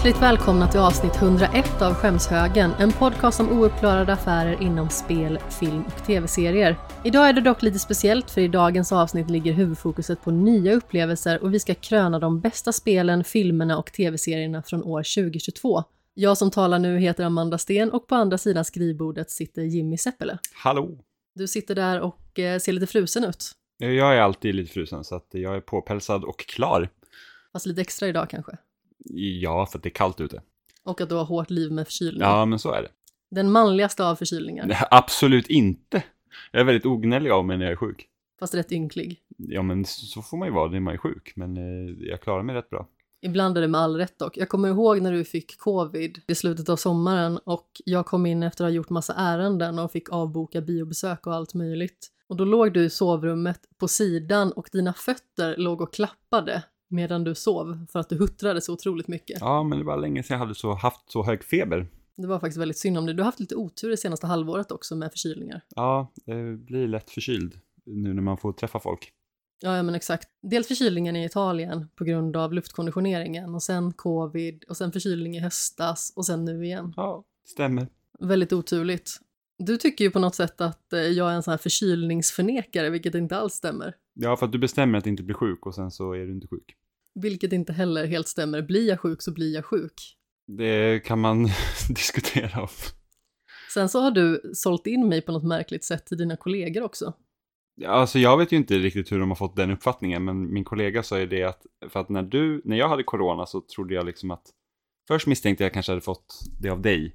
Hjärtligt välkomna till avsnitt 101 av Skämshögen, en podcast om ouppklarade affärer inom spel, film och tv-serier. Idag är det dock lite speciellt, för i dagens avsnitt ligger huvudfokuset på nya upplevelser och vi ska kröna de bästa spelen, filmerna och tv-serierna från år 2022. Jag som talar nu heter Amanda Sten och på andra sidan skrivbordet sitter Jimmy Seppele. Hallå! Du sitter där och ser lite frusen ut. Jag är alltid lite frusen så att jag är påpälsad och klar. Fast lite extra idag kanske. Ja, för att det är kallt ute. Och att du har hårt liv med förkylning. Ja, men så är det. Den manligaste av förkylningar. Absolut inte. Jag är väldigt ognällig av mig när jag är sjuk. Fast rätt ynklig. Ja, men så får man ju vara när man är sjuk. Men jag klarar mig rätt bra. Ibland är det med all rätt dock. Jag kommer ihåg när du fick covid i slutet av sommaren och jag kom in efter att ha gjort massa ärenden och fick avboka biobesök och allt möjligt. Och då låg du i sovrummet på sidan och dina fötter låg och klappade medan du sov för att du huttrade så otroligt mycket. Ja, men det var länge sedan jag hade haft så hög feber. Det var faktiskt väldigt synd om det. Du har haft lite otur det senaste halvåret också med förkylningar. Ja, det blir lätt förkyld nu när man får träffa folk. Ja, men exakt. Dels förkylningen i Italien på grund av luftkonditioneringen och sen covid och sen förkylning i höstas och sen nu igen. Ja, stämmer. Väldigt oturligt. Du tycker ju på något sätt att jag är en sån här förkylningsförnekare, vilket inte alls stämmer. Ja, för att du bestämmer att inte bli sjuk och sen så är du inte sjuk. Vilket inte heller helt stämmer. Blir jag sjuk så blir jag sjuk. Det kan man diskutera om. Sen så har du sålt in mig på något märkligt sätt till dina kollegor också. Alltså jag vet ju inte riktigt hur de har fått den uppfattningen, men min kollega sa ju det att, för att när jag hade corona så trodde jag liksom att, först misstänkte jag kanske hade fått det av dig,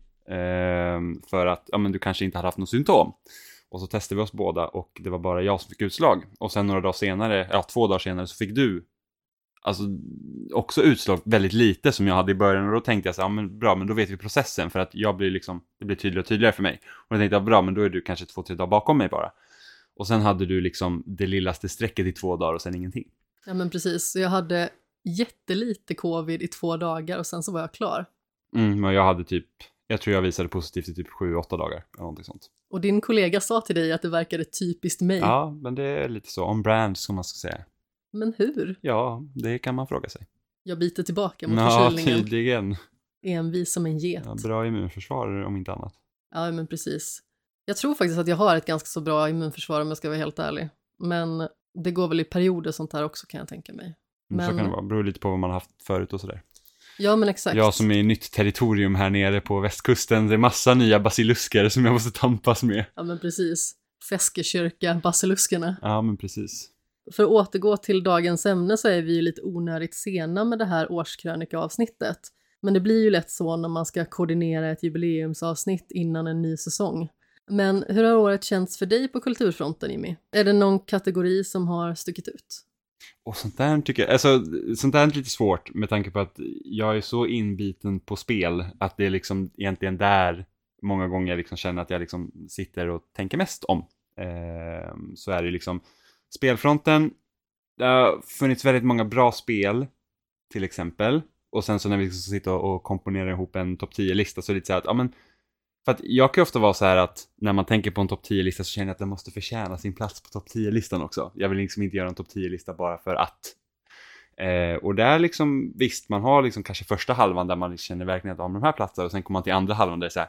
för att ja, men du kanske inte hade haft något symptom. Och så testade vi oss båda och det var bara jag som fick utslag. Och sen några dagar senare, 2 dagar senare så fick du alltså också utslag väldigt lite som jag hade i början. Och då tänkte jag så här, ja, men bra, men då vet vi processen, för att jag blir liksom, det blir tydligare och tydligare för mig. Och då tänkte jag, bra, men då är du kanske 2-3 dagar bakom mig bara. Och sen hade du liksom det lillaste strecket i 2 dagar och sen ingenting. Ja, men precis. Så jag hade jättelite covid i 2 dagar och sen så var jag klar. Men jag hade jag tror jag visade positivt i typ 7-8 dagar eller någonting sånt. Och din kollega sa till dig att det verkade typiskt mig. Ja, men det är lite så on brand som man ska säga. Men hur? Ja, det kan man fråga sig. Jag biter tillbaka mot förkylningen. Ja, tydligen. Envis som en get. Ja, bra immunförsvar om inte annat. Ja, men precis. Jag tror faktiskt att jag har ett ganska så bra immunförsvar om jag ska vara helt ärlig. Men det går väl i perioder sånt här också, kan jag tänka mig. Men så kan det vara. Beror lite på vad man har haft förut och sådär. Ja, men exakt. Jag som är i nytt territorium här nere på västkusten, det är massa nya basilusker som jag måste tampas med. Ja, men precis. Feskekyrka, basiluskerna. Ja, men precis. För att återgå till dagens ämne så är vi ju lite onödigt sena med det här årskrönikaavsnittet. Men det blir ju lätt så när man ska koordinera ett jubileumsavsnitt innan en ny säsong. Men hur har året känts för dig på kulturfronten, Jimmy? Är det någon kategori som har stuckit ut? Och sånt där tycker jag, alltså sånt där är lite svårt med tanke på att jag är så inbiten på spel att det är liksom egentligen där många gånger jag liksom känner att jag liksom sitter och tänker mest om. Så är det liksom spelfronten. Det har funnits väldigt många bra spel till exempel. Och sen så när vi liksom sitter och komponerar ihop en topp 10-lista så är det lite så här att, ja men, för att jag kan ofta vara så här att när man tänker på en topp 10-lista så känner jag att den måste förtjäna sin plats på topp 10-listan också. Jag vill liksom inte göra en topp 10-lista bara för att. Och där liksom, visst, man har liksom kanske första halvan där man känner verkligen att de här platser och sen kommer man till andra halvan där det är så här,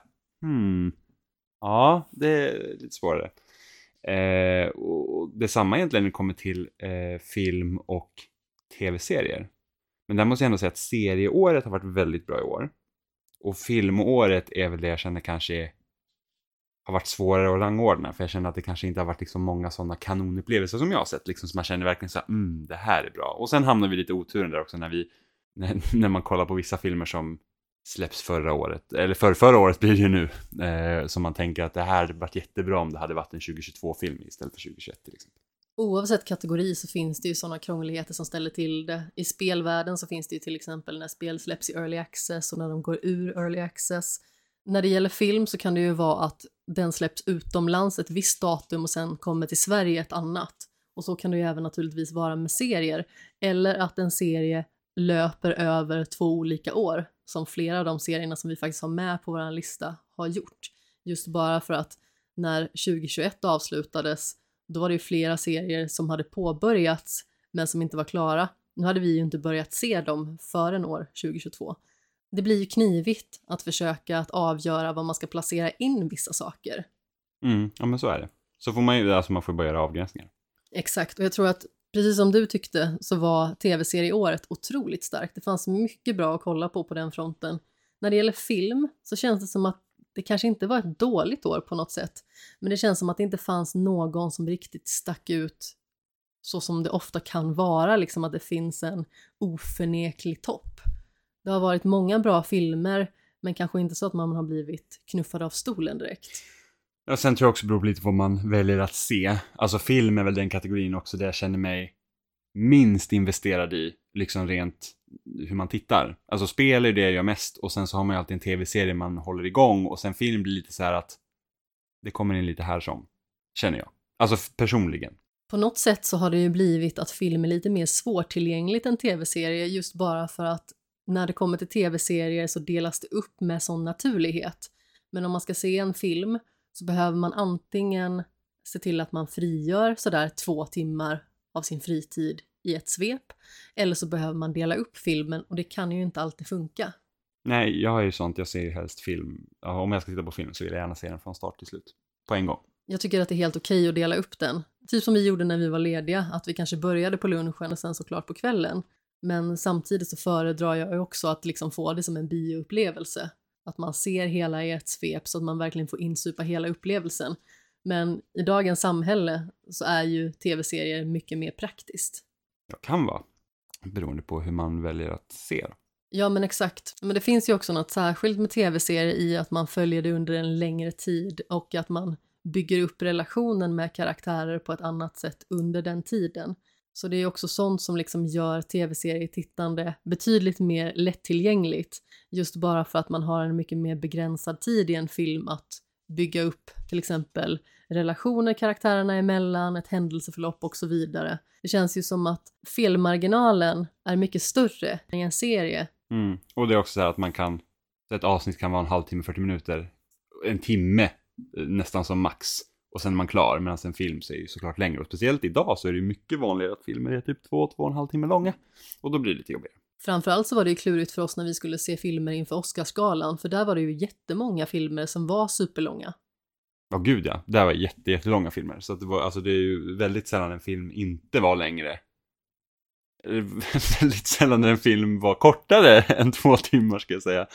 ja, det är lite svårare. Och detsamma egentligen när det kommer till film och tv-serier. Men där måste jag ändå säga att serieåret har varit väldigt bra i år. Och filmåret är väl det jag känner kanske har varit svårare att rangordna. För jag känner att det kanske inte har varit liksom många sådana kanonupplevelser som jag har sett. Liksom som man känner verkligen så här, det här är bra. Och sen hamnar vi lite oturen där också när man kollar på vissa filmer som släpps förra året. Eller förra året blir det ju nu. Som man tänker att det här hade varit jättebra om det hade varit en 2022-film istället för 2021 till exempel. Oavsett kategori så finns det ju sådana krångligheter som ställer till det. I spelvärlden så finns det ju till exempel när spel släpps i early access och när de går ur early access. När det gäller film så kan det ju vara att den släpps utomlands ett visst datum och sen kommer till Sverige ett annat. Och så kan det ju även naturligtvis vara med serier. Eller att en serie löper över 2 olika år, som flera av de serierna som vi faktiskt har med på vår lista har gjort. Just bara för att när 2021 avslutades, då var det ju flera serier som hade påbörjats men som inte var klara. Nu hade vi ju inte börjat se dem förrän år 2022. det blir ju knivigt att försöka att avgöra var man ska placera in vissa saker. Ja men så är det. Så får man ju, alltså man får bara göra avgränsningar. Exakt, och jag tror att precis som du tyckte så var tv-serieåret otroligt starkt. Det fanns mycket bra att kolla på den fronten. När det gäller film så känns det som att det kanske inte var ett dåligt år på något sätt. Men det känns som att det inte fanns någon som riktigt stack ut så som det ofta kan vara, liksom att det finns en oförneklig topp. Det har varit många bra filmer, men kanske inte så att man har blivit knuffad av stolen direkt. Ja, sen tror jag också beror lite på vad man väljer att se. Alltså film är väl den kategorin också där jag känner mig minst investerad i, liksom rent hur man tittar. Alltså spel är det jag gör mest, och sen så har man ju alltid en tv-serie man håller igång, och sen film blir lite så här att det kommer in lite här som, känner jag. Alltså personligen. På något sätt så har det ju blivit att film är lite mer svårtillgängligt än tv-serier, just bara för att när det kommer till tv-serier så delas det upp med sån naturlighet. Men om man ska se en film så behöver man antingen se till att man frigör sådär 2 timmar av sin fritid i ett svep, eller så behöver man dela upp filmen, och det kan ju inte alltid funka. Nej, jag är ju sånt, jag ser ju helst film. Ja, om jag ska titta på film så vill jag gärna se den från start till slut. På en gång. Jag tycker att det är helt okej att dela upp den. Typ som vi gjorde när vi var lediga, att vi kanske började på lunchen och sen såklart på kvällen. Men samtidigt så föredrar jag också att liksom få det som en bioupplevelse. Att man ser hela i ett svep så att man verkligen får insupa hela upplevelsen. Men i dagens samhälle så är ju tv-serier mycket mer praktiskt. Det kan vara, beroende på hur man väljer att se. Ja men exakt. Men det finns ju också något särskilt med tv-serier i att man följer det under en längre tid och att man bygger upp relationen med karaktärer på ett annat sätt under den tiden. Så det är också sånt som liksom gör tv-serietittande betydligt mer lättillgängligt. Just bara för att man har en mycket mer begränsad tid i en film att bygga upp till exempel relationer karaktärerna emellan, ett händelseförlopp och så vidare. Det känns ju som att felmarginalen är mycket större i en serie. Och det är också så här att man kan, ett avsnitt kan vara en halvtimme, 40 minuter, en timme nästan som max. Och sen är man klar, medan en film så är ju såklart längre. Och speciellt idag så är det ju mycket vanligare att filmer är typ 2,5 timmar långa. Och då blir det lite jobbigare. Framförallt så var det ju klurigt för oss när vi skulle se filmer inför Oscarsgalan. För där var det ju jättemånga filmer som var superlånga. Ja gud ja, det var jättelånga filmer. Så att det var, alltså det är ju väldigt sällan en film inte var längre. Väldigt sällan när en film var kortare än 2 timmar ska jag säga.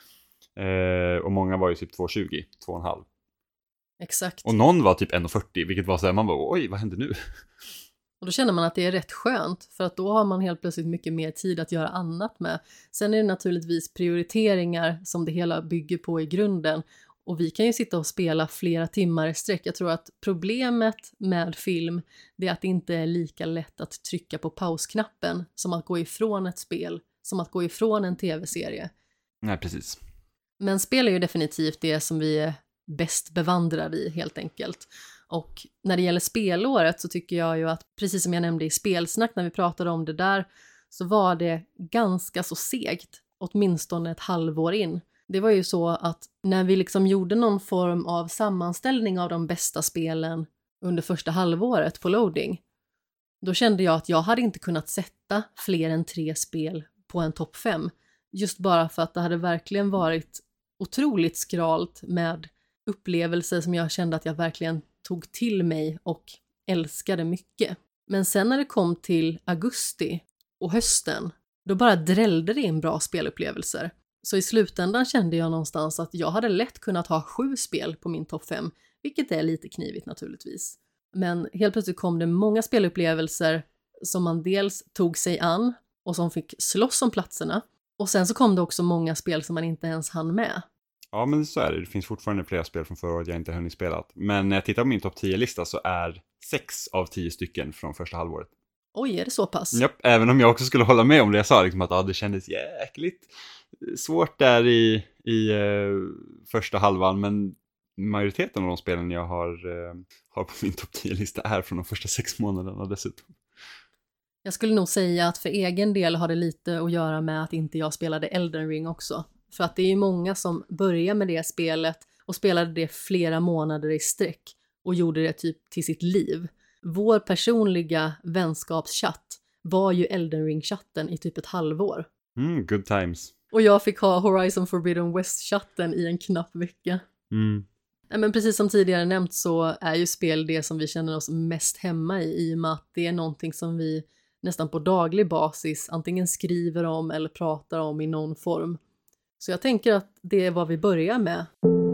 Och många var ju typ 2,20, 2,5. Exakt. Och någon var typ 1,40, vilket var så här, man bara oj, vad hände nu? Och då känner man att det är rätt skönt, för att då har man helt plötsligt mycket mer tid att göra annat med. Sen är det naturligtvis prioriteringar som det hela bygger på i grunden. Och vi kan ju sitta och spela flera timmar i sträck. Jag tror att problemet med film, det är att det inte är lika lätt att trycka på pausknappen som att gå ifrån ett spel, som att gå ifrån en tv-serie. Nej, precis. Men spel är ju definitivt det som vi är bäst bevandrade i helt enkelt. Och när det gäller spelåret så tycker jag ju att, precis som jag nämnde i spelsnack när vi pratade om det där, så var det ganska så segt, åtminstone ett halvår in. Det var ju så att när vi liksom gjorde någon form av sammanställning av de bästa spelen under första halvåret på loading, då kände jag att jag hade inte kunnat sätta fler än 3 spel på en topp 5. Just bara för att det hade verkligen varit otroligt skralt med upplevelser som jag kände att jag verkligen tog till mig och älskade mycket. Men sen när det kom till augusti och hösten, då bara drällde det in bra spelupplevelser. Så i slutändan kände jag någonstans att jag hade lätt kunnat ha 7 spel på min topp 5, vilket är lite knivigt naturligtvis. Men helt plötsligt kom det många spelupplevelser som man dels tog sig an och som fick slåss om platserna. Och sen så kom det också många spel som man inte ens hann med. Ja, men så är det. Det finns fortfarande flera spel från förra året jag inte hunnit spela. Men när jag tittar på min topp 10-lista så är 6 av 10 stycken från första halvåret. Oj, är det så pass? Japp, även om jag också skulle hålla med om det jag sa, liksom att det kändes jäkligt svårt där i första halvan, men majoriteten av de spelen jag har på min topp 10-lista är från de första 6 månaderna dessutom. Jag skulle nog säga att för egen del har det lite att göra med att inte jag spelade Elden Ring också. För att det är ju många som börjar med det spelet och spelade det flera månader i sträck och gjorde det typ till sitt liv. Vår personliga vänskapschatt var ju Elden Ring-chatten i typ ett halvår. Good times. Och jag fick ha Horizon Forbidden West-chatten i en knapp vecka. Men precis som tidigare nämnt så är ju spel det som vi känner oss mest hemma i och med att det är någonting som vi nästan på daglig basis antingen skriver om eller pratar om i någon form. Så jag tänker att det är vad vi börjar med.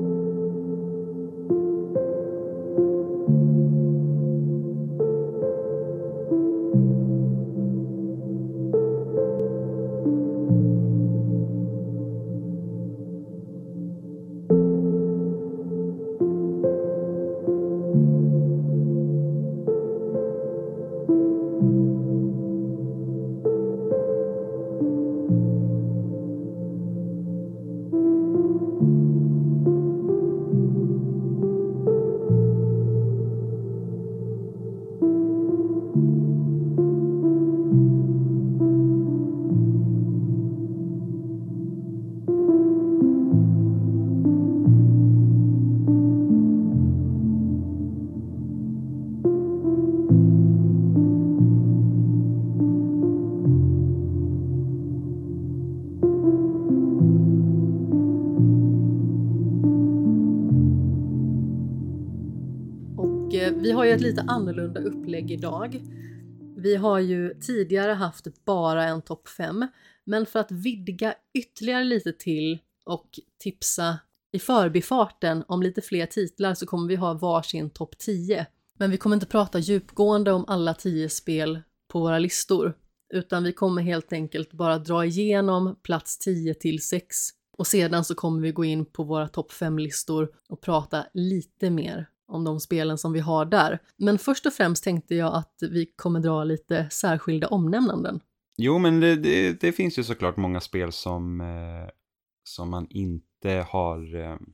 Vi har ju ett lite annorlunda upplägg idag. Vi har ju tidigare haft bara en topp 5, men för att vidga ytterligare lite till och tipsa i förbifarten om lite fler titlar så kommer vi ha varsin topp 10. Men vi kommer inte prata djupgående om alla 10 spel på våra listor, utan vi kommer helt enkelt bara dra igenom plats 10 till 6 och sedan så kommer vi gå in på våra topp 5-listor och prata lite mer om de spelen som vi har där. Men först och främst tänkte jag att vi kommer dra lite särskilda omnämnanden. Jo, men det finns ju såklart många spel som man inte har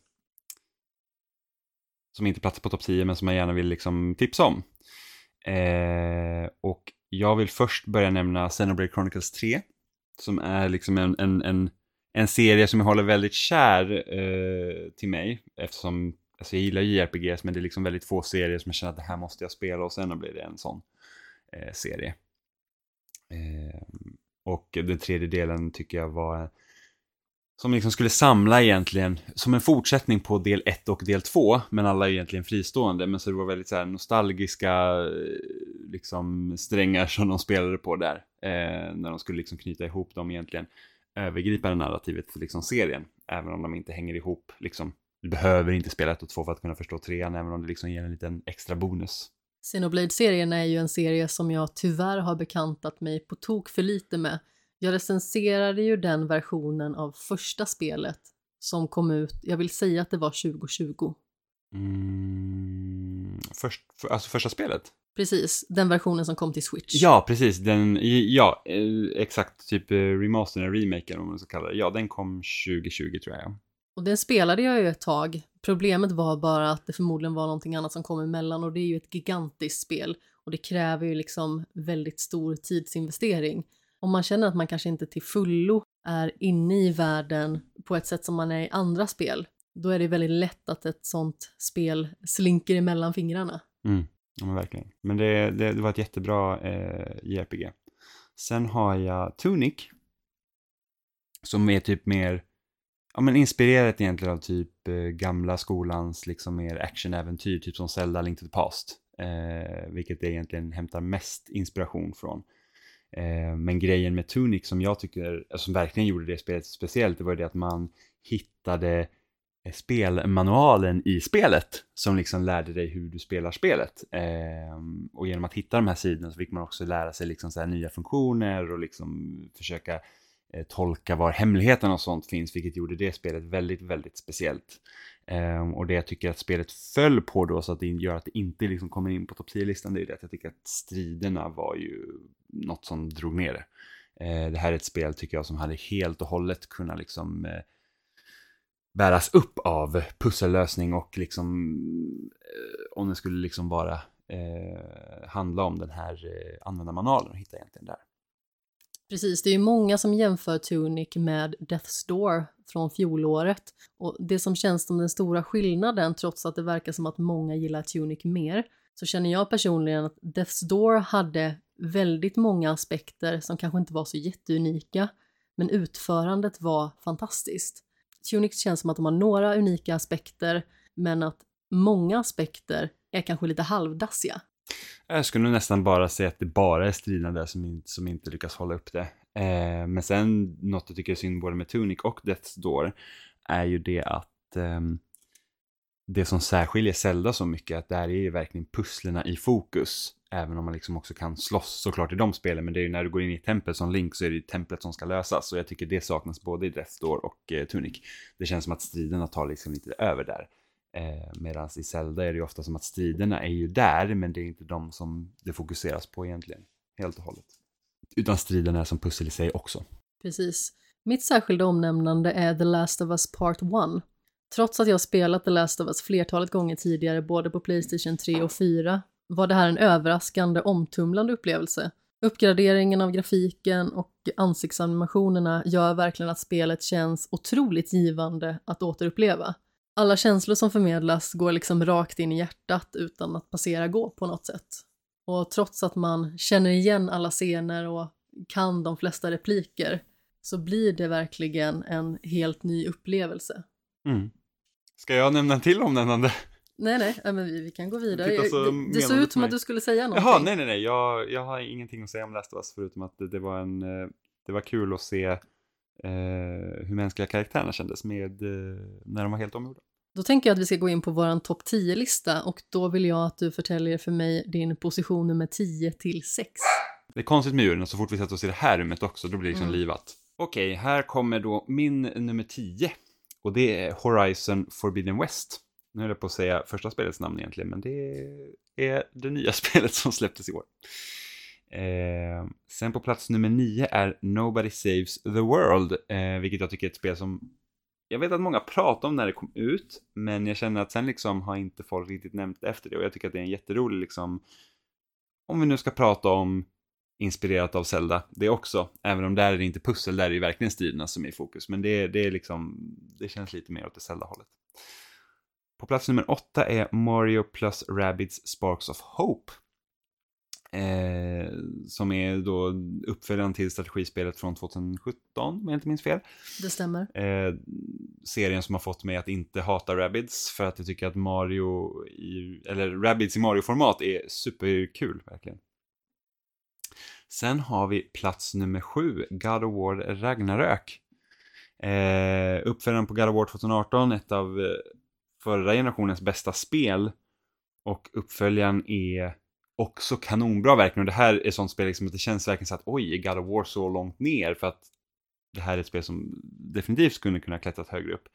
som inte platsar på topp 10 men som man gärna vill liksom tipsa om. Och jag vill först börja nämna Xenoblade Chronicles 3 som är liksom en serie som jag håller väldigt kär till mig eftersom alltså jag gillar JRPGs men det är liksom väldigt få serier som jag känner att det här måste jag spela och sen blir det en sån serie. Och den tredje delen tycker jag var som liksom skulle samla egentligen som en fortsättning på del 1 och del 2 men alla är egentligen fristående men så det var väldigt så här nostalgiska liksom strängar som de spelade på där när de skulle liksom knyta ihop dem egentligen övergripande narrativet för liksom serien även om de inte hänger ihop liksom. Du behöver inte spela 1 och 2 för att kunna förstå 3 även om det liksom ger en liten extra bonus. Xenoblade-serien är ju en serie som jag tyvärr har bekantat mig på tok för lite med. Jag recenserade ju den versionen av första spelet som kom ut, jag vill säga att det var 2020. Alltså första spelet? Precis, den versionen som kom till Switch. Ja, precis. Exakt, typ remastern, remaken om man ska kalla det. Ja, den kom 2020 tror jag. Och den spelade jag ju ett tag. Problemet var bara att det förmodligen var någonting annat som kom emellan och det är ju ett gigantiskt spel och det kräver ju liksom väldigt stor tidsinvestering. Om man känner att man kanske inte till fullo är inne i världen på ett sätt som man är i andra spel, då är det väldigt lätt att ett sånt spel slinker emellan fingrarna. Ja, men verkligen. Men det var ett jättebra JRPG. Sen har jag Tunic som är typ mer men inspirerat egentligen av typ gamla skolans liksom mer actionäventyr typ som Zelda Link to the Past vilket det egentligen hämtar mest inspiration från men grejen med Tunic som jag tycker som verkligen gjorde det spelet speciellt det var det att man hittade spelmanualen i spelet som liksom lärde dig hur du spelar spelet och genom att hitta de här sidorna så fick man också lära sig liksom så här nya funktioner och liksom försöka tolka var hemligheten och sånt finns vilket gjorde det spelet väldigt, väldigt speciellt. Och det jag tycker att spelet föll på då så att det gör att det inte liksom kommer in på topp 10-listan det är det att jag tycker att striderna var ju något som drog ner det. Det här är ett spel tycker jag som hade helt och hållet kunnat liksom bäras upp av pussellösning och liksom om det skulle liksom bara handla om den här användarmanualen och hitta egentligen där. Precis, det är ju många som jämför Tunic med Death's Door från fjolåret. Och det som känns som den stora skillnaden, trots att det verkar som att många gillar Tunic mer, så känner jag personligen att Death's Door hade väldigt många aspekter som kanske inte var så jätteunika. men utförandet var fantastiskt. Tunic känns som att de har några unika aspekter, men att många aspekter är kanske lite halvdassiga. Jag skulle nog nästan bara säga att det bara är striderna där som inte lyckas hålla upp det. Men sen något jag tycker är synd både med Tunic och Death's Door är ju det att det som särskiljer Zelda så mycket, att där är ju verkligen pusslerna i fokus. Även om man liksom också kan slåss såklart i de spelen, men det är ju när du går in i tempel som Link så är det ju templet som ska lösas. Och jag tycker det saknas både i Death's Door och Tunic. Det känns som att striderna tar liksom lite över där. Medan i Zelda är det ju ofta som att striderna är ju där, men det är inte de som det fokuseras på egentligen, helt och hållet. Utan striderna är som pussel i sig också. Precis. Mitt särskilda omnämnande är The Last of Us Part 1. Trots att jag spelat The Last of Us flertalet gånger tidigare, både på PlayStation 3 och 4, var det här en överraskande, omtumlande upplevelse. Uppgraderingen av grafiken och ansiktsanimationerna gör verkligen att spelet känns otroligt givande att återuppleva. Alla känslor som förmedlas går liksom rakt in i hjärtat utan att passera gå på något sätt. Och trots att man känner igen alla scener och kan de flesta repliker så blir det verkligen en helt ny upplevelse. Mm. Ska jag nämna en till omnämnande? Nej, men vi kan gå vidare. Det såg ut som att du skulle säga någonting. Jaha, nej. Jag har ingenting att säga om Last of Us förutom att det var kul att se hur mänskliga karaktärerna kändes när de var helt omgjorda. Då tänker jag att vi ska gå in på våran topp 10-lista och då vill jag att du förtäljer för mig din position nummer 10 till 6. Det är konstigt med djuren, och så fort vi sätter oss i det här rummet också, då blir det liksom livat. Okej, här kommer då min nummer 10 och det är Horizon Forbidden West. Nu är det på att säga första spelets namn egentligen, men det är det nya spelet som släpptes i år. Sen på plats nummer 9 är Nobody Saves the World, vilket jag tycker är ett spel som jag vet att många pratar om när det kom ut, men jag känner att sen liksom har inte folk riktigt nämnt efter det, och jag tycker att det är en jätterolig liksom, om vi nu ska prata om inspirerat av Zelda, det också, även om där är det inte pussel, där är det verkligen striderna som är i fokus, men det är liksom, det känns lite mer åt det Zelda-hållet. På plats nummer 8 är Mario plus Rabbids Sparks of Hope. Som är då uppföljaren till strategispelet från 2017, om jag inte minns fel. Det stämmer. Serien som har fått mig att inte hata Rabbids, för att jag tycker att Rabbids i Mario-format är superkul, verkligen. Sen har vi plats nummer 7, God of War Ragnarök. Uppföljaren på God of War 2018, ett av förra generationens bästa spel, och uppföljaren är också kanonbra verkligen, och det här är sånt spel liksom att det känns verkligen så att oj, är God of War så långt ner, för att det här är ett spel som definitivt skulle kunna klättrat högre upp.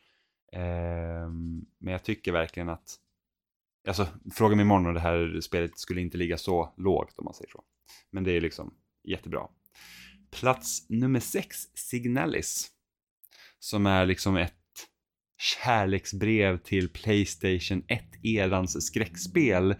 Men jag tycker verkligen att, alltså, fråga mig imorgon om det här spelet skulle inte ligga så lågt, om man säger så. Men det är liksom jättebra. Plats nummer 6, Signalis, som är liksom ett kärleksbrev till PlayStation 1-erans skräckspel.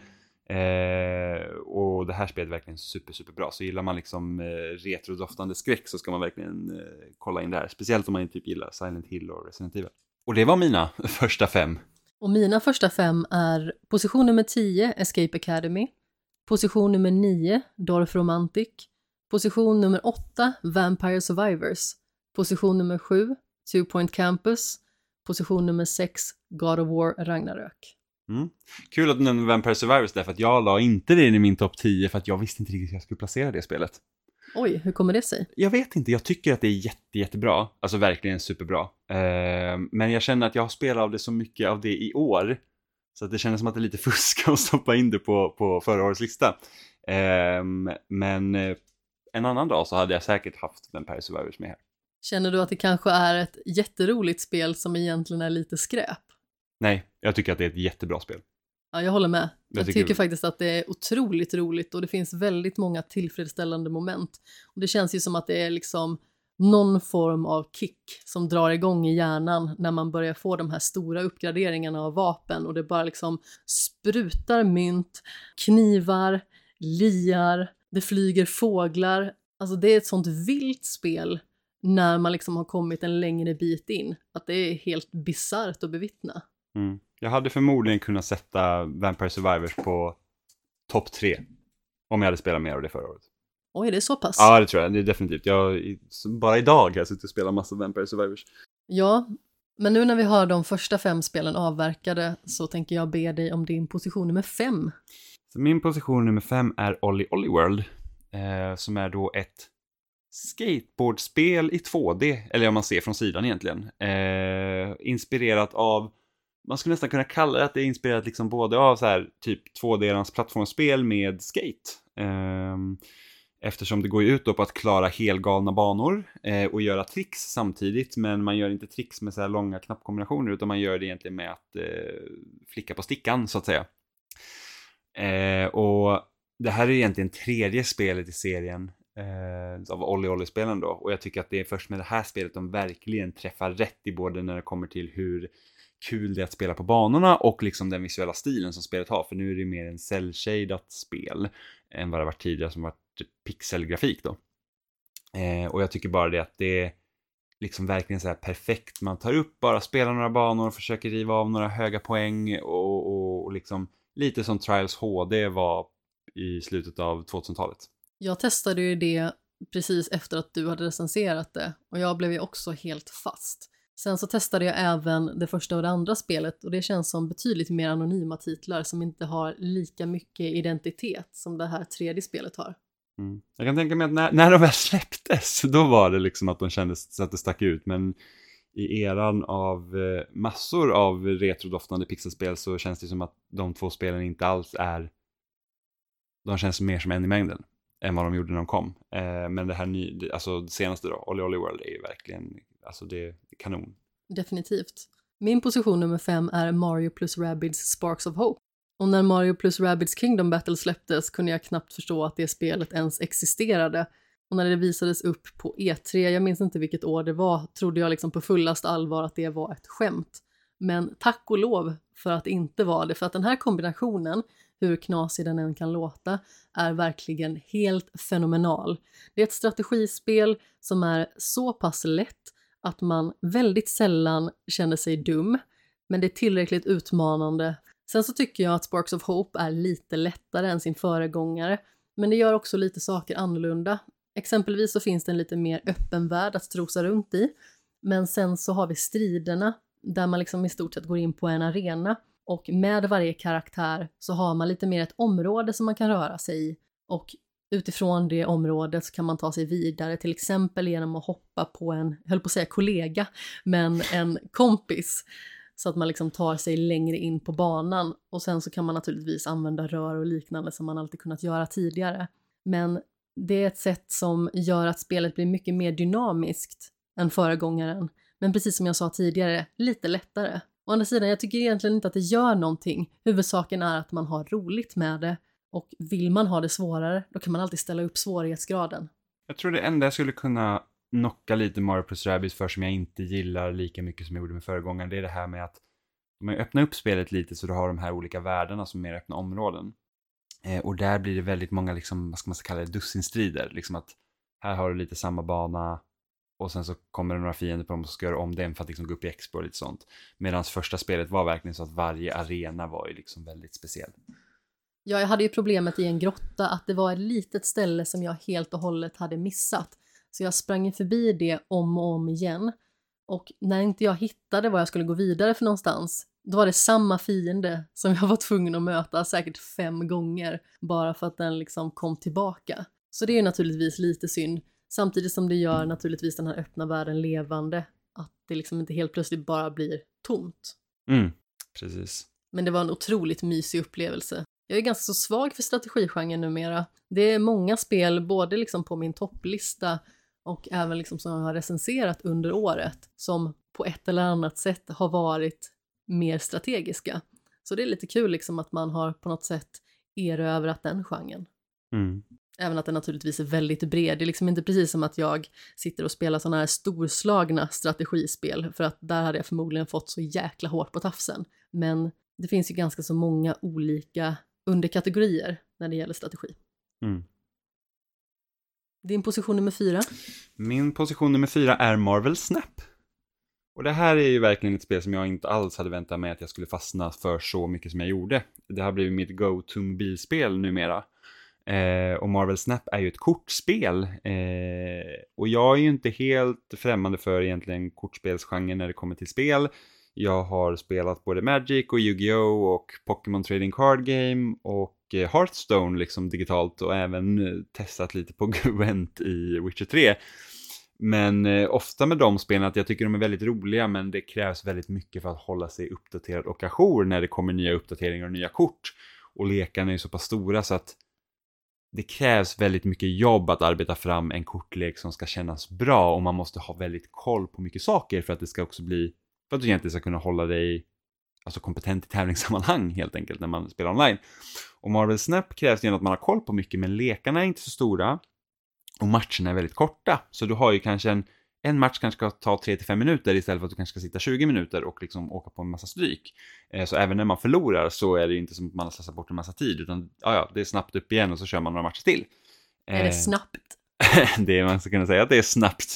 Och det här spelet är verkligen superbra. Så gillar man liksom retrodoftande skräck, så ska man verkligen kolla in det här. Speciellt om man typ gillar Silent Hill och Resident Evil. Och det var mina första 5. Och mina första 5 är position nummer 10, Escape Academy. Position nummer 9, Dorf Romantic. Position nummer 8, Vampire Survivors. Position nummer 7, Two Point Campus. Position nummer 6, God of War Ragnarök. Kul att du nämnde Vampire Survivors, därför att jag la inte det i min topp 10, för att jag visste inte riktigt hur jag skulle placera det spelet. Oj, hur kommer det sig? Jag vet inte, jag tycker att det är jättebra. Alltså verkligen superbra. Men jag känner att jag har spelat av det så mycket av det i år, så att det känns som att det är lite fusk att stoppa in det på förra årets lista. Men en annan dag så hade jag säkert haft Vampire Survivors med här. Känner du att det kanske är ett jätteroligt spel som egentligen är lite skräp? Nej, jag tycker att det är ett jättebra spel. Ja, jag håller med. Jag tycker faktiskt att det är otroligt roligt, och det finns väldigt många tillfredsställande moment. Och det känns ju som att det är liksom någon form av kick som drar igång i hjärnan när man börjar få de här stora uppgraderingarna av vapen, och det bara liksom sprutar mynt, knivar, liar, det flyger fåglar. Alltså det är ett sånt vilt spel när man liksom har kommit en längre bit in, att det är helt bizarrt att bevittna. Jag hade förmodligen kunnat sätta Vampire Survivors på topp 3 om jag hade spelat mer av det förra året. Oj, det är så pass. Ja, det tror jag. Det är definitivt. Bara idag har jag suttit och spelat massa Vampire Survivors. Ja, men nu när vi har de första 5 spelen avverkade så tänker jag be dig om din position nummer 5. Så min position nummer 5 är Ollie Ollie World. Som är då ett skateboardspel i 2D. Eller om man ser från sidan egentligen. Inspirerat av... Man skulle nästan kunna kalla det att det är inspirerat liksom både av så här typ 2D-rans plattformsspel med skate. Eftersom det går ut då på att klara helgalna banor och göra tricks samtidigt. Men man gör inte tricks med så här långa knappkombinationer utan man gör det egentligen med att flicka på stickan så att säga. Och det här är egentligen 3:e spelet i serien av Ollie Ollie-spelen då. Och jag tycker att det är först med det här spelet de verkligen träffar rätt i både när det kommer till hur kul det är att spela på banorna och liksom den visuella stilen som spelet har. För nu är det mer en cell-shadat spel än vad det varit tidigare som varit pixelgrafik då. Och jag tycker bara det att det är liksom verkligen så här perfekt. Man tar upp, bara spelar några banor och försöker riva av några höga poäng och liksom lite som Trials HD var i slutet av 2000-talet. Jag testade ju det precis efter att du hade recenserat det och jag blev ju också helt fast. Sen så testade jag även det första och det andra spelet och det känns som betydligt mer anonyma titlar som inte har lika mycket identitet som det här 3D spelet har. Jag kan tänka mig att när de väl släpptes då var det liksom att de kände så att det stack ut, men i eran av massor av retrodoftande pixelspel så känns det som att de 2 spelen inte alls är, de känns mer som en i mängden än vad de gjorde när de kom. Men det här alltså det senaste då, Ollie Ollie World är ju verkligen, alltså det är kanon. Definitivt. Min position nummer 5 är Mario plus Rabbids Sparks of Hope. Och när Mario plus Rabbids Kingdom Battle släpptes kunde jag knappt förstå att det spelet ens existerade. Och när det visades upp på E3, jag minns inte vilket år det var, trodde jag liksom på fullast allvar att det var ett skämt. Men tack och lov för att det inte var det, för att den här kombinationen, hur knasig den än kan låta, är verkligen helt fenomenal. Det är ett strategispel som är så pass lätt att man väldigt sällan känner sig dum, men det är tillräckligt utmanande. Sen så tycker jag att Sparks of Hope är lite lättare än sin föregångare, men det gör också lite saker annorlunda. Exempelvis så finns det en lite mer öppen värld att strosa runt i, men sen så har vi striderna där man liksom i stort sett går in på en arena och med varje karaktär så har man lite mer ett område som man kan röra sig i och utifrån det området så kan man ta sig vidare, till exempel genom att hoppa på en, jag höll på att säga kollega, men en kompis, så att man liksom tar sig längre in på banan. Och sen så kan man naturligtvis använda rör och liknande som man alltid kunnat göra tidigare. Men det är ett sätt som gör att spelet blir mycket mer dynamiskt än föregångaren. Men precis som jag sa tidigare, lite lättare. Å andra sidan, jag tycker egentligen inte att det gör någonting. Huvudsaken är att man har roligt med det. Och vill man ha det svårare, då kan man alltid ställa upp svårighetsgraden. Jag tror det enda jag skulle kunna knocka lite Mario plus Rabbids för som jag inte gillar lika mycket som jag gjorde med föregångaren, det är det här med att om jag öppnar upp spelet lite så du har de här olika världarna som mer öppna områden. Och där blir det väldigt många, liksom, vad ska man kalla det, dussinstrider. Liksom att här har du lite samma bana och sen så kommer det några fiender på dem och ska göra om den för att liksom gå upp i expo och lite sånt. Medan första spelet var verkligen så att varje arena var ju liksom väldigt speciell. Ja, jag hade ju problemet i en grotta att det var ett litet ställe som jag helt och hållet hade missat. Så jag sprang förbi det om och om igen. Och när inte jag hittade vad jag skulle gå vidare för någonstans, då var det samma fiende som jag var tvungen att möta säkert 5 gånger. Bara för att den liksom kom tillbaka. Så det är ju naturligtvis lite synd. Samtidigt som det gör naturligtvis den här öppna världen levande. Att det liksom inte helt plötsligt bara blir tomt. Precis. Men det var en otroligt mysig upplevelse. Jag är ganska så svag för strategigenren numera. Det är många spel, både liksom på min topplista och även liksom som jag har recenserat under året, som på ett eller annat sätt har varit mer strategiska. Så det är lite kul liksom att man har på något sätt erövrat den genren. Även att den naturligtvis är väldigt bred. Det är liksom inte precis som att jag sitter och spelar sådana här storslagna strategispel, för att där hade jag förmodligen fått så jäkla hårt på tafsen. Men det finns ju ganska så många olika underkategorier när det gäller strategi. Din position nummer 4? Min position nummer 4 är Marvel Snap. Och det här är ju verkligen ett spel som jag inte alls hade väntat mig att jag skulle fastna för så mycket som jag gjorde. Det har blivit mitt go-to-mobilspel numera. Och Marvel Snap är ju ett kortspel. Och jag är ju inte helt främmande för egentligen kortspelsgenren när det kommer till spel. Jag har spelat både Magic och Yu-Gi-Oh! Och Pokémon Trading Card Game och Hearthstone liksom digitalt och även testat lite på Gwent i Witcher 3. Men ofta med de spelen att jag tycker de är väldigt roliga, men det krävs väldigt mycket för att hålla sig uppdaterad och ajour när det kommer nya uppdateringar och nya kort. Och lekarna är ju så pass stora så att det krävs väldigt mycket jobb att arbeta fram en kortlek som ska kännas bra, och man måste ha väldigt koll på mycket saker för att det ska också bli, för att du egentligen ska kunna hålla dig alltså kompetent i tävlingssammanhang helt enkelt när man spelar online. Och Marvel Snap krävs ju att man har koll på mycket, men lekarna är inte så stora och matcherna är väldigt korta. Så du har ju kanske en match kanske ska ta 3-5 minuter istället för att du kanske ska sitta 20 minuter och liksom åka på en massa stryk. Så även när man förlorar så är det ju inte som att man har slösat bort en massa tid, utan det är snabbt upp igen och så kör man några matcher till. Är det snabbt? Det är man ska kunna säga att det är snabbt.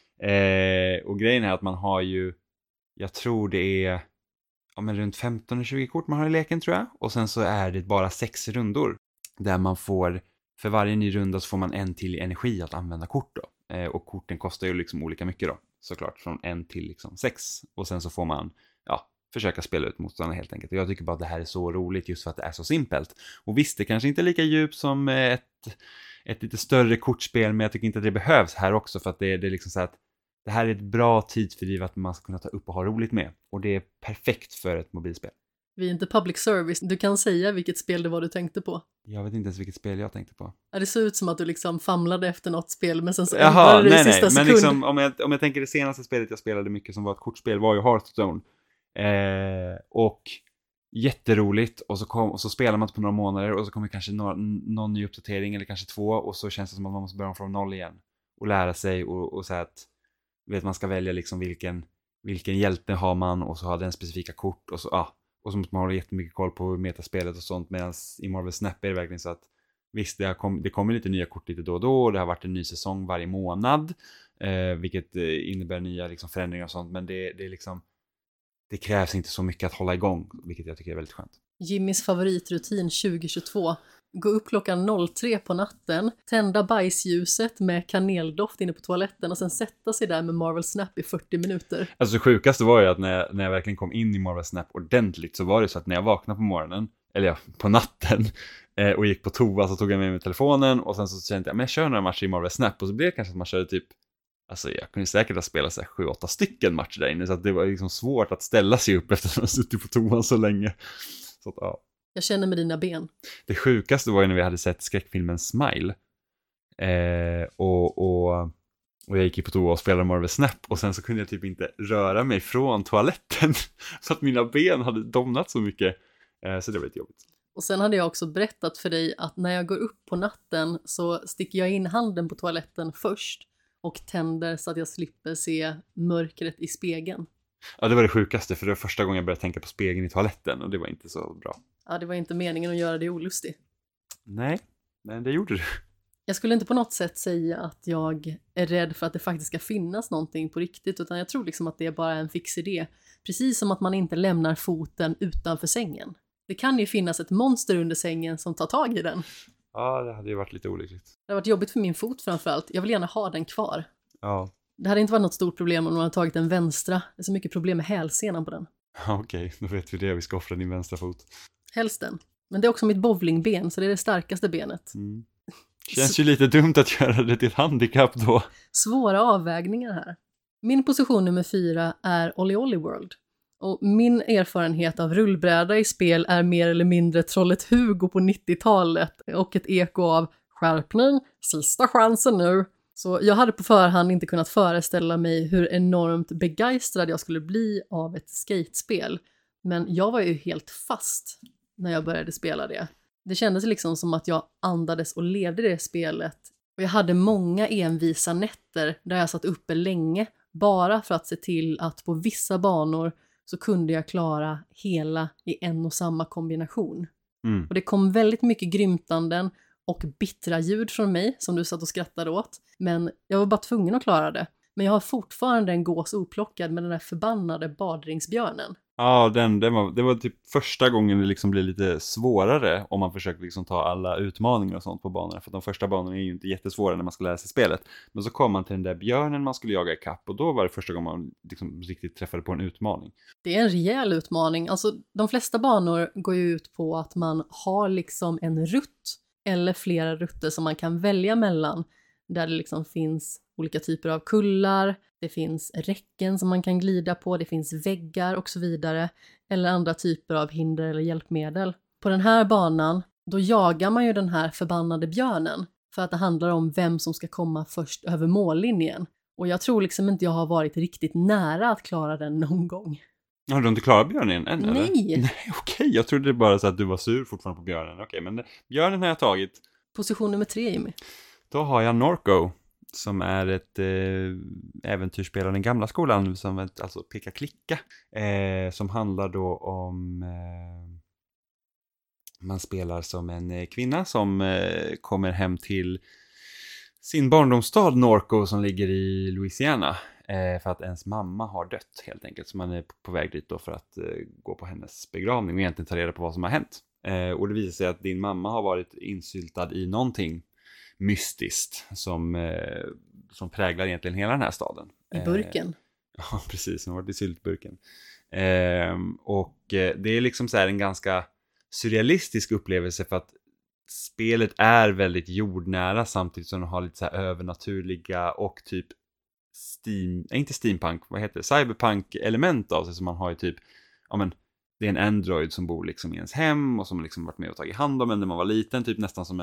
Och grejen är att man har ju, jag tror det är runt 15-20 kort man har i leken tror jag. Och sen så är det bara 6 rundor där man får, för varje ny runda så får man en till energi att använda kort då. Och korten kostar ju liksom olika mycket då, såklart, från 1 till liksom 6. Och sen så får man försöka spela ut motståndarna helt enkelt. Och jag tycker bara att det här är så roligt just för att det är så simpelt. Och visst, det kanske inte är lika djupt som ett lite större kortspel, men jag tycker inte att det behövs här också, för att det är liksom så att det här är ett bra tidsfördriv att man ska kunna ta upp och ha roligt med. Och det är perfekt för ett mobilspel. Vi är inte public service. Du kan säga vilket spel det var du tänkte på. Jag vet inte ens vilket spel jag tänkte på. Ja, det såg ut som att du liksom famlade efter något spel, men sen så ändrade det i sista sekund. Men liksom, om jag tänker det senaste spelet jag spelade mycket som var ett kortspel var ju Hearthstone. Och jätteroligt. Och så spelar man på några månader och så kommer kanske någon ny uppdatering eller kanske 2, och så känns det som att man måste börja från 0 igen. Och lära sig och så att man ska välja liksom vilken hjälte har man, och så har den specifika kort och så och så måste man ha jättemycket koll på metaspelet och sånt, medan i Marvel Snap är det verkligen så att visst, det kommer lite nya kort lite då och då, och det har varit en ny säsong varje månad, vilket innebär nya liksom förändringar och sånt, men det är liksom, det krävs inte så mycket att hålla igång, vilket jag tycker är väldigt skönt. Jimmys favoritrutin 2022: gå upp klockan 03 på natten, tända bajsljuset med kaneldoft inne på toaletten och sen sätta sig där med Marvel Snap i 40 minuter. Alltså det sjukaste var ju att när jag verkligen kom in i Marvel Snap ordentligt, så var det så att när jag vaknade på morgonen, eller på natten, och gick på toa, så tog jag med mig telefonen och sen så kände jag, men jag kör några matcher i Marvel Snap, och så blev det kanske att man körde typ, alltså jag kunde säkert ha spelat 7-8 stycken matcher där inne, så att det var liksom svårt att ställa sig upp efter att man suttit på toan så länge. Så att, Jag känner med dina ben. Det sjukaste var ju när vi hade sett skräckfilmen Smile. Och jag gick på toa och spelade Marvel Snap, och sen så kunde jag typ inte röra mig från toaletten så att mina ben hade domnat så mycket. Så det var lite jobbigt. Och sen hade jag också berättat för dig att när jag går upp på natten så sticker jag in handen på toaletten först och tänder så att jag slipper se mörkret i spegeln. Ja, det var det sjukaste, för det var första gången jag började tänka på spegeln i toaletten, och det var inte så bra. Ja, det var inte meningen att göra det olustig. Nej, men det gjorde du. Jag skulle inte på något sätt säga att jag är rädd för att det faktiskt ska finnas någonting på riktigt, utan jag tror liksom att det är bara en fix idé. Precis som att man inte lämnar foten utanför sängen. Det kan ju finnas ett monster under sängen som tar tag i den. Ja, det hade ju varit lite olyckligt. Det har varit jobbigt för min fot framförallt. Jag vill gärna ha den kvar. Ja. Det hade inte varit något stort problem om man hade tagit den vänstra. Det är så mycket problem med hälsenan på den. Okej, då vet vi det. Vi ska offra din vänstra fot. Helst den. Men det är också mitt bowlingben, så det är det starkaste benet. Mm. Känns ju lite dumt att göra det till ett handikapp då. Svåra avvägningar här. Min position nummer 4 är Olly Olly World. Och min erfarenhet av rullbräda i spel är mer eller mindre Trollet Hugo på 90-talet och ett eko av skärpning, sista chansen nu. Så jag hade på förhand inte kunnat föreställa mig hur enormt begeistrad jag skulle bli av ett skatespel. Men jag var ju helt fast när jag började spela det. Det kändes liksom som att jag andades och levde det spelet. Och jag hade många envisa nätter där jag satt uppe länge bara för att se till att på vissa banor så kunde jag klara hela i en och samma kombination. Mm. Och det kom väldigt mycket grymtanden och bittra ljud från mig som du satt och skrattade åt. Men jag var bara tvungen att klara det. Men jag har fortfarande en gås oplockad med den där förbannade badringsbjörnen. Ja, det var typ första gången det liksom blev lite svårare om man försöker liksom ta alla utmaningar och sånt på banorna. För de första banorna är ju inte jättesvåra när man ska lära sig spelet. Men så kom man till den där björnen man skulle jaga ikapp och då var det första gången man liksom riktigt träffade på en utmaning. Det är en rejäl utmaning. Alltså, de flesta banor går ju ut på att man har liksom en rutt eller flera rutter som man kan välja mellan. Där det liksom finns olika typer av kullar, det finns räcken som man kan glida på, det finns väggar och så vidare. Eller andra typer av hinder eller hjälpmedel. På den här banan, då jagar man ju den här förbannade björnen. För att det handlar om vem som ska komma först över mållinjen. Och jag tror liksom inte jag har varit riktigt nära att klara den någon gång. Har du inte klarat björnen än? Nej. Eller? Nej, okej. Jag trodde bara så att du var sur fortfarande på björnen. Okej, men björnen har jag tagit. Position nummer 3, Jimmy. Då har jag Norco, som är ett äventyrsspel av den gamla skolan, som alltså peka-klicka, som handlar då om man spelar som en kvinna som kommer hem till sin barndomsstad Norco som ligger i Louisiana, för att ens mamma har dött helt enkelt, så man är på väg dit då för att gå på hennes begravning och egentligen ta reda på vad som har hänt. Och det visar sig att din mamma har varit insyltad i någonting mystiskt som präglar egentligen hela den här staden. I burken. Ja, precis. Hon har varit i syltburken. Och det är liksom så här en ganska surrealistisk upplevelse, för att spelet är väldigt jordnära samtidigt som de har lite så här övernaturliga och typ inte steampunk, vad heter det? Cyberpunk-element av sig, som man har ju typ, ja men, det är en android som bor liksom i ens hem och som liksom varit med och tagit hand om en när man var liten, typ nästan som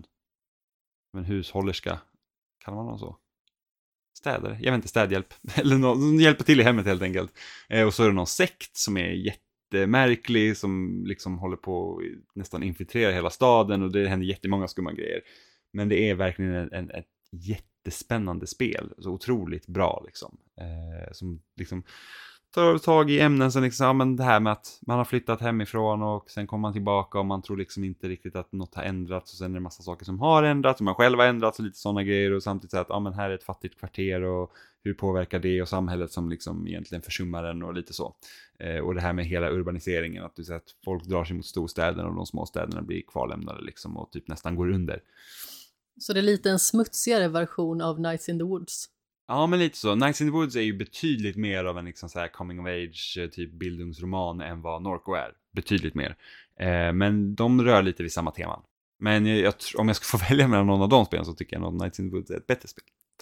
en hushållerska, kallar man dem så? Städare, jag vet inte, städhjälp eller någon som hjälper till i hemmet helt enkelt. Och så är det någon sekt som är jättemärklig, som liksom håller på att nästan infiltrera hela staden, och det händer jättemånga skumma grejer. Men det är verkligen ett jättespännande spel, så otroligt bra liksom. Som liksom tar tag i ämnen som liksom, ja, men det här med att man har flyttat hemifrån och sen kommer man tillbaka och man tror liksom inte riktigt att något har ändrats, och sen är det en massa saker som har ändrats och man själv har ändrats och lite sådana grejer, och samtidigt så att ja, men här är ett fattigt kvarter och hur påverkar det, och samhället som liksom egentligen försummar den och lite så. Och det här med hela urbaniseringen, att du säger att folk drar sig mot storstäderna och de små städerna blir kvarlämnade liksom och typ nästan går under. Så det är lite en smutsigare version av Nights in the Woods. Ja, men lite så. Nights in the Woods är ju betydligt mer av en liksom så här coming of age typ bildungsroman än vad Norco är. Betydligt mer. Men de rör lite vid samma teman. Men om jag ska få välja mellan någon av de spelen så tycker jag nog Nights in the Woods är ett bättre spel.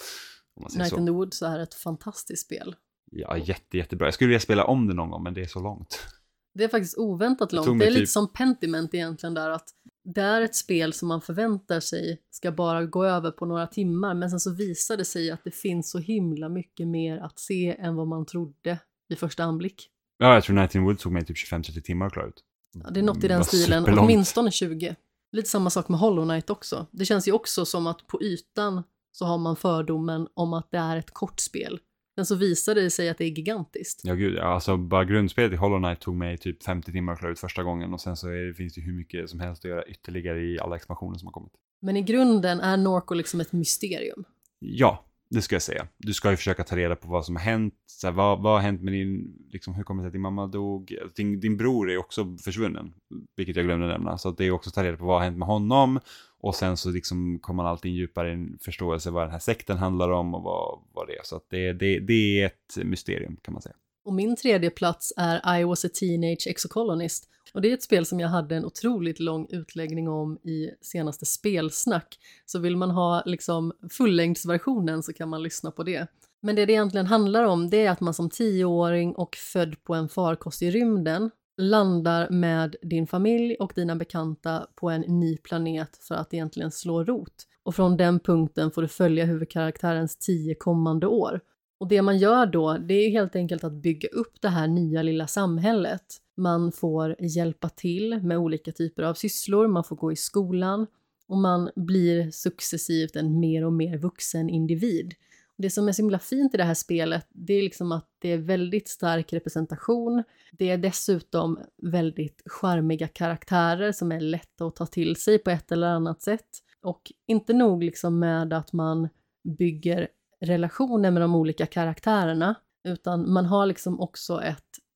Night in the Woods är ett fantastiskt spel. Ja, jättebra. Jag skulle vilja spela om det någon gång, men det är så långt. Det är faktiskt oväntat långt. Det är lite som Pentiment egentligen där, att det är ett spel som man förväntar sig ska bara gå över på några timmar, men sen så visar det sig att det finns så himla mycket mer att se än vad man trodde i första anblick. Ja, jag tror Night in the Woods tog mig typ 25-30 timmar att klara ut. Ja, det är något i den stilen, åtminstone 20. Lite samma sak med Hollow Knight också. Det känns ju också som att på ytan så har man fördomen om att det är ett kort spel. Men så visar det sig att det är gigantiskt. Ja gud, alltså bara grundspelet i Hollow Knight tog mig typ 50 timmar att klara ut första gången. Och sen så finns det hur mycket som helst att göra ytterligare i alla expansioner som har kommit. Men i grunden är Norco liksom ett mysterium. Ja, det ska jag säga. Du ska ju försöka ta reda på vad som har hänt. Så här, vad har hänt med din, liksom, hur kommer det sig att din mamma dog? Din bror är också försvunnen, vilket jag glömde nämna. Så det är också att ta reda på vad har hänt med honom. Och sen så liksom kommer man alltid djupare i en förståelse vad den här sekten handlar om och vad det är. Så att det är ett mysterium kan man säga. Och min tredje plats är I was a teenage exocolonist. Och det är ett spel som jag hade en otroligt lång utläggning om i senaste spelsnack. Så vill man ha liksom fullängdsversionen så kan man lyssna på det. Men det egentligen handlar om, det är att man som 10-åring och född på en farkost i rymden landar med din familj och dina bekanta på en ny planet för att egentligen slå rot. Och från den punkten får du följa huvudkaraktärens 10 kommande år. Och det man gör då, det är helt enkelt att bygga upp det här nya lilla samhället. Man får hjälpa till med olika typer av sysslor, man får gå i skolan och man blir successivt en mer och mer vuxen individ. Det som är så himla fint i det här spelet, det är liksom att det är väldigt stark representation. Det är dessutom väldigt charmiga karaktärer som är lätta att ta till sig på ett eller annat sätt. Och inte nog liksom med att man bygger relationer med de olika karaktärerna, utan man har liksom också ett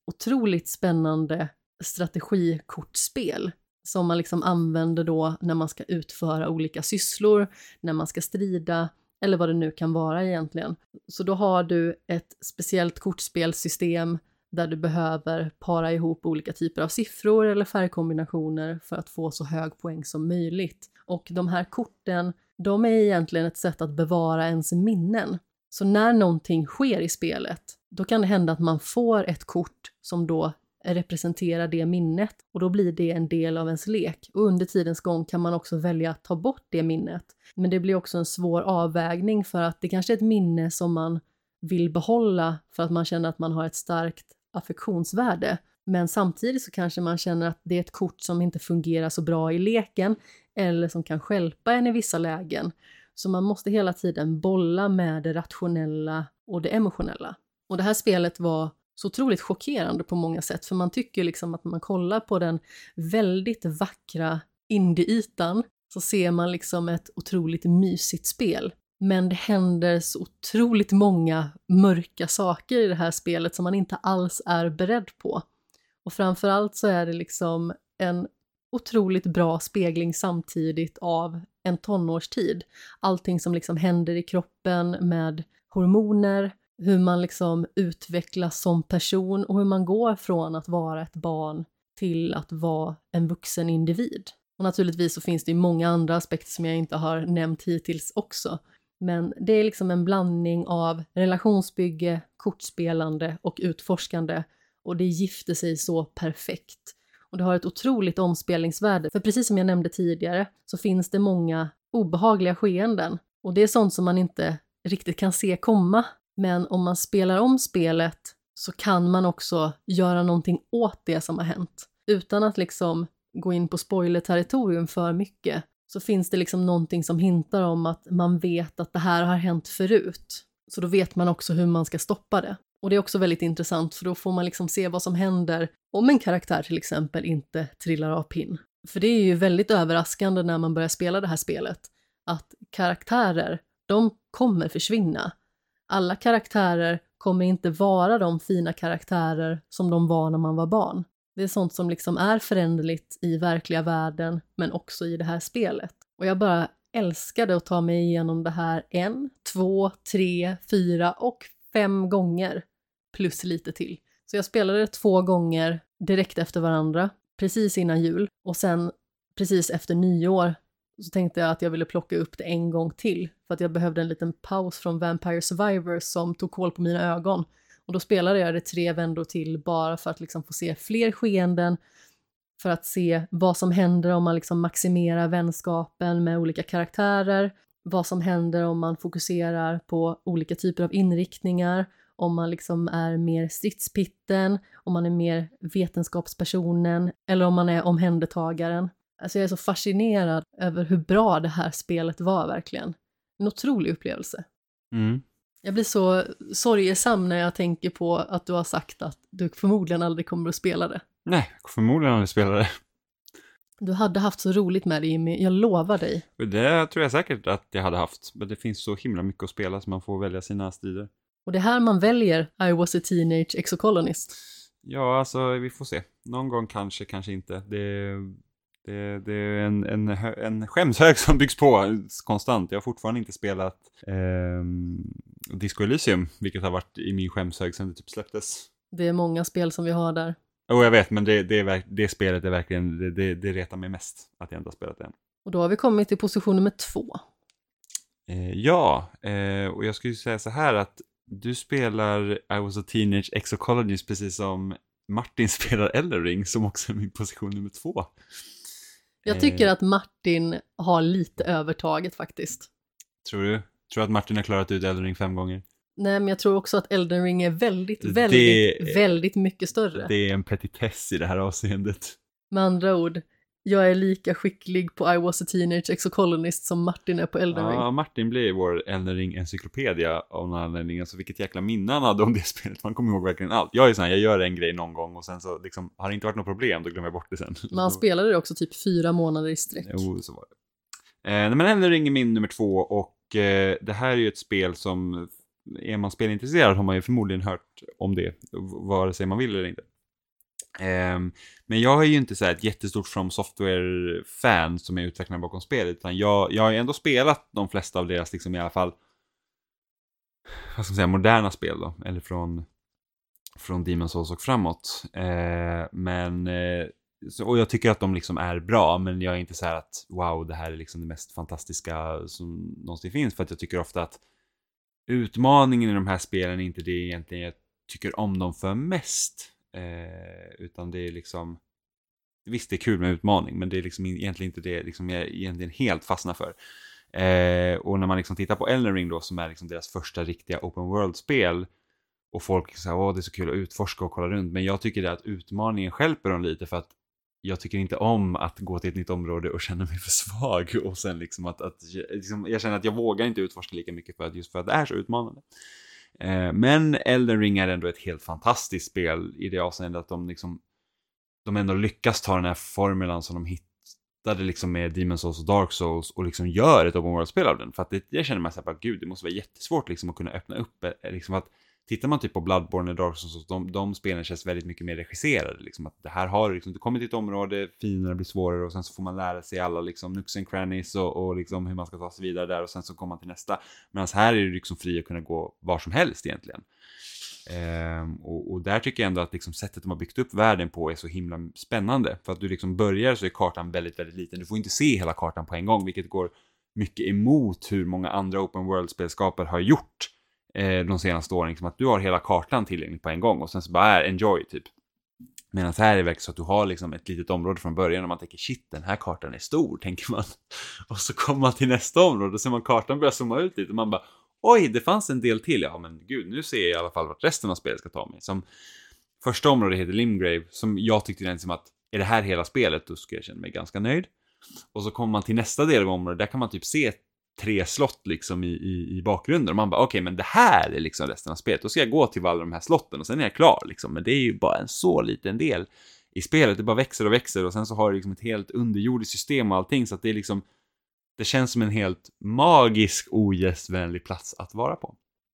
otroligt spännande strategikortspel som man liksom använder då när man ska utföra olika sysslor, när man ska strida eller vad det nu kan vara egentligen. Så då har du ett speciellt kortspelsystem där du behöver para ihop olika typer av siffror eller färgkombinationer för att få så hög poäng som möjligt. Och de här korten, de är egentligen ett sätt att bevara ens minnen. Så när någonting sker i spelet, då kan det hända att man får ett kort som då representerar det minnet och då blir det en del av ens lek. Och under tidens gång kan man också välja att ta bort det minnet. Men det blir också en svår avvägning för att det kanske är ett minne som man vill behålla för att man känner att man har ett starkt affektionsvärde. Men samtidigt så kanske man känner att det är ett kort som inte fungerar så bra i leken eller som kan stjälpa en i vissa lägen. Så man måste hela tiden bolla med det rationella och det emotionella. Och det här spelet var så otroligt chockerande på många sätt, för man tycker liksom att när man kollar på den väldigt vackra indieytan så ser man liksom ett otroligt mysigt spel. Men det händer så otroligt många mörka saker i det här spelet som man inte alls är beredd på. Och framförallt så är det liksom en otroligt bra spegling samtidigt av en tonårstid. Allting som liksom händer i kroppen med hormoner, hur man liksom utvecklas som person och hur man går från att vara ett barn till att vara en vuxen individ. Och naturligtvis så finns det ju många andra aspekter som jag inte har nämnt hittills också. Men det är liksom en blandning av relationsbygge, kortspelande och utforskande. Och det gifter sig så perfekt. Och det har ett otroligt omspelningsvärde. För precis som jag nämnde tidigare så finns det många obehagliga skeenden. Och det är sånt som man inte riktigt kan se komma. Men om man spelar om spelet så kan man också göra någonting åt det som har hänt. Utan att liksom gå in på spoiler-territorium för mycket så finns det liksom någonting som hintar om att man vet att det här har hänt förut. Så då vet man också hur man ska stoppa det. Och det är också väldigt intressant för då får man liksom se vad som händer om en karaktär till exempel inte trillar av pinn. För det är ju väldigt överraskande när man börjar spela det här spelet att karaktärer, de kommer försvinna. Alla karaktärer kommer inte vara de fina karaktärer som de var när man var barn. Det är sånt som liksom är föränderligt i verkliga världen men också i det här spelet. Och jag bara älskade att ta mig igenom det här 1, 2, 3, 4 och 5 gånger. Plus lite till. Så jag spelade det 2 gånger direkt efter varandra. Precis innan jul. Och sen precis efter nyår så tänkte jag att jag ville plocka upp det en gång till. För att jag behövde en liten paus från Vampire Survivors som tog koll på mina ögon. Och då spelade jag det 3 vändor till bara för att liksom få se fler skeenden. För att se vad som händer om man liksom maximerar vänskapen med olika karaktärer. Vad som händer om man fokuserar på olika typer av inriktningar. Om man liksom är mer stridspitten. Om man är mer vetenskapspersonen. Eller om man är omhändertagaren. Alltså jag är så fascinerad över hur bra det här spelet var verkligen. En otrolig upplevelse. Mm. Jag blir så sorgesam när jag tänker på att du har sagt att du förmodligen aldrig kommer att spela det. Nej, förmodligen aldrig spela det. Du hade haft så roligt med det, Jimmy. Jag lovar dig. Det tror jag säkert att jag hade haft. Men det finns så himla mycket att spela så man får välja sina strider. Och det är här man väljer I was a teenage exocolonist. Ja, alltså vi får se. Någon gång kanske, kanske inte. Det är en skämshög som byggs på konstant. Jag har fortfarande inte spelat Disco Elysium, vilket har varit i min skämshög sedan det typ släpptes. Det är många spel som vi har där. Jag vet, men det spelet är verkligen, det retar mig mest att jag inte har spelat det än. Och då har vi kommit till position nummer 2. Och jag skulle säga så här att du spelar I was a teenage exocologist precis som Martin spelar Elden Ring, som också är min position nummer 2. Jag tycker att Martin har lite övertaget faktiskt. Tror du? Tror att Martin har klarat ut Elden Ring 5 gånger? Nej, men jag tror också att Elden Ring är väldigt mycket större. Det är en petitess i det här avseendet. Med andra ord, jag är lika skicklig på I was a teenage exocolonist som Martin är på Elden Ring. Ja, Martin blev vår Elden Ring-encyklopedia av någon anledning. Alltså vilket jäkla minne han hade om det spelet. Man kommer ihåg verkligen allt. Jag är sån här, jag gör en grej någon gång och sen så liksom, har det inte varit något problem, då glömmer jag bort det sen. Men han spelade det också typ 4 månader i sträck. Jo, så var det. Men Elden Ring är min nummer 2 och det här är ju ett spel som, är man spelintresserad har man ju förmodligen hört om det, vare sig man vill eller inte. Men jag är ju inte så här ett jättestort From Software-fan som är utvecklare bakom spelet, utan jag har ändå spelat de flesta av deras liksom i alla fall, vad ska man säga, moderna spel då, eller från Demon's Souls och framåt. Och jag tycker att de liksom är bra, men jag är inte så här att wow, det här är liksom det mest fantastiska som någonsin finns, för att jag tycker ofta att utmaningen i de här spelen är inte det egentligen jag tycker om dem för mest. Utan det är liksom, visst det är kul med utmaning, men det är liksom egentligen inte det liksom jag egentligen helt fastnar för. Och när man liksom tittar på Elden Ring då, som är liksom deras första riktiga open world-spel, och folk säger det är så kul att utforska och kolla runt, men jag tycker det att utmaningen stjälper dem lite, för att jag tycker inte om att gå till ett nytt område och känna mig för svag, och sen liksom att liksom, jag känner att jag vågar inte utforska lika mycket just för att det är så utmanande. Men Elden Ring är ändå ett helt fantastiskt spel i det avseendet att de ändå lyckas ta den här formulan som de hittade liksom med Demon's Souls och Dark Souls och liksom gör ett open world-spel av den. För att jag känner mig så här, gud, det måste vara jättesvårt liksom att kunna öppna upp liksom att tittar man typ på Bloodborne och Dark Souls, de spelen känns väldigt mycket mer regisserade. Liksom, att det här har liksom, du kommer till ett område, fienderna blir svårare, och sen så får man lära sig alla liksom, nooks and crannies och liksom hur man ska ta sig vidare där, och sen så kommer man till nästa. Medan här är det liksom fri att kunna gå var som helst egentligen. Och där tycker jag ändå att liksom, sättet de har byggt upp världen på är så himla spännande. För att du liksom börjar så är kartan väldigt, väldigt liten. Du får inte se hela kartan på en gång, vilket går mycket emot hur många andra open world-spelskapare har gjort de senaste åren, liksom att du har hela kartan tillgänglig på en gång och sen så bara enjoy typ. Medan här är det verkligen så att du har liksom ett litet område från början och man tänker shit, den här kartan är stor, tänker man. Och så kommer man till nästa område och ser man kartan börjar zooma ut lite och man bara oj, det fanns en del till. Ja men gud, nu ser jag i alla fall vart resten av spelet ska ta mig. Som första området heter Limgrave, som jag tyckte den som att är det här hela spelet, då ska jag känna mig ganska nöjd. Och så kommer man till nästa del av området, där kan man typ se 3 slott liksom i bakgrunden. Och man bara, okej, men det här är liksom resten av spelet. Då ska jag gå till alla de här slotten och sen är jag klar liksom. Men det är ju bara en så liten del i spelet. Det bara växer och växer. Och sen så har det liksom ett helt underjordiskt system och allting. Så att det är liksom, det känns som en helt magisk, ogästvänlig plats att vara på.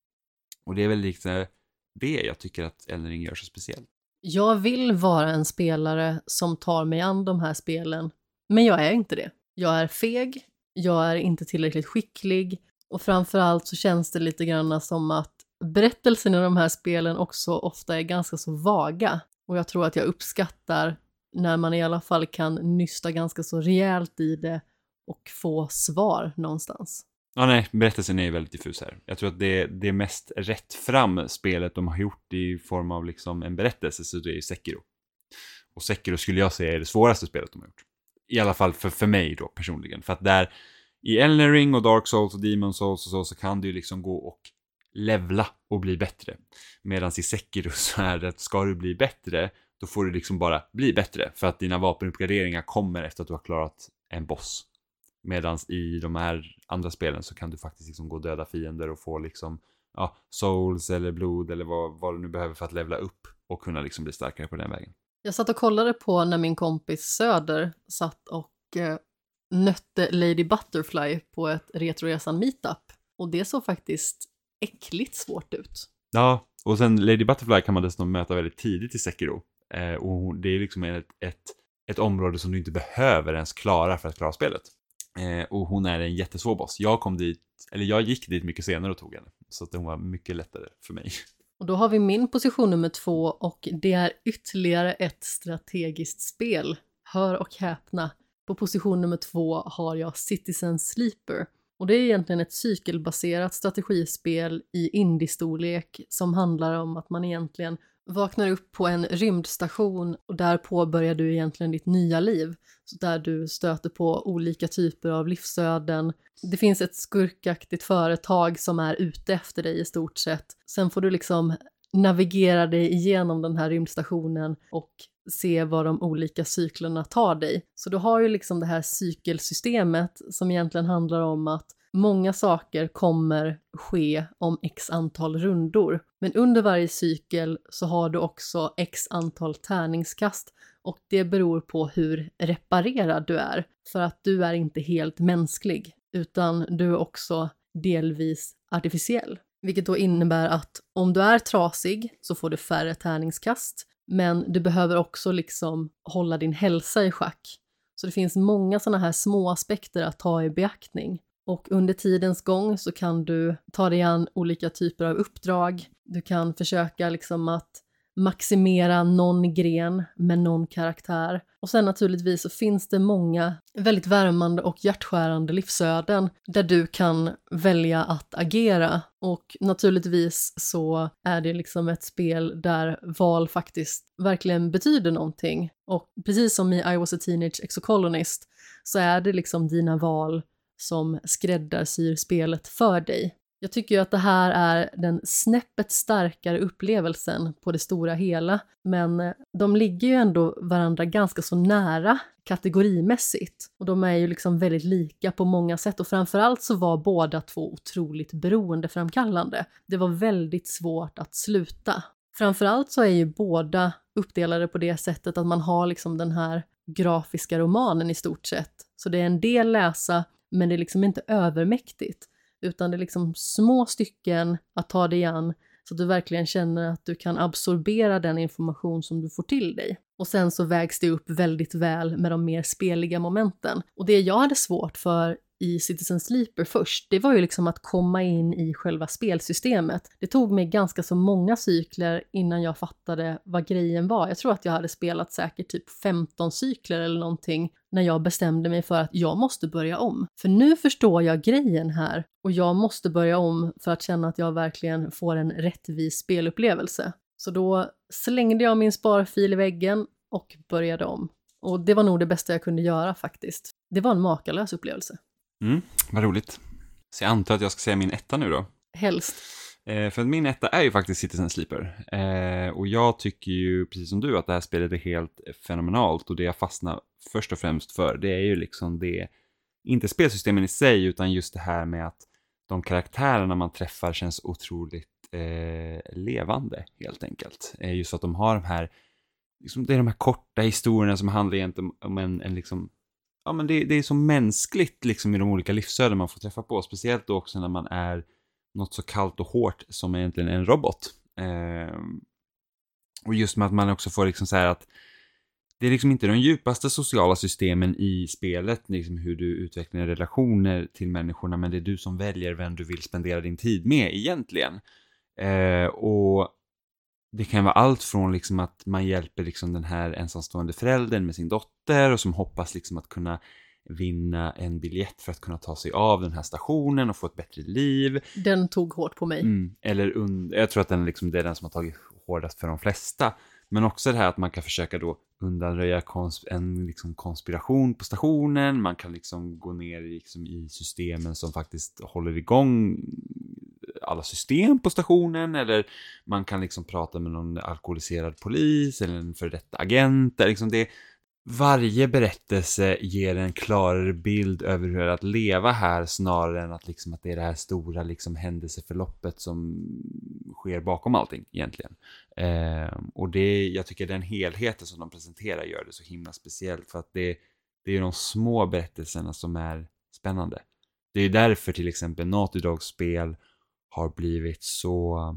Och det är väl liksom det jag tycker att Elden Ring gör så speciellt. Jag vill vara en spelare som tar mig an de här spelen. Men jag är inte det. Jag är feg. Jag är inte tillräckligt skicklig, och framförallt så känns det lite grann som att berättelsen i de här spelen också ofta är ganska så vaga, och jag tror att jag uppskattar när man i alla fall kan nysta ganska så rejält i det och få svar någonstans. Ja, nej, berättelsen är väldigt diffus här. Jag tror att det mest rätt fram spelet de har gjort i form av liksom en berättelse, så det är Sekiro. Och Sekiro skulle jag säga är det svåraste spelet de har gjort. I alla fall för mig då personligen. För att där i Elden Ring och Dark Souls och Demon's Souls och så kan du liksom gå och levla och bli bättre. Medan i Sekiro så är det att ska du bli bättre, då får du liksom bara bli bättre. För att dina vapenuppgraderingar kommer efter att du har klarat en boss. Medan i de här andra spelen så kan du faktiskt liksom gå och döda fiender och få liksom souls eller blod eller vad du nu behöver för att levla upp och kunna liksom bli starkare på den vägen. Jag satt och kollade på när min kompis Söder satt och nötte Lady Butterfly på ett Retroresan meetup. Och det såg faktiskt äckligt svårt ut. Ja, och sen Lady Butterfly kan man dessutom möta väldigt tidigt i Sekiro. Och det är liksom ett område som du inte behöver ens klara för att klara spelet. Och hon är en jättesvår boss. Jag gick dit mycket senare och tog henne. Så att hon var mycket lättare för mig. Och då har vi min position nummer 2, och det är ytterligare ett strategiskt spel. Hör och häpna. På position nummer 2 har jag Citizen Sleeper. Och det är egentligen ett cykelbaserat strategispel i indie-storlek som handlar om att man egentligen vaknar upp på en rymdstation och där påbörjar du egentligen ditt nya liv. Så där du stöter på olika typer av livsöden. Det finns ett skurkaktigt företag som är ute efter dig i stort sett. Sen får du liksom navigera dig igenom den här rymdstationen och se var de olika cyklerna tar dig. Så du har ju liksom det här cykelsystemet som egentligen handlar om att många saker kommer ske om x antal rundor. Men under varje cykel så har du också x antal tärningskast, och det beror på hur reparerad du är. För att du är inte helt mänsklig, utan du är också delvis artificiell. Vilket då innebär att om du är trasig så får du färre tärningskast. Men du behöver också liksom hålla din hälsa i schack. Så det finns många sådana här små aspekter att ta i beaktning. Och under tidens gång så kan du ta dig an olika typer av uppdrag. Du kan försöka liksom att maximera någon gren med någon karaktär. Och sen naturligtvis så finns det många väldigt värmande och hjärtskärande livsöden där du kan välja att agera. Och naturligtvis så är det liksom ett spel där val faktiskt verkligen betyder någonting. Och precis som i I was a teenage exocolonist så är det liksom dina val som skräddarsyr spelet för dig. Jag tycker ju att det här är den snäppet starkare upplevelsen på det stora hela, men de ligger ju ändå varandra ganska så nära kategorimässigt. Och de är ju liksom väldigt lika på många sätt, och framförallt så var båda två otroligt beroendeframkallande. Det var väldigt svårt att sluta. Framförallt så är ju båda uppdelade på det sättet att man har liksom den här grafiska romanen i stort sett. Så det är en del läsa, men det är liksom inte övermäktigt. Utan det är liksom små stycken att ta dig an så att du verkligen känner att du kan absorbera den information som du får till dig. Och sen så vägs det upp väldigt väl med de mer speliga momenten. Och det jag hade svårt för i Citizen Sleeper först, det var ju liksom att komma in i själva spelsystemet. Det tog mig ganska så många cykler innan jag fattade vad grejen var. Jag tror att jag hade spelat säkert typ 15 cykler eller någonting när jag bestämde mig för att jag måste börja om. För nu förstår jag grejen här och jag måste börja om för att känna att jag verkligen får en rättvis spelupplevelse. Så då slängde jag min sparfil i väggen och började om. Och det var nog det bästa jag kunde göra faktiskt. Det var en makalös upplevelse. Vad roligt. Så jag antar att jag ska säga min etta nu då. Helst. För min etta är ju faktiskt Citizen Sleeper. Och jag tycker ju, precis som du, att det här spelet är helt fenomenalt. Och det jag fastnar först och främst för, det är ju liksom det, inte spelsystemen i sig, utan just det här med att de karaktärerna man träffar känns otroligt levande, helt enkelt. Just så att de har de här, liksom, det är de här korta historierna som handlar egentligen om en liksom, ja, men det är så mänskligt liksom i de olika livsöden man får träffa på. Speciellt då också när man är något så kallt och hårt som egentligen en robot. Och just med att man också får liksom så här att det är liksom inte de djupaste sociala systemen i spelet, liksom hur du utvecklar relationer till människorna, men det är du som väljer vem du vill spendera din tid med egentligen. Och det kan vara allt från liksom att man hjälper liksom den här ensamstående föräldern med sin dotter och som hoppas liksom att kunna vinna en biljett för att kunna ta sig av den här stationen och få ett bättre liv. Den tog hårt på mig. Jag tror att den liksom, det är den som har tagit hårdast för de flesta. Men också det här att man kan försöka då undanröja en liksom konspiration på stationen. Man kan liksom gå ner liksom i systemen som faktiskt håller igång alla system på stationen. Eller man kan liksom prata med någon alkoholiserad polis eller en för detta agent. Liksom varje berättelse ger en klarare bild över hur det är att leva här, snarare än att, liksom, att det är det här stora liksom, händelseförloppet som sker bakom allting egentligen. Och jag tycker den helheten som de presenterar gör det så himla speciellt, för att det är de små berättelserna som är spännande. Det är därför till exempel Naughty Dogs spel har blivit så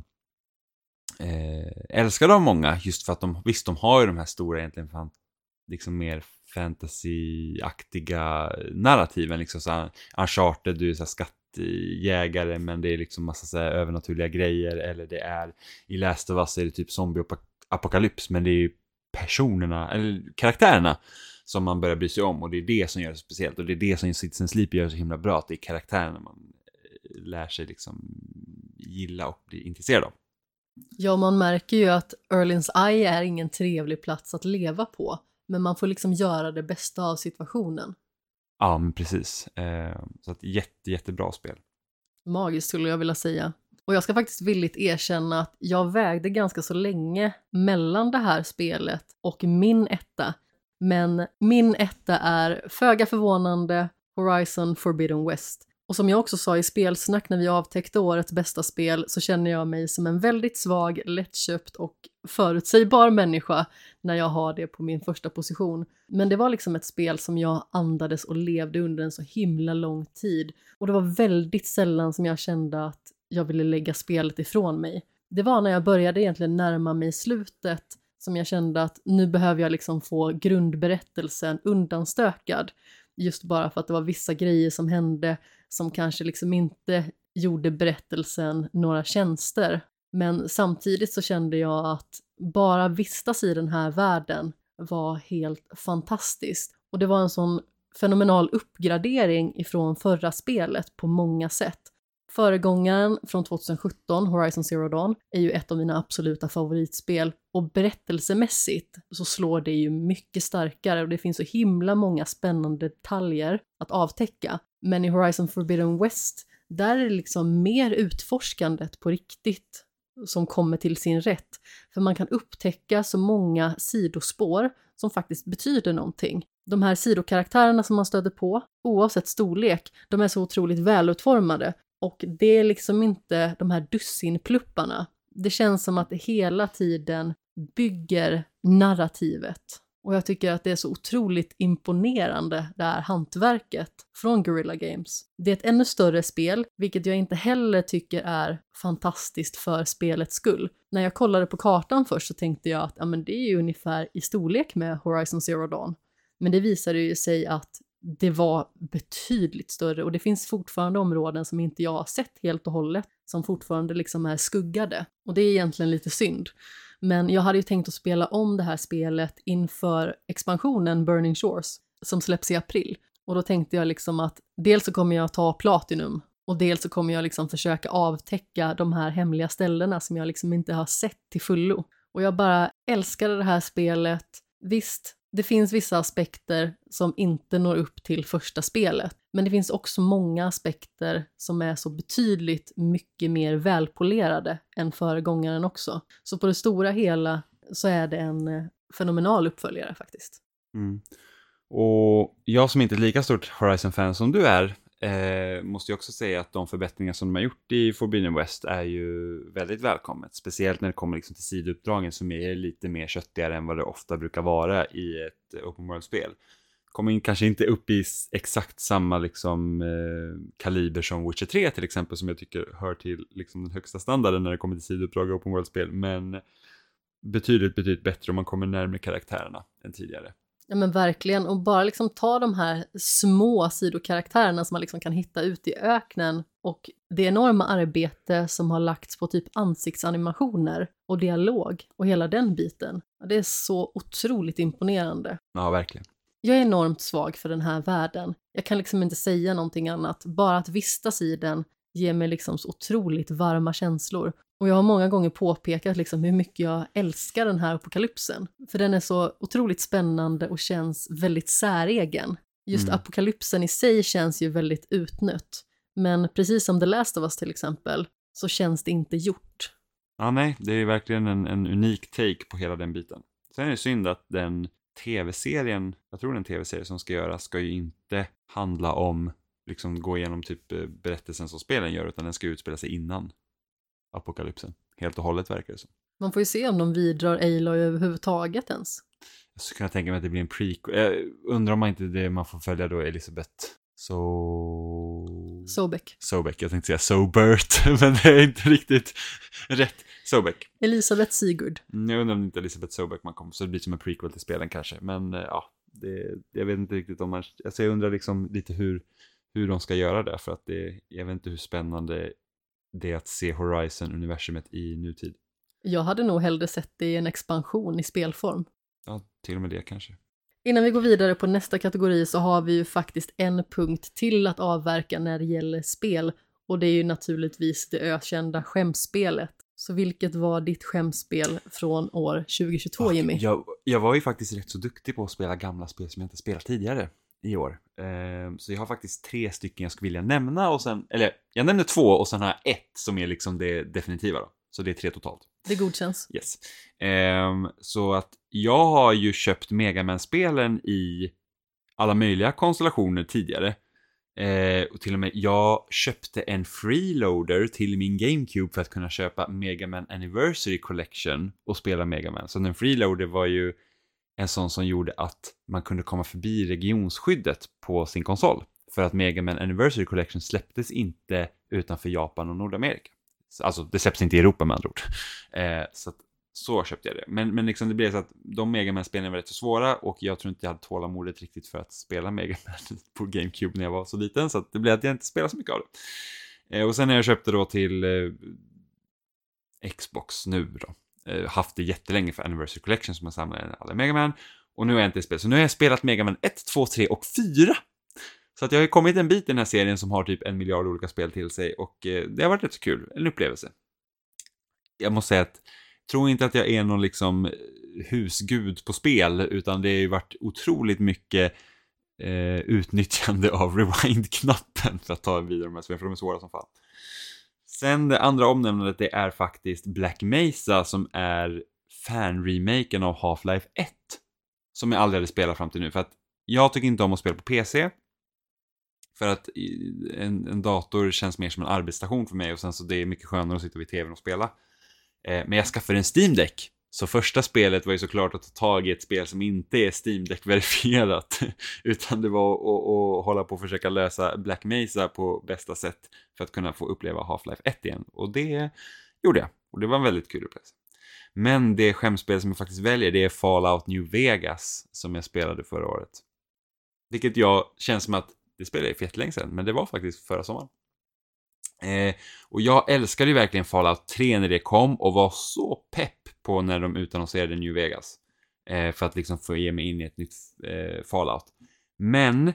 älskade av många, just för att de har ju de här stora egentligen liksom mer fantasy-aktiga narrativen, liksom så här Uncharted, du är så här skattjägare, men det är liksom massa så här övernaturliga grejer, eller det är i Last of Us är det typ zombie-apokalyps, men det är ju personerna eller karaktärerna som man börjar bry sig om, och det är det som gör det speciellt, och det är det som Citizen Sleeper gör så himla bra, att det är karaktärerna man lär sig liksom gilla och bli intresserad av. Ja, man märker ju att Erlins Eye är ingen trevlig plats att leva på. Men man får liksom göra det bästa av situationen. Ja, men precis. Så att jättebra spel. Magiskt skulle jag vilja säga. Och jag ska faktiskt villigt erkänna att jag vägde ganska så länge mellan det här spelet och min etta. Men min etta är föga förvånande Horizon Forbidden West. Och som jag också sa i spelsnack när vi avtäckte årets bästa spel, så känner jag mig som en väldigt svag, lättköpt och förutsägbar människa när jag har det på min första position. Men det var liksom ett spel som jag andades och levde under en så himla lång tid. Och det var väldigt sällan som jag kände att jag ville lägga spelet ifrån mig. Det var när jag började egentligen närma mig slutet som jag kände att nu behöver jag liksom få grundberättelsen undanstökad. Just bara för att det var vissa grejer som hände som kanske liksom inte gjorde berättelsen några tjänster. Men samtidigt så kände jag att bara vistas i den här världen var helt fantastiskt. Och det var en sån fenomenal uppgradering ifrån förra spelet på många sätt. Föregångaren från 2017, Horizon Zero Dawn, är ju ett av mina absoluta favoritspel. Och berättelsemässigt så slår det ju mycket starkare och det finns så himla många spännande detaljer att avtäcka. Men i Horizon Forbidden West, där är det liksom mer utforskandet på riktigt som kommer till sin rätt. För man kan upptäcka så många sidospår som faktiskt betyder någonting. De här sidokaraktärerna som man stöter på, oavsett storlek, de är så otroligt välutformade. Och det är liksom inte de här dussinplupparna. Det känns som att det hela tiden bygger narrativet. Och jag tycker att det är så otroligt imponerande, det här hantverket från Guerrilla Games. Det är ett ännu större spel, vilket jag inte heller tycker är fantastiskt för spelets skull. När jag kollade på kartan först så tänkte jag att ja, men det är ju ungefär i storlek med Horizon Zero Dawn. Men det visade ju sig att det var betydligt större och det finns fortfarande områden som inte jag har sett helt och hållet som fortfarande liksom är skuggade. Och det är egentligen lite synd. Men jag hade ju tänkt att spela om det här spelet inför expansionen Burning Shores som släpps i april. Och då tänkte jag liksom att dels så kommer jag ta Platinum och dels så kommer jag liksom försöka avtäcka de här hemliga ställena som jag liksom inte har sett till fullo. Och jag bara älskade det här spelet. Visst, det finns vissa aspekter som inte når upp till första spelet. Men det finns också många aspekter som är så betydligt mycket mer välpolerade än föregångaren också. Så på det stora hela så är det en fenomenal uppföljare faktiskt. Mm. Och jag som inte är lika stort Horizon-fan som du är måste ju också säga att de förbättringar som de har gjort i Forbidden West är ju väldigt välkommet. Speciellt när det kommer liksom till sidouppdragen som är lite mer köttigare än vad det ofta brukar vara i ett open world-spel. Kommer kanske inte upp i exakt samma liksom, kaliber som Witcher 3 till exempel, som jag tycker hör till liksom, den högsta standarden när det kommer till sidouppdrag och open world-spel. Men betydligt bättre om man kommer närmare karaktärerna än tidigare. Ja men verkligen, och bara liksom ta de här små sidokaraktärerna som man liksom kan hitta ute i öknen och det enorma arbete som har lagts på typ ansiktsanimationer och dialog och hela den biten. Det är så otroligt imponerande. Ja, verkligen. Jag är enormt svag för den här världen. Jag kan liksom inte säga någonting annat. Bara att vistas i den ger mig liksom så otroligt varma känslor. Och jag har många gånger påpekat liksom hur mycket jag älskar den här apokalypsen. För den är så otroligt spännande och känns väldigt säregen. Just apokalypsen i sig känns ju väldigt utnött. Men precis som The Last of Us till exempel så känns det inte gjort. Ja, nej, det är verkligen en unik take på hela den biten. Sen är det synd att den tv-serien, jag tror den tv-serie som ska göras ska ju inte handla om liksom gå igenom typ berättelsen som spelen gör, utan den ska utspela sig innan apokalypsen. Helt och hållet verkar det som. Man får ju se om de vidrar Aloy överhuvudtaget ens. Jag skulle kunna tänka mig att det blir en prequel. Jag undrar om inte det man får följa då Elisabeth Sobek. Jag tänkte säga Sobert, men det är inte riktigt rätt. Sobek. Elisabeth Sigurd. Jag undrar om inte Elisabeth Sobek man kommer, så det blir som en prequel till spelen kanske. Men ja, jag vet inte riktigt om man... Alltså jag undrar liksom lite hur de ska göra det, för att jag vet inte hur spännande det är att se Horizon-universumet i nutid. Jag hade nog hellre sett det i en expansion i spelform. Ja, till och med det kanske. Innan vi går vidare på nästa kategori så har vi ju faktiskt en punkt till att avverka när det gäller spel. Och det är ju naturligtvis det ökända skämsspelet. Så vilket var ditt skämsspel från år 2022, Jimmy? Jag var ju faktiskt rätt så duktig på att spela gamla spel som jag inte spelat tidigare i år. Så jag har faktiskt 3 stycken jag skulle vilja nämna. Och sen, eller jag nämnde 2 och sen har jag 1 som är liksom det definitiva då. Så det är 3 totalt. Det godkänns. Yes. Så att jag har ju köpt Mega Man-spelen i alla möjliga konstellationer tidigare. Och till och med jag köpte en freeloader till min GameCube för att kunna köpa Mega Man Anniversary Collection och spela Mega Man. Så den freeloader var ju en sån som gjorde att man kunde komma förbi regionsskyddet på sin konsol. För att Mega Man Anniversary Collection släpptes inte utanför Japan och Nordamerika. Alltså det släpps inte i Europa med andra ord. Så Så köpte jag det. Men liksom det blev så att de Mega Man-spelen var rätt så svåra och jag tror inte jag hade tålamodet riktigt för att spela Mega Man på GameCube när jag var så liten, så att det blev att jag inte spelade så mycket av det. Och sen när jag köpte då till Xbox nu då, haft det jättelänge för Anniversary Collection som jag samlade alla Mega Man, och nu har jag inte spelat, så nu har jag spelat Mega Man 1, 2, 3 och 4. Så att jag har kommit en bit i den här serien som har typ 1 miljard olika spel till sig, och det har varit rätt så kul, en upplevelse. Jag måste säga att jag tror inte att jag är någon liksom husgud på spel, utan det har ju varit otroligt mycket utnyttjande av rewind-knappen för att ta vidare de här spelen, för de är svåra som fan. Sen det andra omnämnandet, det är faktiskt Black Mesa, som är fan-remaken av Half-Life 1, som jag aldrig hade spelat fram till nu, för att jag tycker inte om att spela på PC, för att en dator känns mer som en arbetsstation för mig, och sen så det är mycket skönare att sitta vid tvn och spela. Men jag skaffade en Steam Deck, så första spelet var ju såklart att ta tag i ett spel som inte är Steam Deck-verifierat, utan det var att hålla på och försöka lösa Black Mesa på bästa sätt för att kunna få uppleva Half-Life 1 igen, och det gjorde jag, och det var en väldigt kul upplevelse. Men det skämspel som jag faktiskt väljer, det är Fallout New Vegas, som jag spelade förra året, vilket jag känns som att det spelade jag för länge sedan, men det var faktiskt förra sommaren. Och jag älskade ju verkligen Fallout 3 när det kom, och var så pepp på när de utannonserade New Vegas, för att liksom få ge mig in i ett nytt Fallout. Men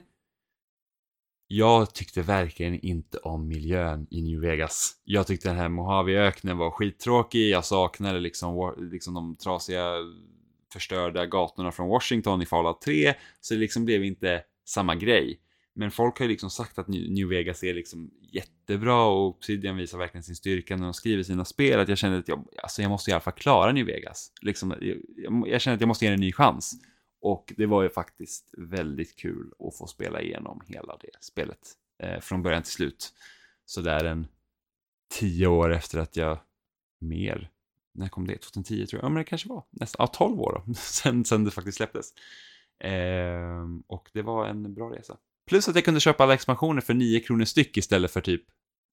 jag tyckte verkligen inte om miljön i New Vegas. Jag tyckte den här Mojave-öknen var skittråkig. Jag saknade liksom de trasiga förstörda gatorna från Washington i Fallout 3, så det liksom blev inte samma grej. Men folk har ju liksom sagt att New Vegas är liksom jättebra, och Obsidian visar verkligen sin styrka när de skriver sina spel, att jag kände att jag måste i alla fall klara New Vegas. Liksom, jag kände att jag måste ge en ny chans. Och det var ju faktiskt väldigt kul att få spela igenom hela det spelet från början till slut. Så där en 10 år efter att jag när kom det? 2010 tror jag. Ja, men det kanske var nästan 12 år då. sen det faktiskt släpptes. Och det var en bra resa. Plus att jag kunde köpa alla expansioner för 9 kronor styck istället för typ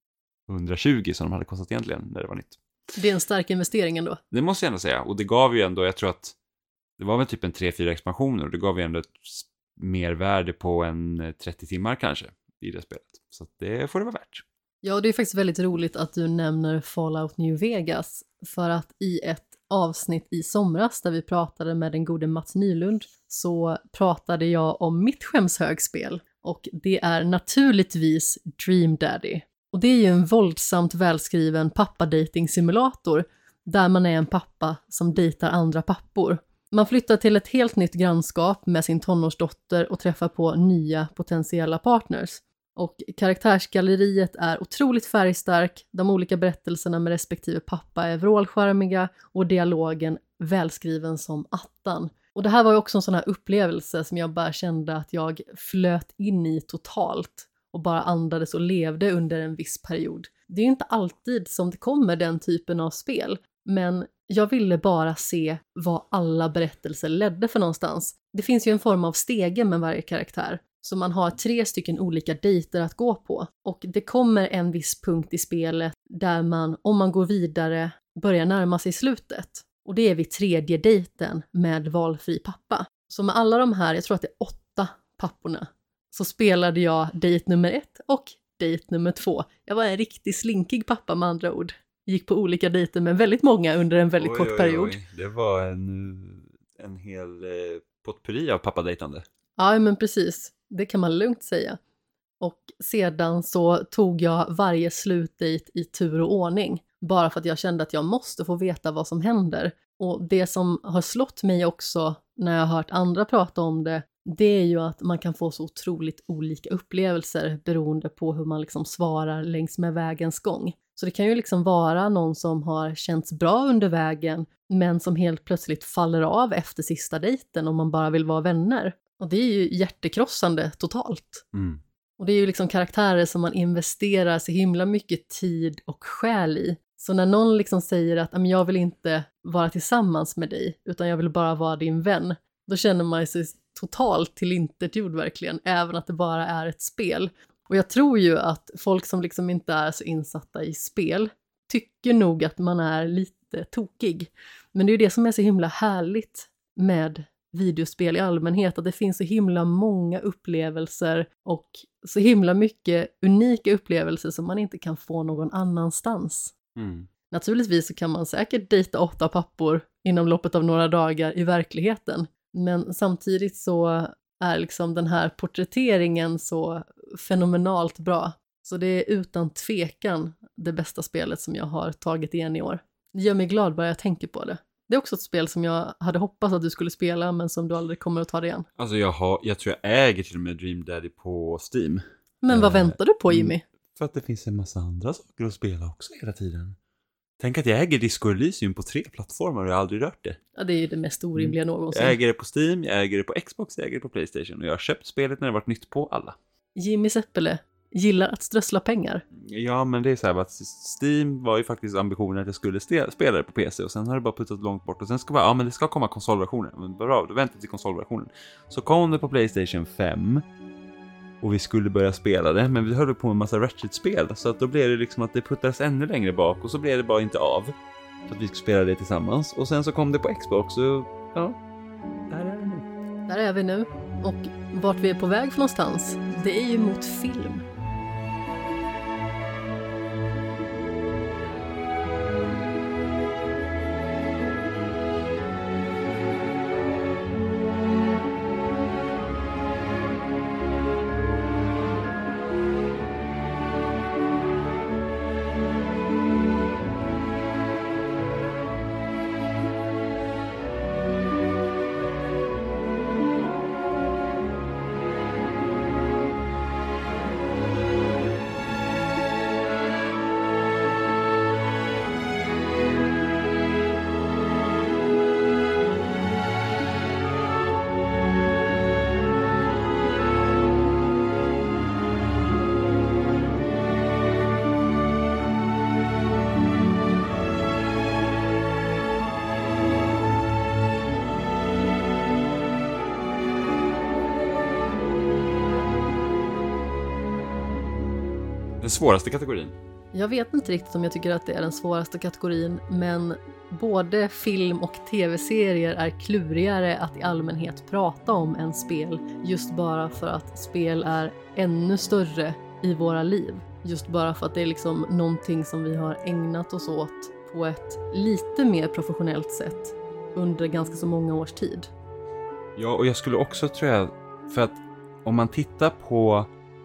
120 som de hade kostat egentligen när det var nytt. Det är en stark investering ändå. Det måste jag ändå säga. Och det gav ju ändå, jag tror att det var väl typ en 3-4 expansioner, och det gav ju ändå ett mervärde på en 30 timmar kanske i det spelet. Så det får det vara värt. Ja, och det är faktiskt väldigt roligt att du nämner Fallout New Vegas, för att i ett avsnitt i somras där vi pratade med den gode Mats Nylund, så pratade jag om mitt skämshögspel, och det är naturligtvis Dream Daddy. Och det är ju en våldsamt välskriven pappadating-simulator där man är en pappa som dejtar andra pappor. Man flyttar till ett helt nytt grannskap med sin tonårsdotter och träffar på nya potentiella partners. Och karaktärsgalleriet är otroligt färgstark, de olika berättelserna med respektive pappa är vrålskärmiga och dialogen välskriven som attan. Och det här var ju också en sån här upplevelse som jag bara kände att jag flöt in i totalt och bara andades och levde under en viss period. Det är ju inte alltid som det kommer den typen av spel, men jag ville bara se vad alla berättelser ledde för någonstans. Det finns ju en form av stege med varje karaktär. Så man har 3 stycken olika dejter att gå på. Och det kommer en viss punkt i spelet där man, om man går vidare, börjar närma sig slutet. Och det är vid 3:e dejten med valfri pappa. Så med alla de här, jag tror att det är 8 papporna, så spelade jag dejt nummer 1 och dejt nummer 2. Jag var en riktigt slinkig pappa med andra ord. Gick på olika dejter med väldigt många under en väldigt kort period. Det var en hel potpurri av pappadejtande. Ja, men precis. Det kan man lugnt säga. Och sedan så tog jag varje slutdejt i tur och ordning. Bara för att jag kände att jag måste få veta vad som händer. Och det som har slått mig också när jag har hört andra prata om det, det är ju att man kan få så otroligt olika upplevelser beroende på hur man liksom svarar längs med vägens gång. Så det kan ju liksom vara någon som har känts bra under vägen, men som helt plötsligt faller av efter sista dejten om man bara vill vara vänner. Och det är ju hjärtekrossande totalt. Mm. Och det är ju liksom karaktärer som man investerar så himla mycket tid och själ i. Så när någon liksom säger att jag vill inte vara tillsammans med dig, utan jag vill bara vara din vän, då känner man sig totalt tillintetgjord verkligen, även att det bara är ett spel. Och jag tror ju att folk som liksom inte är så insatta i spel tycker nog att man är lite tokig. Men det är ju det som är så himla härligt med videospel i allmänhet, att det finns så himla många upplevelser och så himla mycket unika upplevelser som man inte kan få någon annanstans. Naturligtvis så kan man säkert dejta 8 pappor inom loppet av några dagar i verkligheten, men samtidigt så är liksom den här porträtteringen så fenomenalt bra. Så det är utan tvekan det bästa spelet som jag har tagit igen i år. Det gör mig glad bara jag tänker på det. Det är också ett spel som jag hade hoppats att du skulle spela, men som du aldrig kommer att ta det igen. Alltså jag tror jag äger till och med Dream Daddy på Steam. Men vad väntar du på, Jimmy? För att det finns en massa andra saker att spela också hela tiden. Tänk att jag äger Disco Elysium på 3 plattformar och jag har aldrig rört det. Ja, det är ju det mest orimliga någonsin. Jag äger det på Steam, jag äger det på Xbox, jag äger det på PlayStation. Och jag har köpt spelet när det varit nytt på alla. Jimmy Seppele gillar att strössla pengar. Ja, men det är så här att Steam var ju faktiskt ambitionen att jag skulle spela det på PC. Och sen har det bara puttat långt bort. Och sen ska men det ska komma konsolversionen. Men bra, då väntar till konsolversionen. Så kom det på PlayStation 5. Och vi skulle börja spela det. Men vi höll på med en massa Ratchet-spel. Så att då blev det liksom att det puttades ännu längre bak. Och så blev det bara inte av. Så att vi skulle spela det tillsammans. Och sen så kom det på Xbox. Och ja, där är det nu. Där är vi nu. Och vart vi är på väg för någonstans, det är ju mot film. Den svåraste kategorin. Jag vet inte riktigt om jag tycker att det är den svåraste kategorin, men både film och tv-serier är klurigare att i allmänhet prata om än spel, just bara för att spel är ännu större i våra liv. Just bara för att det är liksom någonting som vi har ägnat oss åt på ett lite mer professionellt sätt under ganska så många års tid. Ja, och jag skulle också, tror jag, för att om man tittar på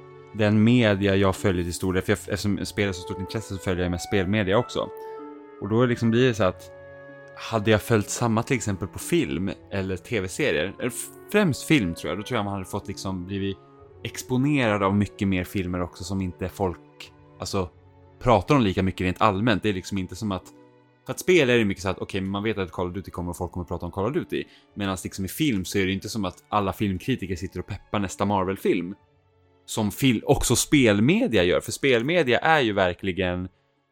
den media jag följer till stor del, för eftersom jag spelar så stort intresse så följer jag med spelmedia också. Och då liksom blir det så att hade jag följt samma till exempel på film eller tv-serier, eller främst film tror jag, då tror jag man hade fått liksom blivit exponerad av mycket mer filmer också som inte folk alltså pratar om lika mycket rent allmänt. Det är liksom inte som att, för att spel är det mycket så att okej, man vet att Call of Duty kommer och folk kommer att prata om Call of Duty, medan liksom i film så är det inte som att alla filmkritiker sitter och peppar nästa Marvel-film som också spelmedia gör. För spelmedia är ju verkligen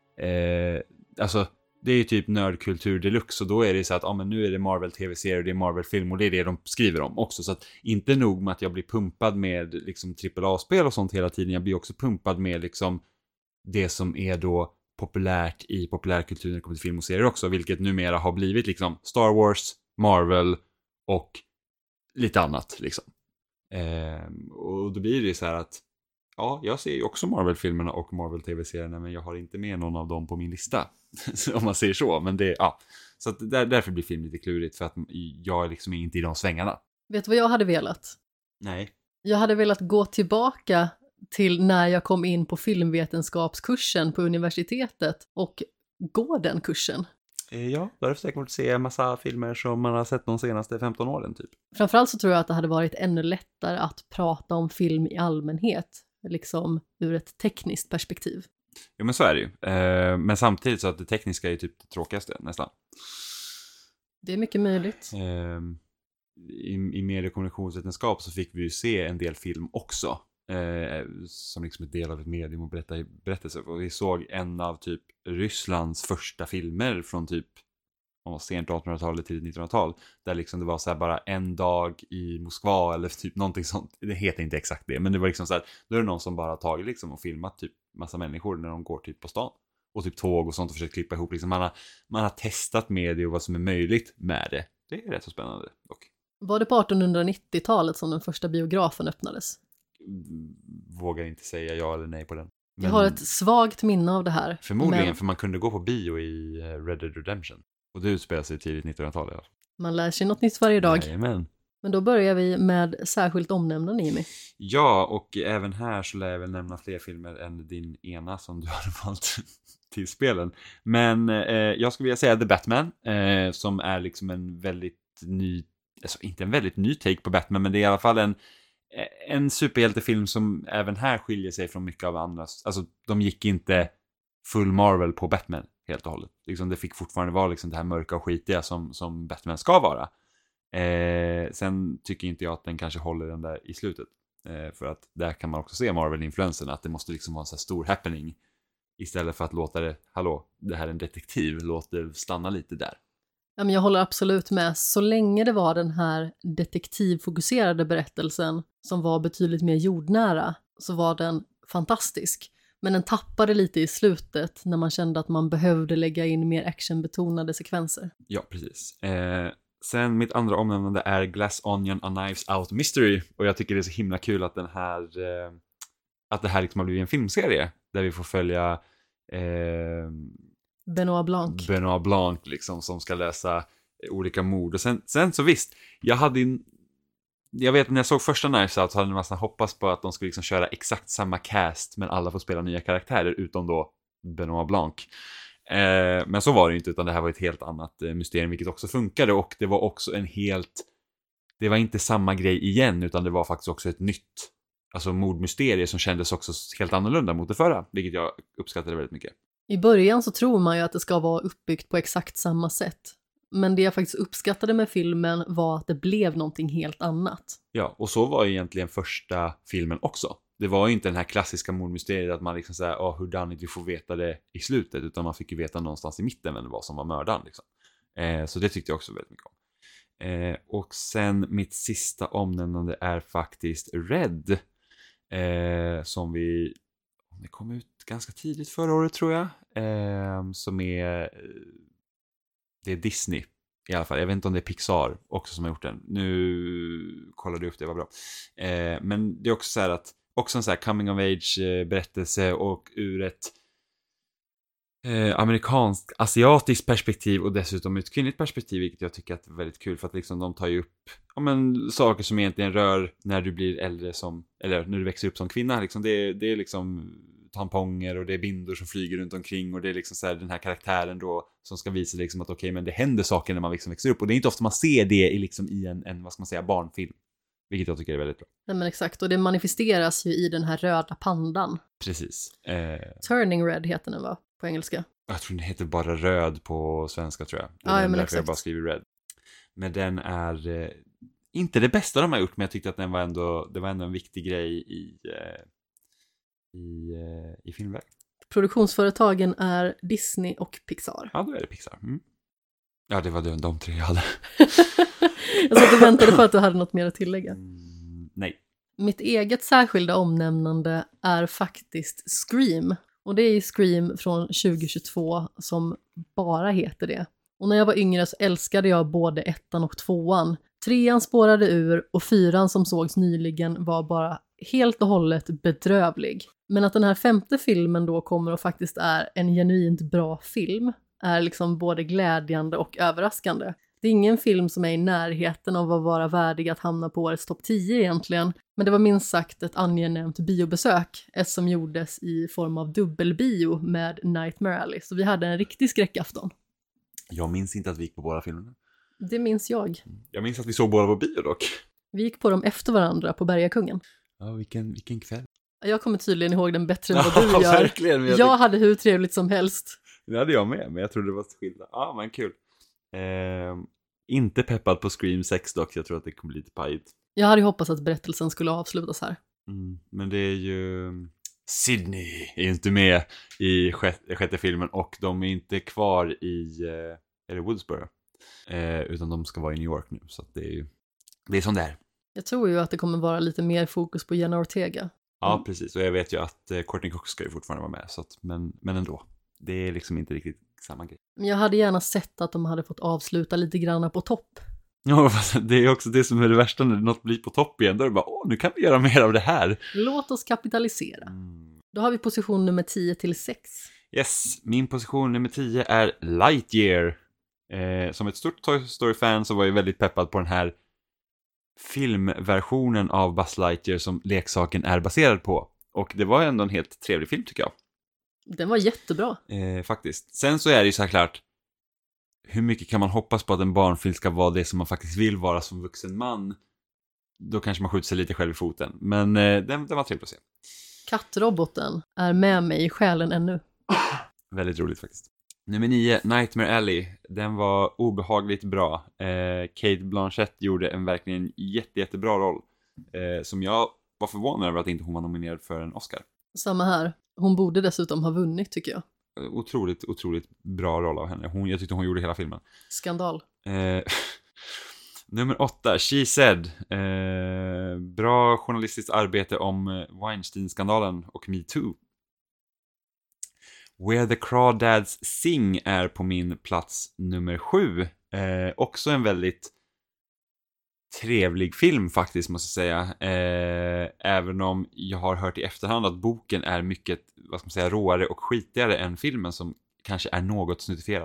alltså det är ju typ nördkultur deluxe, och då är det så att men nu är det Marvel tv-serier och det är Marvel-film och det är det de skriver om också. Så att inte nog med att jag blir pumpad med liksom AAA-spel och sånt hela tiden, jag blir också pumpad med liksom det som är då populärt i populärkulturen när det kommer till film och serier också, vilket numera har blivit liksom Star Wars, Marvel och lite annat liksom. Och då blir det så här att ja, jag ser ju också Marvel-filmerna och Marvel-tv-serierna, men jag har inte med någon av dem på min lista om man säger så, men det, ja. Så att därför blir film lite klurigt, för att jag liksom är inte i de svängarna. Vet du vad jag hade velat? Nej. Jag hade velat gå tillbaka till när jag kom in på filmvetenskapskursen på universitetet och gå den kursen. Ja, då hade jag säkert se en massa filmer som man har sett de senaste 15 åren typ. Framförallt så tror jag att det hade varit ännu lättare att prata om film i allmänhet, liksom ur ett tekniskt perspektiv. Jo, men så är det ju. Men samtidigt så att det tekniska är ju typ det tråkigaste nästan. Det är mycket möjligt. I medie- och kommunikationsvetenskap så fick vi ju se en del film också. Som liksom ett del av ett medium och berättelse. Och vi såg en av typ Rysslands första filmer från typ sent 1800-tal till 1900-tal, där liksom det var så här bara en dag i Moskva eller typ någonting sånt. Det heter inte exakt det, men det var liksom så här, då är det någon som bara tagit liksom och filmat typ massa människor när de går typ på stan. och typ tåg och sånt och försökt klippa ihop. Liksom man har testat med det och vad som är möjligt med det. Det är rätt så spännande dock. Var det på 1890-talet som den första biografen öppnades? Vågar inte säga ja eller nej på den. Men Jag har ett svagt minne av det här. förmodligen, för man kunde gå på bio i Red Dead Redemption. Och det utspelar sig tidigt 1900-tal. Ja. Man lär sig något nytt varje dag. Jajamän. Men då börjar vi med särskilt omnämnande, Jimmy. Ja, och även här så lär jag väl nämna fler filmer än din ena som du hade valt till spelen. Men jag skulle vilja säga The Batman, som är liksom en väldigt ny, alltså inte en väldigt ny take på Batman, men det är i alla fall en superhjältefilm som även här skiljer sig från mycket av andra. Alltså de gick inte full Marvel på Batman helt och hållet. Liksom, det fick fortfarande vara liksom det här mörka och skitiga som Batman ska vara. Sen tycker inte jag att den kanske håller den där i slutet. För att där kan man också se Marvel-influensen, att det måste liksom vara en så här stor happening. Istället för att låta det, hallå, det här är en detektiv, låt det stanna lite där. Ja, men jag håller absolut med. Så länge det var den här detektivfokuserade berättelsen som var betydligt mer jordnära så var den fantastisk. Men den tappade lite i slutet när man kände att man behövde lägga in mer actionbetonade sekvenser. Ja, precis. Sen mitt andra omnämnande är Glass Onion A Knives Out Mystery. Och jag tycker det är så himla kul att att det här liksom har blivit en filmserie där vi får följa Benoit Blanc liksom, som ska lösa olika mord. Och sen så visst, jag vet när jag såg första Knives Out så hade jag nästan hoppats på att de skulle liksom köra exakt samma cast, men alla får spela nya karaktärer utom då Benoit Blanc. Men så var det inte, utan det här var ett helt annat mysterium, vilket också funkade, och det var också det var inte samma grej igen, utan det var faktiskt också ett nytt, alltså mordmysterie som kändes också helt annorlunda mot det förra, vilket jag uppskattade väldigt mycket. I början så tror man ju att det ska vara uppbyggt på exakt samma sätt. Men det jag faktiskt uppskattade med filmen var att det blev någonting helt annat. Ja, och så var egentligen första filmen också. Det var ju inte den här klassiska mordmysteriet att man liksom säger, hur danigt vi får veta det i slutet, utan man fick ju veta någonstans i mitten vem det var som var mördaren liksom. Så det tyckte jag också väldigt mycket om. Och sen mitt sista omnämnande är faktiskt Red, som det kom ut ganska tidigt förra året tror jag, som det är Disney i alla fall. Jag vet inte om det är Pixar också som har gjort den. Nu kollade jag upp det, var bra. Men det är också så här att också en så här coming of age berättelse, och ur ett amerikanskt, asiatiskt perspektiv och dessutom ett kvinnligt perspektiv, vilket jag tycker är väldigt kul, för att liksom de tar ju upp saker som egentligen rör när du blir äldre eller när du växer upp som kvinna liksom. Det är liksom tamponger och det är bindor som flyger runt omkring, och det är liksom så här, den här karaktären då som ska visa liksom att okej, men det händer saker när man liksom växer upp, och det är inte ofta man ser det i en vad ska man säga, barnfilm, vilket jag tycker är väldigt bra. Nej, men exakt, och det manifesteras ju i den här röda pandan. Precis. Turning Red heter den, va? På engelska. Jag tror den heter bara röd på svenska, tror jag. Ja, men därför exakt. jag bara skriver Red. Men den är inte det bästa de har gjort, men jag tyckte att det var ändå en viktig grej i filmväg. Produktionsföretagen är Disney och Pixar. Ja, då är det Pixar. Mm. Ja, det var de tre jag hade. Jag satt och väntade på att du hade något mer att tillägga. Nej. Mitt eget särskilda omnämnande är faktiskt Scream. Och det är Scream från 2022 som bara heter det. Och när jag var yngre så älskade jag både 1:an och 2:an. 3:an spårade ur och 4:an som sågs nyligen var bara helt och hållet bedrövlig. Men att den här 5:e filmen då kommer och faktiskt är en genuint bra film är liksom både glädjande och överraskande. Det är ingen film som är i närheten av att vara värdig att hamna på årets topp 10 egentligen. Men det var minst sagt ett angenämt biobesök, som gjordes i form av dubbelbio med Nightmare Alley. Så vi hade en riktig skräckafton. Jag minns inte att vi gick på båda filmerna. Det minns jag. Jag minns att vi såg båda på bio dock. Vi gick på dem efter varandra på Bergakungen. Ja, vilken kväll. Jag kommer tydligen ihåg den bättre än vad du gör. Verkligen, jag hade hur trevligt som helst. Det hade jag med, men jag trodde det var skillnad. Ja, men kul. Inte peppad på Scream 6 dock, jag tror att det kommer bli lite pajigt. Jag hade ju hoppats att berättelsen skulle avslutas här. Men det är ju... Sydney är ju inte med i sjätte filmen, och de är inte kvar i Woodsboro. Utan de ska vara i New York nu, så att det är som det är. Jag tror ju att det kommer vara lite mer fokus på Jenna Ortega. Ja, precis. Och jag vet ju att Courtney Cox ska ju fortfarande vara med, så att, men ändå. det är liksom inte riktigt samma grej. Men jag hade gärna sett att de hade fått avsluta lite grann på topp. Ja, det är också det som är det värsta när något blir på topp igen. Då är det bara, nu kan vi göra mer av det här. Låt oss kapitalisera. Då har vi position nummer 10 till 6. Yes, min position nummer 10 är Lightyear. Som ett stort Toy Story-fan så var jag väldigt peppad på den här filmversionen av Buzz Lightyear som leksaken är baserad på. Och det var ändå en helt trevlig film tycker jag. Den var jättebra. Faktiskt. Sen så är det ju så här klart, hur mycket kan man hoppas på att en barnfilm ska vara det som man faktiskt vill vara som vuxen man? Då kanske man skjuter sig lite själv i foten. Men den var trevlig att se. Kattroboten är med mig i själen ännu. Väldigt roligt faktiskt. Nummer 9, Nightmare Alley. Den var obehagligt bra. Cate Blanchett gjorde en verkligen jättebra roll. Som jag var förvånad över att inte hon var nominerad för en Oscar. Samma här. Hon borde dessutom ha vunnit tycker jag. Otroligt bra roll av henne. Jag tyckte hon gjorde hela filmen. Skandal. Nummer 8, She Said. Bra journalistiskt arbete om Weinstein-skandalen och Me Too. Where the Crawdads Sing är på min plats nummer 7. Också en väldigt trevlig film faktiskt måste jag säga. Även om jag har hört i efterhand att boken är mycket, vad ska man säga, råare och skitigare än filmen som kanske är något snuttifierad.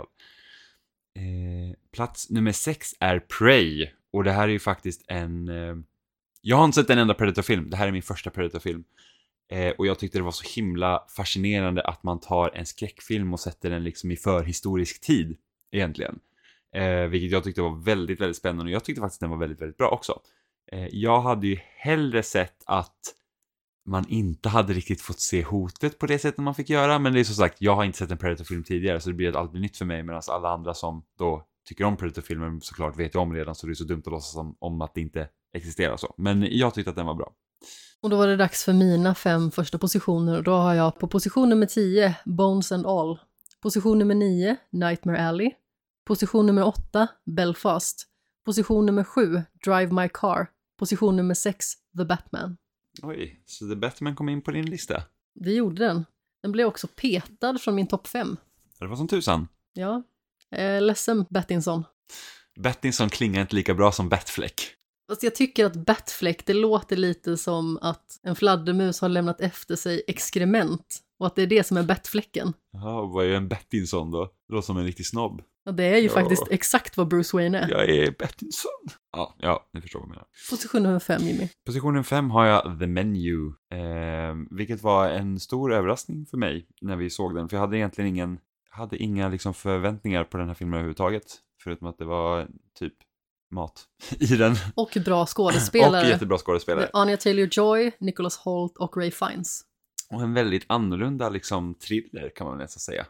Plats nummer 6 är Prey. Och det här är ju faktiskt jag har inte sett en enda Predator-film. Det här är min första Predator-film. Och jag tyckte det var så himla fascinerande att man tar en skräckfilm och sätter den liksom i förhistorisk tid egentligen. Vilket jag tyckte var väldigt, väldigt spännande. Och jag tyckte faktiskt den var väldigt, väldigt bra också. Jag hade ju hellre sett att man inte hade riktigt fått se hotet på det sättet man fick göra. Men det är så sagt, jag har inte sett en Predator-film tidigare så det blir allt blir nytt för mig. Medan alla andra som då tycker om Predator-filmer såklart vet jag om redan. Så det är så dumt att låtsas om att det inte existerar så. Men jag tyckte att den var bra. Och då var det dags för mina 5 första positioner. Och då har jag på position nummer 10 Bones and All. Position nummer 9 Nightmare Alley. Position nummer 8 Belfast. Position nummer 7 Drive My Car. Position nummer 6 The Batman. Oj, så The Batman kom in på din lista? Det gjorde den. Den blev också petad från min topp 5. Det var som tusan. Ja, ledsen Battinson. Battinson klingar inte lika bra som Batfleck. Fast jag tycker att Batfleck, det låter lite som att en fladdermus har lämnat efter sig exkrement. Och att det är det som är Batflecken. Jaha, vad är en Battinson då? Det låter som en riktig snobb. Och det är ju faktiskt exakt vad Bruce Wayne är. Jag är Battinson. Ja, ni förstår vad jag menar. Position nummer 5, Jimmy. Positionen 5 har jag The Menu. Vilket var en stor överraskning för mig när vi såg den. För jag hade egentligen inga liksom förväntningar på den här filmen överhuvudtaget. Förutom att det var typ mat i den. Och bra skådespelare. Och jättebra skådespelare. Anya Taylor-Joy, Nicholas Hoult och Ray Fiennes. Och en väldigt annorlunda liksom thriller kan man nästan säga.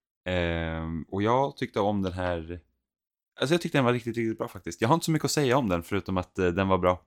Och jag tyckte om den här. Alltså jag tyckte den var riktigt, riktigt bra faktiskt. Jag har inte så mycket att säga om den förutom att den var bra.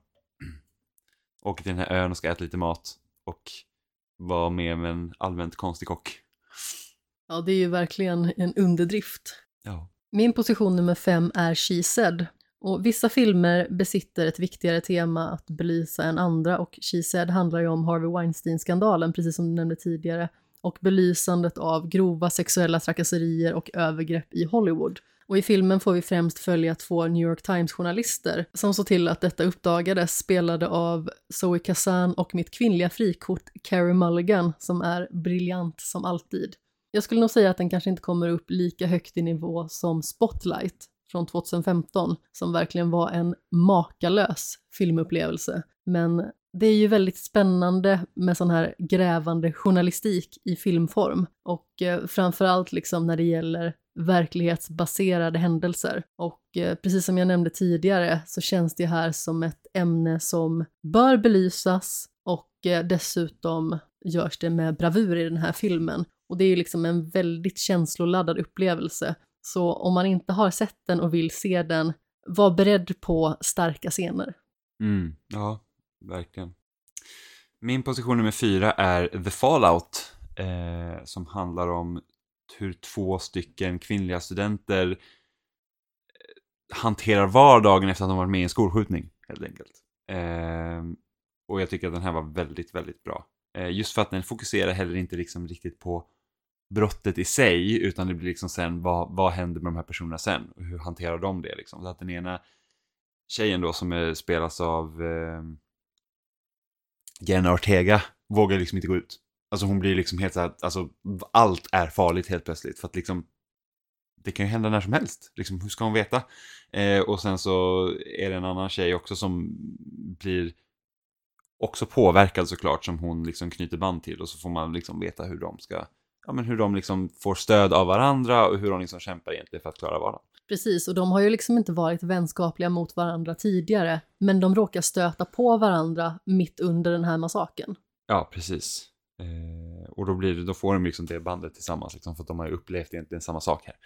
Och till den här ön och ska äta lite mat. Och vara med en allmänt konstig kock. Ja, det är ju verkligen en underdrift. Ja. Min position nummer 5 är She Said. Och vissa filmer besitter ett viktigare tema att belysa än andra. Och She Said handlar ju om Harvey Weinstein-skandalen, precis som du nämnde tidigare. Och belysandet av grova sexuella trakasserier och övergrepp i Hollywood. Och i filmen får vi främst följa 2 New York Times-journalister som såg till att detta uppdagades, spelade av Zoe Kazan och mitt kvinnliga frikort Carey Mulligan som är briljant som alltid. Jag skulle nog säga att den kanske inte kommer upp lika högt i nivå som Spotlight från 2015 som verkligen var en makalös filmupplevelse. Men det är ju väldigt spännande med sån här grävande journalistik i filmform och framförallt liksom när det gäller verklighetsbaserade händelser. Och precis som jag nämnde tidigare så känns det här som ett ämne som bör belysas och dessutom görs det med bravur i den här filmen. Och det är ju liksom en väldigt känsloladdad upplevelse. Så om man inte har sett den och vill se den, var beredd på starka scener. Ja, verkligen. Min position nummer 4 är The Fallout. Som handlar om hur 2 stycken kvinnliga studenter hanterar vardagen efter att de varit med i en skolskjutning, helt enkelt. Och jag tycker att den här var väldigt, väldigt bra. Just för att den fokuserar heller inte liksom riktigt på brottet i sig, utan det blir liksom sen vad händer med de här personerna sen och hur hanterar de det liksom. Så att den ena tjejen då som spelas av Jenna Ortega vågar liksom inte gå ut. Alltså hon blir liksom helt så här, alltså allt är farligt helt plötsligt, för att liksom det kan ju hända när som helst. Liksom, hur ska hon veta? Och sen så är det en annan tjej också som blir också påverkad såklart, som hon liksom knyter band till, och så får man liksom veta hur de ska, ja men hur de liksom får stöd av varandra och hur de liksom kämpar egentligen för att klara vardagen. Precis, och de har ju liksom inte varit vänskapliga mot varandra tidigare, men de råkar stöta på varandra mitt under den här massaken. Ja, precis. Och då får de liksom det bandet tillsammans liksom, för att de har ju upplevt egentligen samma sak här.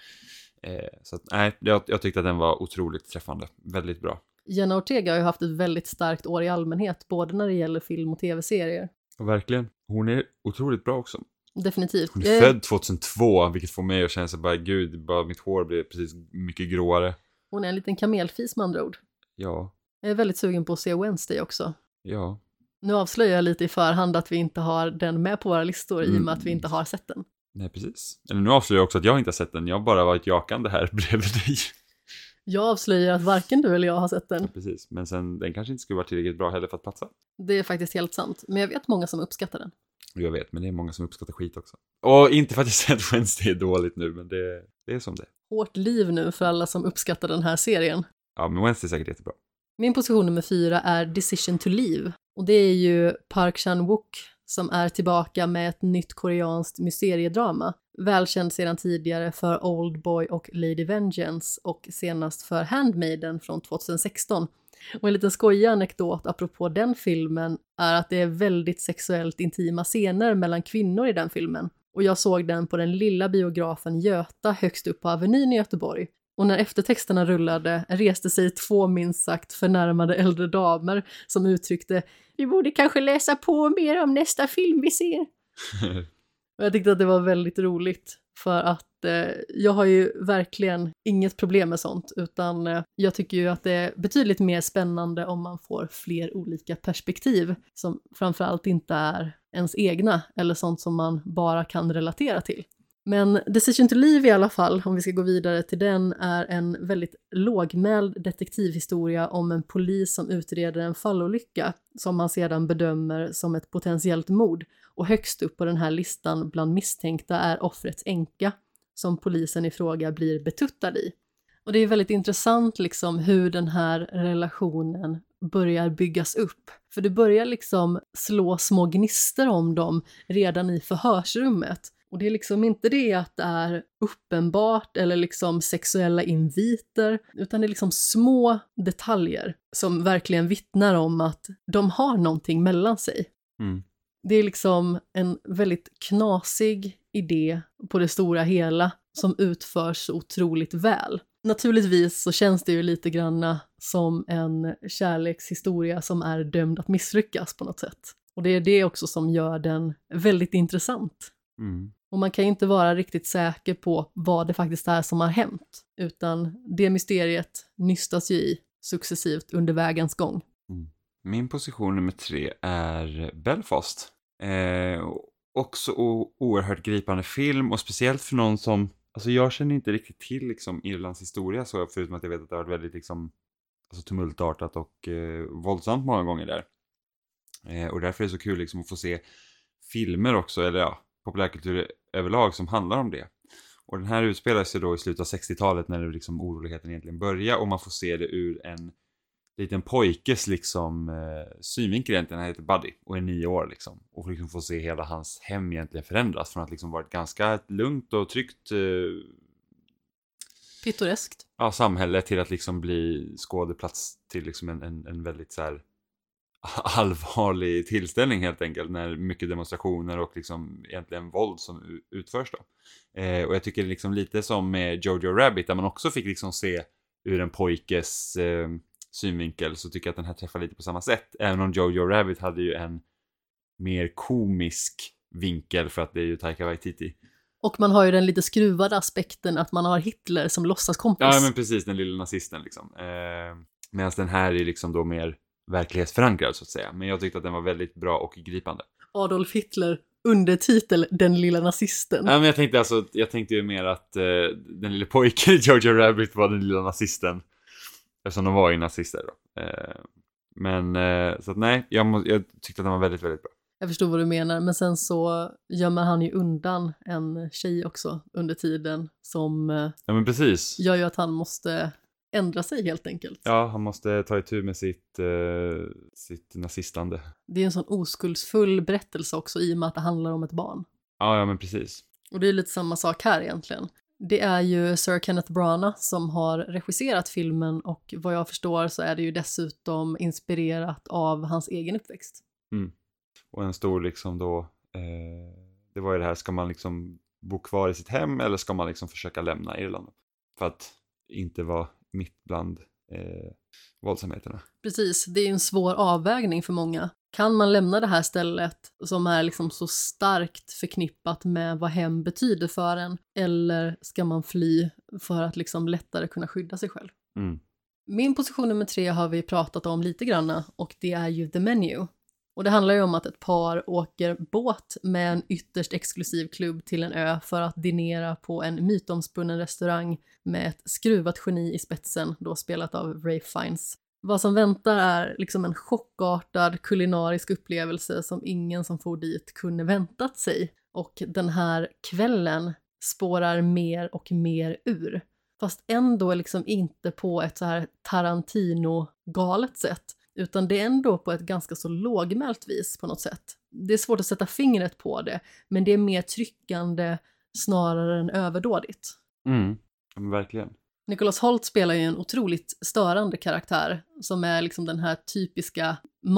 Så att, nej, jag tyckte att den var otroligt träffande, väldigt bra. Jenna Ortega har ju haft ett väldigt starkt år i allmänhet, både när det gäller film och tv-serier. Och verkligen, hon är otroligt bra också. Definitivt. Hon är född 2002, vilket får mig att känna sig bara, gud, bara mitt hår blir precis mycket gråare. Hon är en liten kamelfis med andra ord. Ja. Jag är väldigt sugen på att se Wednesday också. Ja. Nu avslöjar jag lite i förhand att vi inte har den med på våra listor i och med att vi inte har sett den. Nej, precis. Eller nu avslöjar jag också att jag inte har sett den. Jag har bara varit jakande här bredvid dig. Jag avslöjar att varken du eller jag har sett den. Ja, precis. Men sen, den kanske inte skulle vara tillräckligt bra heller för att platsa. Det är faktiskt helt sant. Men jag vet många som uppskattar den. Jag vet, men det är många som uppskattar skit också. Och inte för att jag säger att Wednesday är dåligt nu, men det är som det. Hårt liv nu för alla som uppskattar den här serien. Ja, men Wednesday är säkert jättebra. Min position nummer 4 är Decision to Leave. Och det är ju Park Chan-wook som är tillbaka med ett nytt koreanskt mysteriedrama. Välkänd sedan tidigare för Oldboy och Lady Vengeance och senast för Handmaiden från 2016. Och en liten skojig anekdot apropå den filmen är att det är väldigt sexuellt intima scener mellan kvinnor i den filmen. Och jag såg den på den lilla biografen Göta högst upp på Avenyn i Göteborg. Och när eftertexterna rullade reste sig 2 minst sagt förnärmade äldre damer som uttryckte "Vi borde kanske läsa på mer om nästa film vi ser." Och jag tyckte att det var väldigt roligt för att jag har ju verkligen inget problem med sånt, utan jag tycker ju att det är betydligt mer spännande om man får fler olika perspektiv som framförallt inte är ens egna eller sånt som man bara kan relatera till. Men Decision to Leave i alla fall, om vi ska gå vidare till den, är en väldigt lågmäld detektivhistoria om en polis som utreder en fallolycka som man sedan bedömer som ett potentiellt mord. Och högst upp på den här listan bland misstänkta är offrets änka som polisen i fråga blir betuttad i. Och det är väldigt intressant liksom hur den här relationen börjar byggas upp. För det börjar liksom slå små gnister om dem redan i förhörsrummet. Och det är liksom inte det att det är uppenbart eller liksom sexuella inviter, utan det är liksom små detaljer som verkligen vittnar om att de har någonting mellan sig. Mm. Det är liksom en väldigt knasig idé på det stora hela som utförs så otroligt väl. Naturligtvis så känns det ju lite granna som en kärlekshistoria som är dömd att misslyckas på något sätt. Och det är det också som gör den väldigt intressant. Mm. Och man kan ju inte vara riktigt säker på vad det faktiskt är som har hänt, utan det mysteriet nystas ju i successivt under vägens gång. Mm. Min position nummer 3 är Belfast. Också oerhört gripande film, och speciellt för någon som, alltså jag känner inte riktigt till liksom Irlands historia, så förutom att jag vet att det har varit väldigt liksom, alltså tumultartat och våldsamt många gånger där. Och därför är det så kul liksom att få se filmer också, eller ja, populärkultur överlag som handlar om det. Och den här utspelar sig då i slutet av 60-talet när det liksom oroligheterna egentligen börjar, och man får se det ur en liten pojkes liksom synvinkel egentligen. Han heter Buddy och är 9 år liksom, och liksom får se hela hans hem egentligen förändras från att liksom varit ganska lugnt och tryggt pittoreskt. Ja, samhälle till att liksom bli skådeplats till liksom en väldigt så här allvarlig tillställning helt enkelt, när mycket demonstrationer och liksom egentligen våld som utförs då. Och jag tycker liksom lite som med Jojo Rabbit, där man också fick liksom se ur en pojkes synvinkel, så tycker jag att den här träffar lite på samma sätt. Även om Jojo Rabbit hade ju en mer komisk vinkel, för att det är ju Taika Waititi. Och man har ju den lite skruvade aspekten att man har Hitler som låtsas kompis. Ja, men precis, den lilla nazisten liksom. Medan den här är liksom då mer verklighetsförankrad så att säga. Men jag tyckte att den var väldigt bra och gripande. Adolf Hitler undertitel Den lilla nazisten. Ja, men jag tänkte ju mer att den lilla pojken i Jojo Rabbit var den lilla nazisten. Eftersom de var ju nazister då. Så att nej, jag tyckte att den var väldigt, väldigt bra. Jag förstår vad du menar, men sen så gömmer han ju undan en tjej också under tiden som Ja, men precis. gör ju att han måste ändra sig helt enkelt. Ja, han måste ta itu med sitt nazistande. Det är en sån oskuldsfull berättelse också i och med att det handlar om ett barn. Ja, men precis. Och det är lite samma sak här egentligen. Det är ju Sir Kenneth Branagh som har regisserat filmen och vad jag förstår så är det ju dessutom inspirerat av hans egen uppväxt. Mm. Och en stor liksom då, det var ju det här, ska man liksom bo kvar i sitt hem eller ska man liksom försöka lämna Irland? För att inte vara mitt bland våldsamheterna. Precis, det är en svår avvägning för många. Kan man lämna det här stället som är liksom så starkt förknippat med vad hem betyder för en? Eller ska man fly för att liksom lättare kunna skydda sig själv? Mm. Min position nummer 3 har vi pratat om lite grann och det är ju The Menu. Och det handlar ju om att ett par åker båt med en ytterst exklusiv klubb till en ö för att dinera på en mytomspunnen restaurang med ett skruvat geni i spetsen, då spelat av Ralph Fiennes. Vad som väntar är liksom en chockartad kulinarisk upplevelse som ingen som får dit kunde väntat sig. Och den här kvällen spårar mer och mer ur. Fast ändå liksom inte på ett så här Tarantino-galet sätt. Utan det är ändå på ett ganska så lågmält vis på något sätt. Det är svårt att sätta fingret på det, men det är mer tryckande snarare än överdådigt. Men verkligen. Nicholas Hoult spelar ju en otroligt störande karaktär som är liksom den här typiska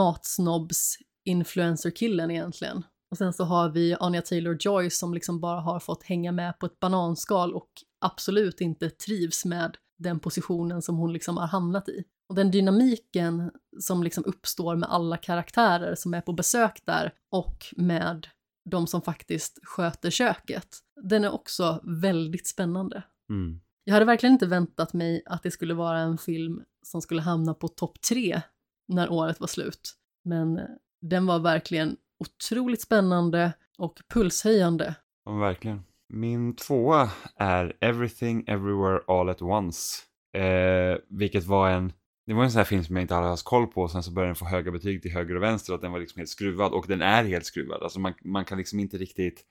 matsnobs-influencer-killen egentligen. Och sen så har vi Anya Taylor-Joy som liksom bara har fått hänga med på ett bananskal och absolut inte trivs med den positionen som hon liksom har hamnat i. Och den dynamiken som liksom uppstår med alla karaktärer som är på besök där och med de som faktiskt sköter köket, den är också väldigt spännande. Mm. Jag hade verkligen inte väntat mig att det skulle vara en film som skulle hamna på topp 3 när året var slut. Men den var verkligen otroligt spännande och pulshöjande. Ja, verkligen. Min 2 är Everything Everywhere All at Once. Vilket var en sån här film som jag inte hade haft koll på. Sen så började den få höga betyg till höger och vänster. Att den var liksom helt skruvad. Och den är helt skruvad. Alltså man kan liksom inte riktigt...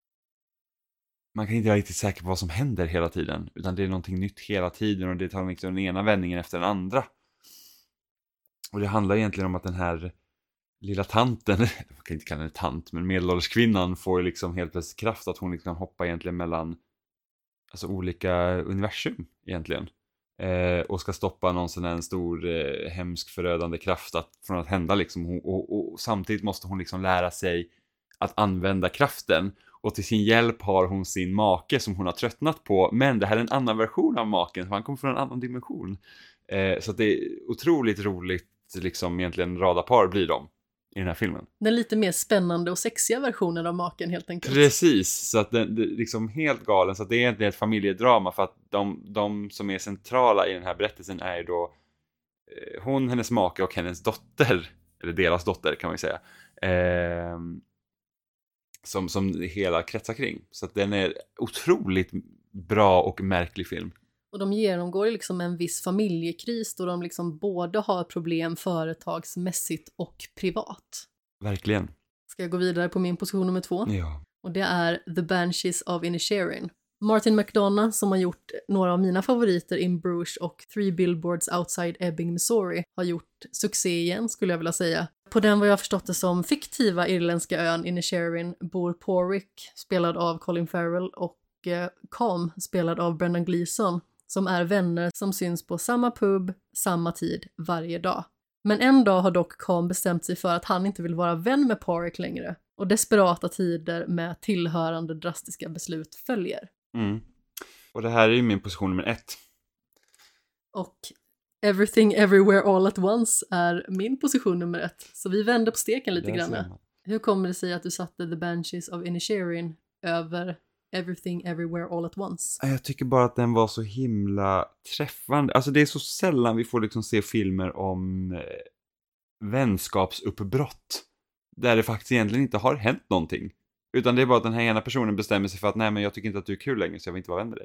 Man kan inte vara riktigt säker på vad som händer hela tiden. Utan det är någonting nytt hela tiden. Och det tar liksom den ena vändningen efter den andra. Och det handlar egentligen om att den här lilla tanten, man kan inte kalla henne tant, men medelålders kvinnan får liksom helt plötsligt kraft att hon liksom kan hoppa egentligen mellan alltså olika universum egentligen. Och ska stoppa någon sån här en stor hemsk förödande kraft från att hända liksom. Och samtidigt måste hon liksom lära sig att använda kraften. Och till sin hjälp har hon sin make som hon har tröttnat på. Men det här är en annan version av maken, för han kommer från en annan dimension. Så det är otroligt roligt liksom egentligen radarpar blir de i den här filmen. Den lite mer spännande och sexiga versionen av maken helt enkelt. Precis, så att det liksom helt galen. Så att det är egentligen ett familjedrama för att de som är centrala i den här berättelsen är ju då hon, hennes make och hennes dotter, eller deras dotter kan man ju säga, som hela kretsar kring. Så att den är otroligt bra och märklig film. Och de genomgår liksom en viss familjekris då de liksom både har problem företagsmässigt och privat. Verkligen. Ska jag gå vidare på min position nummer 2? Ja. Och det är The Banshees of Inisherin. Martin McDonagh som har gjort några av mina favoriter In Bruges och 3 Billboards Outside Ebbing, Missouri har gjort succé igen skulle jag vilja säga. På den vad jag förstått det som fiktiva irländska ön Inisherin bor Porrick spelad av Colin Farrell och Com spelad av Brendan Gleeson som är vänner som syns på samma pub, samma tid, varje dag. Men en dag har dock Com bestämt sig för att han inte vill vara vän med Porrick längre och desperata tider med tillhörande drastiska beslut följer. Mm. Och det här är ju min position nummer 1. Och Everything Everywhere All at Once är min position nummer 1. Så vi vänder på steken lite grann. Hur kommer det sig att du satte The Banshees of Inisherin över Everything Everywhere All at Once? Jag tycker bara att den var så himla träffande. Alltså det är så sällan vi får liksom se filmer om vänskapsuppbrott där det faktiskt egentligen inte har hänt någonting. Utan det är bara att den här ena personen bestämmer sig för att nej, men jag tycker inte att du är kul längre så jag vill inte vara vän med dig.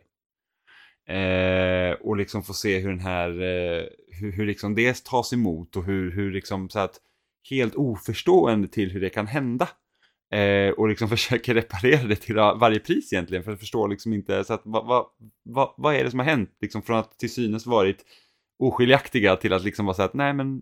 Och liksom få se hur den här hur liksom det tas emot och hur liksom så att helt oförstående till hur det kan hända. Och liksom försöker reparera det till varje pris egentligen för att förstå liksom inte så att vad är det som har hänt liksom från att till synes varit oskiljaktiga till att liksom vara så att nej men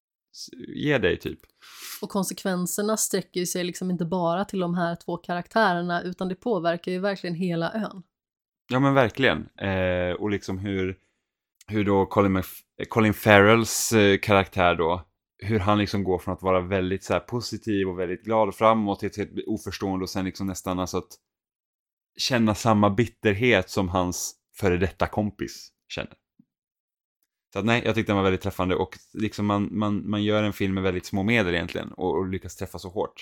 ge dig typ. Och konsekvenserna sträcker sig liksom inte bara till de här 2 karaktärerna utan det påverkar ju verkligen hela ön. Ja men verkligen. Och liksom hur då Colin Farrells karaktär då, hur han liksom går från att vara väldigt så här positiv och väldigt glad och framåt till ett oförstående och sen liksom nästan alltså att känna samma bitterhet som hans före detta kompis känner. Så att nej, jag tyckte den var väldigt träffande och liksom man gör en film med väldigt små medel egentligen och lyckas träffa så hårt.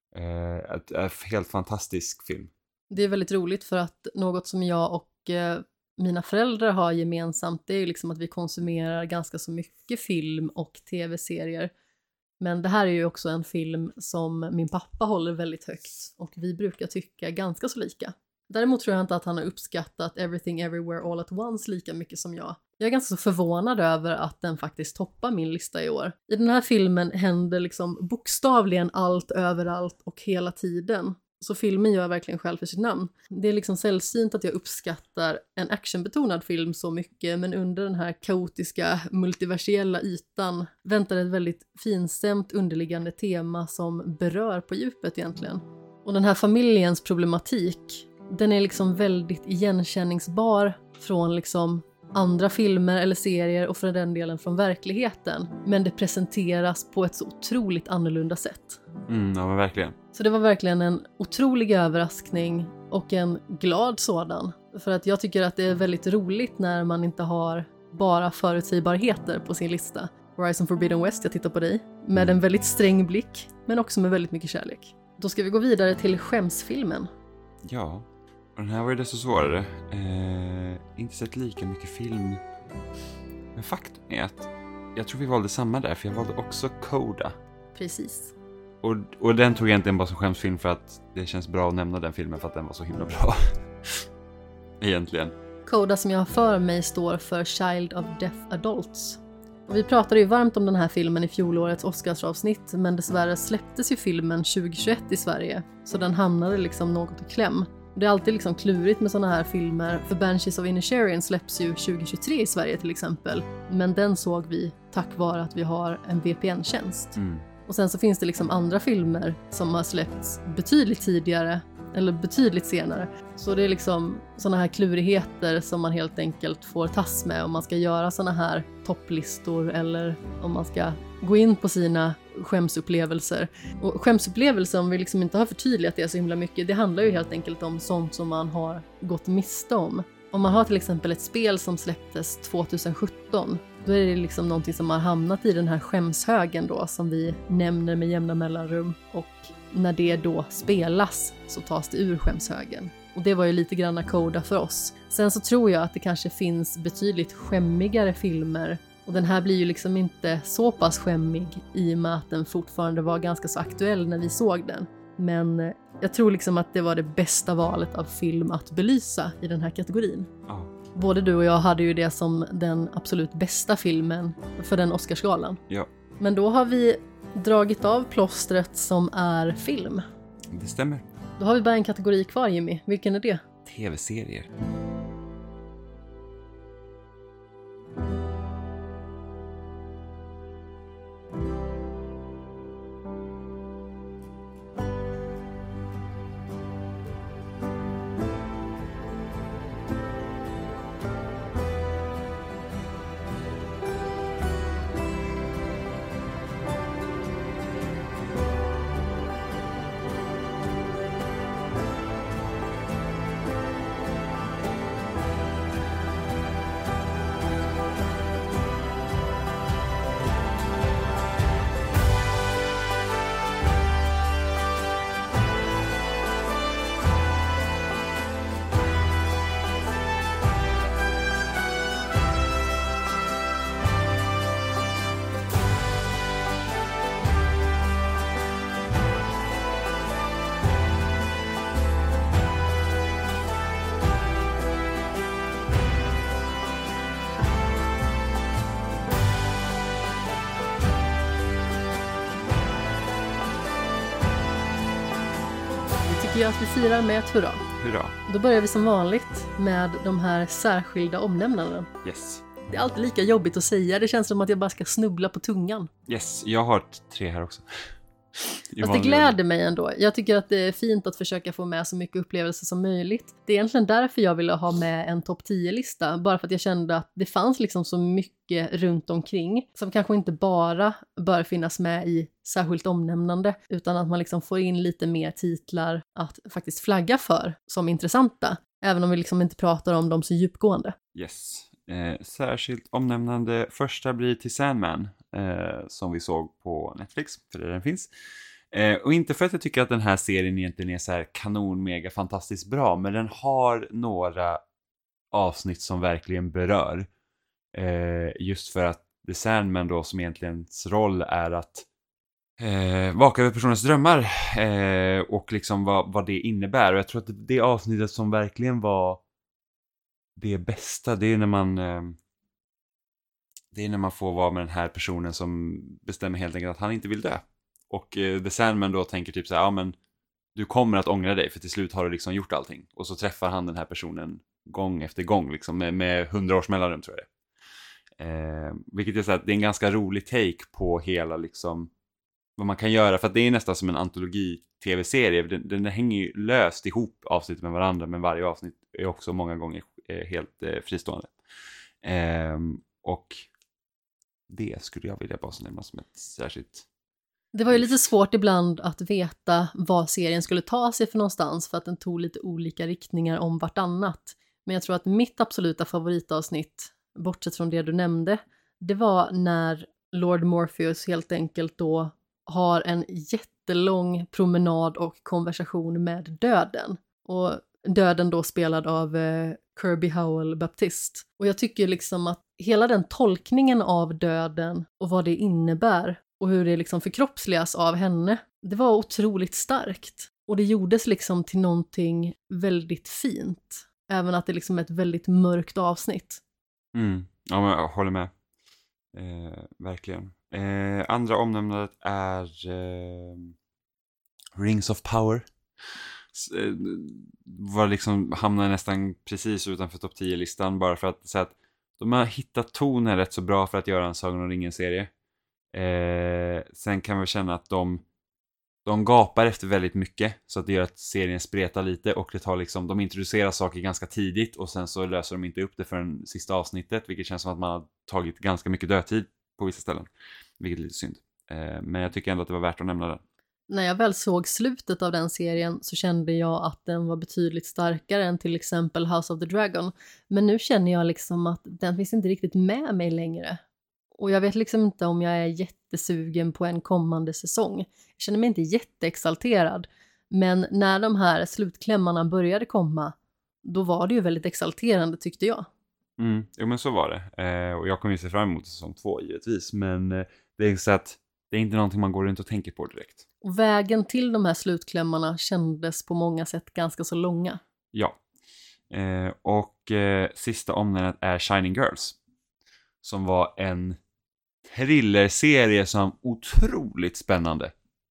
Ett helt fantastisk film. Det är väldigt roligt för att något som jag och mina föräldrar har gemensamt det är ju liksom att vi konsumerar ganska så mycket film och tv-serier. Men det här är ju också en film som min pappa håller väldigt högt och vi brukar tycka ganska så lika. Däremot tror jag inte att han har uppskattat Everything Everywhere All at Once lika mycket som jag. Jag är ganska så förvånad över att den faktiskt toppar min lista i år. I den här filmen händer liksom bokstavligen allt överallt och hela tiden. Så filmen gör verkligen själv för sitt namn. Det är liksom sällsynt att jag uppskattar en actionbetonad film så mycket, men under den här kaotiska, multiversella ytan väntar ett väldigt finstämt underliggande tema som berör på djupet egentligen. Och den här familjens problematik, den är liksom väldigt igenkänningsbar från liksom andra filmer eller serier och för den delen från verkligheten. Men det presenteras på ett så otroligt annorlunda sätt. Ja men verkligen. Så det var verkligen en otrolig överraskning och en glad sådan. För att jag tycker att det är väldigt roligt när man inte har bara förutsägbarheter på sin lista. Horizon Forbidden West, jag tittar på dig, med en väldigt sträng blick men också med väldigt mycket kärlek. Då ska vi gå vidare till skämsfilmen. Ja, och den här var ju desto svårare. Inte sett lika mycket film. Men faktum är att jag tror vi valde samma där, för jag valde också Coda. Precis. Och den tog jag egentligen bara som skämsfilm för att det känns bra att nämna den filmen för att den var så himla bra. Egentligen. Coda som jag har för mig står för Child of Deaf Adults. Och vi pratade ju varmt om den här filmen i fjolårets Oscarsavsnitt, men dessvärre släpptes ju filmen 2021 i Sverige, så den hamnade liksom något i kläm. Det är alltid liksom klurigt med såna här filmer, för Banshees of Inisherin släpps ju 2023 i Sverige till exempel, men den såg vi tack vare att vi har en VPN-tjänst. Och sen så finns det liksom andra filmer som har släppts betydligt tidigare eller betydligt senare. Så det är liksom såna här klurigheter som man helt enkelt får tas med om man ska göra såna här topplistor eller om man ska gå in på sina skämsupplevelser. Och skämsupplevelser, om vi liksom inte har förtydligat det så himla mycket, det handlar ju helt enkelt om sånt som man har gått miste om. Om man har till exempel ett spel som släpptes 2017, då är det liksom någonting som har hamnat i den här skämshögen då, som vi nämner med jämna mellanrum, och när det då spelas så tas det ur skämshögen. Och det var ju lite grann Coda för oss. Sen så tror jag att det kanske finns betydligt skämmigare filmer, och den här blir ju liksom inte så pass skämmig i och med att den fortfarande var ganska så aktuell när vi såg den. Men jag tror liksom att det var det bästa valet av film att belysa i den här kategorin. Ja. Både du och jag hade ju det som den absolut bästa filmen för den Oscarsgalan. Ja. Men då har vi dragit av plåstret som är film. Det stämmer. Då har vi bara en kategori kvar, Jimmy. Vilken är det? TV-serier. tycker jag att vi firar med ett hurra. Hurra. Då börjar vi som vanligt med de här särskilda omnämnandena. Yes. Det är alltid lika jobbigt att säga. Det känns som att jag bara ska snubbla på tungan. Yes, jag har 3 här också. Fast det gläder mig ändå. Jag tycker att det är fint att försöka få med så mycket upplevelser som möjligt. Det är egentligen därför jag ville ha med en topp 10-lista. Bara för att jag kände att det fanns liksom så mycket runt omkring som kanske inte bara bör finnas med i särskilt omnämnande, utan att man liksom får in lite mer titlar att faktiskt flagga för som intressanta. Även om vi liksom inte pratar om dem så djupgående. Yes. Särskilt omnämnande första blir till Sandman som vi såg på Netflix, för det den finns. Och inte för att jag tycker att den här serien egentligen är så här kanon, mega, fantastiskt bra, men den har några avsnitt som verkligen berör. Just för att The Sandman då, som egentligens roll är att vaka över personens drömmar och liksom vad det innebär. Och jag tror att det avsnittet som verkligen var det bästa, det är när man får vara med den här personen som bestämmer helt enkelt att han inte vill dö. Och The Sandman då tänker typ så här, ja men du kommer att ångra dig för till slut har du liksom gjort allting. Och så träffar han den här personen gång efter gång liksom med 100 års mellanrum, tror jag det. Vilket är så att det är en ganska rolig take på hela liksom vad man kan göra, för att det är nästan som en antologi-tv-serie. Den hänger ju löst ihop avsnitt med varandra, men varje avsnitt är också många gånger helt fristående. Och det skulle jag vilja bara nämna som ett särskilt... Det var ju lite svårt ibland att veta vad serien skulle ta sig för någonstans, för att den tog lite olika riktningar om vartannat. Men jag tror att mitt absoluta favoritavsnitt, bortsett från det du nämnde, det var när Lord Morpheus helt enkelt då har en jättelång promenad och konversation med döden. Och döden då spelad av Kirby Howell Baptiste. Och jag tycker liksom att hela den tolkningen av döden och vad det innebär och hur det liksom förkroppsligas av henne, det var otroligt starkt. Och det gjordes liksom till någonting väldigt fint. Även att det liksom är ett väldigt mörkt avsnitt. Ja, men jag håller med. Verkligen. Andra omnämnandet är Rings of Power. Var liksom hamnar nästan precis utanför topp 10-listan, bara för att säga att de har hittat tonen rätt så bra för att göra en Sagan om ringen-serie. Sen kan vi känna att de gapar efter väldigt mycket, så att det gör att serien spretar lite, och det tar liksom, de introducerar saker ganska tidigt och sen så löser de inte upp det för den sista avsnittet, vilket känns som att man har tagit ganska mycket dödtid på vissa ställen, vilket är lite synd. Men jag tycker ändå att det var värt att nämna det. När jag väl såg slutet av den serien så kände jag att den var betydligt starkare än till exempel House of the Dragon. Men nu känner jag liksom att den finns inte riktigt med mig längre. Och jag vet liksom inte om jag är jättesugen på en kommande säsong. Jag känner mig inte jätteexalterad. Men när de här slutklämmarna började komma, då var det ju väldigt exalterande, tyckte jag. Jo, men så var det. Och jag kommer ju se fram emot säsong 2 givetvis. Men det är så att det är inte någonting man går runt och tänker på direkt. Och vägen till de här slutklämmarna kändes på många sätt ganska så långa. Ja. Och sista omnämnandet är Shining Girls. Som var en thrillerserie som otroligt spännande.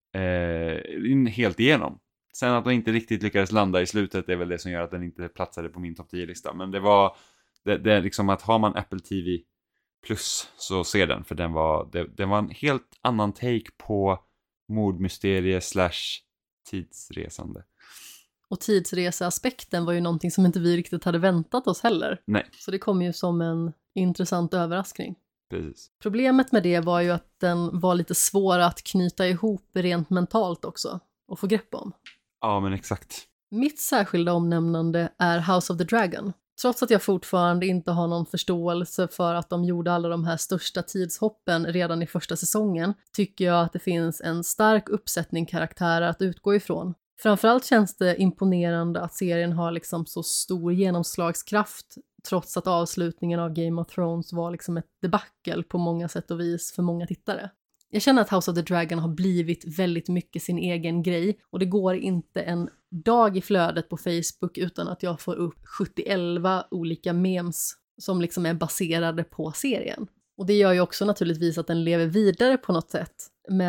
Helt igenom. Sen att de inte riktigt lyckades landa i slutet är väl det som gör att den inte platsade på min topp 10-lista. Men det var det liksom att har man Apple TV Plus så ser den. För den var en helt annan take på mordmysterie / tidsresande. Och tidsreseaspekten var ju någonting som inte vi riktigt hade väntat oss heller. Nej. Så det kom ju som en intressant överraskning. Precis. Problemet med det var ju att den var lite svår att knyta ihop rent mentalt också. Och få grepp om. Ja, men exakt. Mitt särskilda omnämnande är House of the Dragon. Trots att jag fortfarande inte har någon förståelse för att de gjorde alla de här största tidshoppen redan i första säsongen, tycker jag att det finns en stark uppsättning karaktärer att utgå ifrån. Framförallt känns det imponerande att serien har liksom så stor genomslagskraft, trots att avslutningen av Game of Thrones var liksom ett debacle på många sätt och vis för många tittare. Jag känner att House of the Dragon har blivit väldigt mycket sin egen grej, och det går inte en dag i flödet på Facebook utan att jag får upp 71 olika memes som liksom är baserade på serien. Och det gör ju också naturligtvis att den lever vidare på något sätt. Men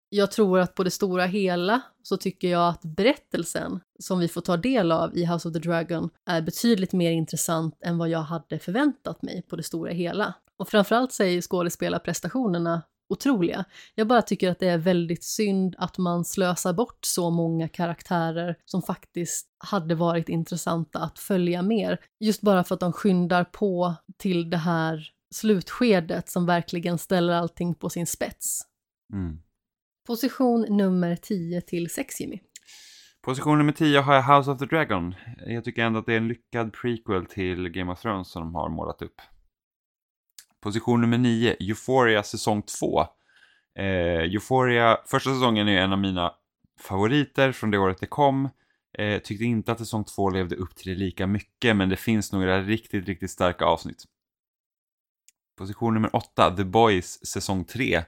Jag tror att på det stora hela så tycker jag att berättelsen som vi får ta del av i House of the Dragon är betydligt mer intressant än vad jag hade förväntat mig på det stora hela. Och framförallt så är ju skådespelarprestationerna otroliga. Jag bara tycker att det är väldigt synd att man slösar bort så många karaktärer som faktiskt hade varit intressanta att följa mer. Just bara för att de skyndar på till det här slutskedet som verkligen ställer allting på sin spets. Mm. Position nummer 10 till 6, Jimmy. Position nummer 10 har jag House of the Dragon. Jag tycker ändå att det är en lyckad prequel till Game of Thrones som de har målat upp. Position nummer 9, Euphoria säsong 2. Euphoria, första säsongen är en av mina favoriter från det året det kom. Tyckte inte att säsong 2 levde upp till det lika mycket, men det finns några riktigt, riktigt starka avsnitt. Position nummer 8, The Boys säsong 3.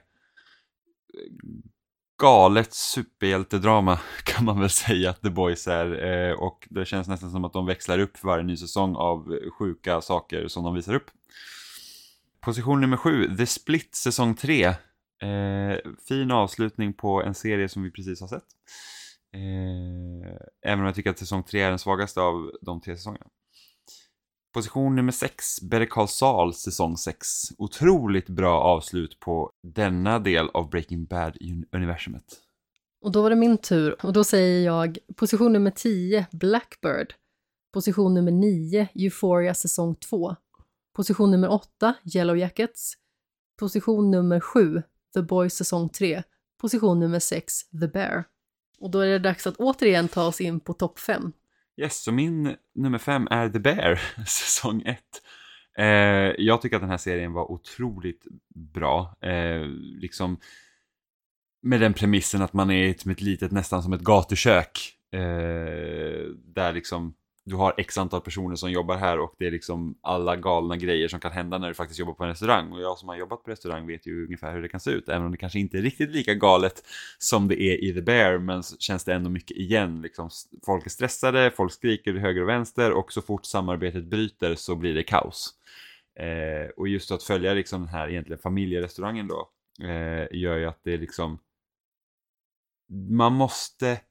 Galet superhjältedrama kan man väl säga att The Boys är, och det känns nästan som att de växlar upp varje ny säsong av sjuka saker som de visar upp. Position nummer 7, The Split säsong 3. Fin avslutning på en serie som vi precis har sett. Även om jag tycker att säsong 3 är den svagaste av de 3 säsongerna. Position nummer 6, Better Call Saul säsong 6. Otroligt bra avslut på denna del av Breaking Bad-universumet. Och då var det min tur. Och då säger jag position nummer 10, Blackbird. Position nummer 9, Euphoria säsong 2. Position nummer 8, Yellow Jackets. Position nummer 7, The Boys säsong 3. Position nummer 6, The Bear. Och då är det dags att återigen ta oss in på topp 5. Yes, så min nummer 5 är The Bear, säsong 1. Jag tycker att den här serien var otroligt bra. Liksom med den premissen att man är som ett litet, nästan som ett gatukök. Där liksom du har x antal personer som jobbar här och det är liksom alla galna grejer som kan hända när du faktiskt jobbar på en restaurang. Och jag som har jobbat på restaurang vet ju ungefär hur det kan se ut, även om det kanske inte är riktigt lika galet som det är i The Bear, men känns det ändå mycket igen. Liksom, folk är stressade, folk skriker höger och vänster och så fort samarbetet bryter så blir det kaos. Och just att följa liksom den här egentligen familjerestaurangen då gör ju att det är liksom man måste,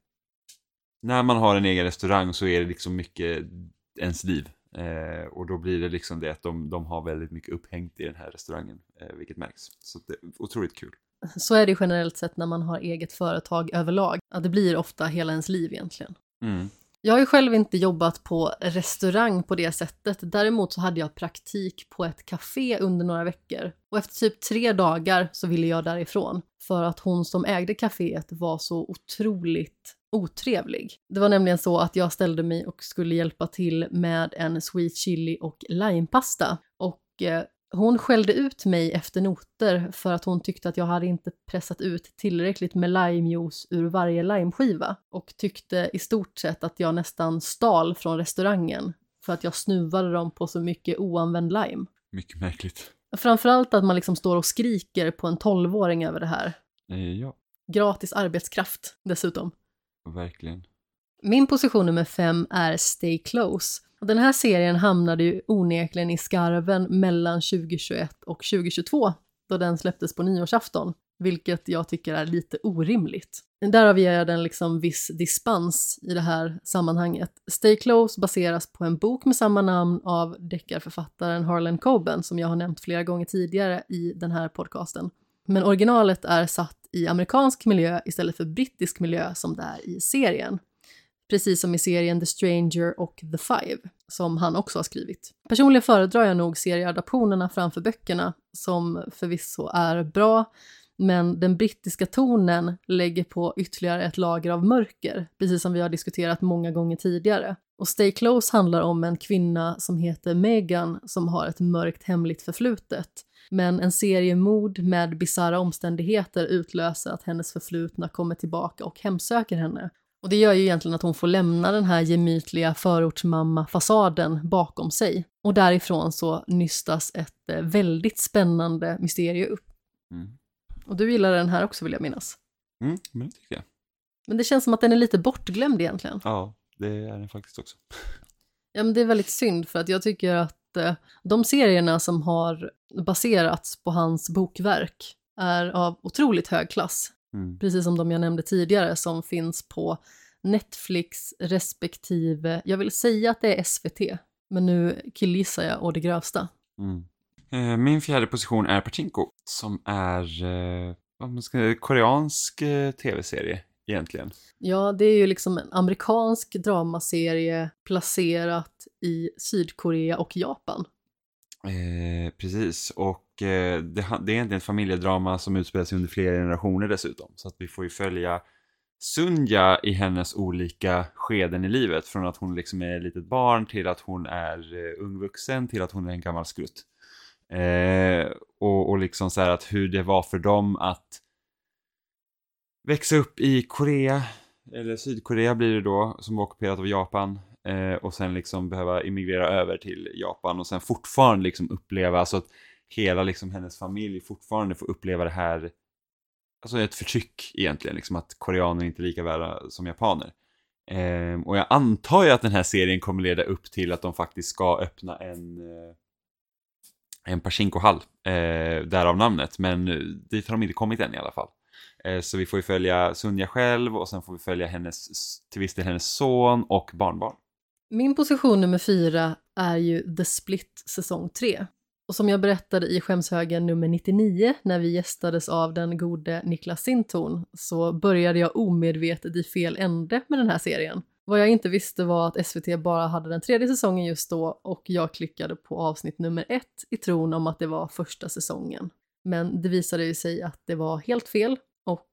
när man har en egen restaurang så är det liksom mycket ens liv. Och då blir det liksom det att de har väldigt mycket upphängt i den här restaurangen, vilket märks. Så det är otroligt kul. Så är det generellt sett när man har eget företag överlag. Att det blir ofta hela ens liv egentligen. Mm. Jag har ju själv inte jobbat på restaurang på det sättet. Däremot så hade jag praktik på ett café under några veckor. Och efter typ 3 dagar så ville jag därifrån. För att hon som ägde caféet var så otroligt otrevlig. Det var nämligen så att jag ställde mig och skulle hjälpa till med en sweet chili och limepasta. Och hon skällde ut mig efter noter för att hon tyckte att jag hade inte pressat ut tillräckligt med limejuice ur varje limeskiva. Och tyckte i stort sett att jag nästan stal från restaurangen för att jag snuvade dem på så mycket oanvänd lime. Mycket märkligt. Framförallt att man liksom står och skriker på en 12-åring över det här. Ja. Gratis arbetskraft dessutom. Verkligen. Min position nummer 5 är Stay Close. Och den här serien hamnade ju onekligen i skarven mellan 2021 och 2022 då den släpptes på nyårsafton, vilket jag tycker är lite orimligt. Därav ger jag den liksom viss dispens i det här sammanhanget. Stay Close baseras på en bok med samma namn av deckarförfattaren Harlan Coben som jag har nämnt flera gånger tidigare i den här podcasten. Men originalet är satt i amerikansk miljö istället för brittisk miljö som det är i serien. Precis som i serien The Stranger och The Five, som han också har skrivit. Personligen föredrar jag nog serieadaptionerna framför böckerna, som förvisso är bra, men den brittiska tonen lägger på ytterligare ett lager av mörker, precis som vi har diskuterat många gånger tidigare. Och Stay Close handlar om en kvinna som heter Megan som har ett mörkt hemligt förflutet. Men en serie mord med bizarra omständigheter utlöser att hennes förflutna kommer tillbaka och hemsöker henne. Och det gör ju egentligen att hon får lämna den här gemytliga förortsmamma-fasaden bakom sig. Och därifrån så nystas ett väldigt spännande mysterium upp. Mm. Och du gillar den här också, vill jag minnas. Men det tycker jag. Men det känns som att den är lite bortglömd egentligen. Ja, det är den faktiskt också. Ja, men det är väldigt synd för att jag tycker att de serierna som har baserats på hans bokverk är av otroligt hög klass. Precis som de jag nämnde tidigare som finns på Netflix respektive, jag vill säga att det är SVT, men nu killgissar jag å det grövsta. Min fjärde position är Pachinko, som är koreansk tv-serie egentligen. Ja, det är ju liksom en amerikansk dramaserie placerat i Sydkorea och Japan. Precis, och det är egentligen ett familjedrama som utspelar sig under flera generationer dessutom. Så att vi får ju följa Sunja i hennes olika skeden i livet. Från att hon liksom är ett litet barn till att hon är ungvuxen till att hon är en gammal skrutt. Och liksom så här att hur det var för dem att växa upp i Korea, eller Sydkorea blir det då, som var ockuperat av Japan. Och sen liksom behöva immigrera över till Japan och sen fortfarande liksom uppleva, alltså att hela liksom hennes familj fortfarande får uppleva det här, alltså ett förtryck egentligen, liksom att koreaner inte är lika värda som japaner. Och jag antar ju att den här serien kommer leda upp till att de faktiskt ska öppna en Pachinko-hall, därav namnet, men dit har de inte kommit än i alla fall. Så vi får ju följa Sunja själv och sen får vi följa till viss del hennes son och barnbarn. Min position nummer 4 är ju The Split säsong 3. Och som jag berättade i skämshögen nummer 99 när vi gästades av den gode Niklas Sintorn så började jag omedvetet i fel ände med den här serien. Vad jag inte visste var att SVT bara hade den 3:e säsongen just då och jag klickade på avsnitt nummer 1 i tron om att det var första säsongen. Men det visade ju sig att det var helt fel och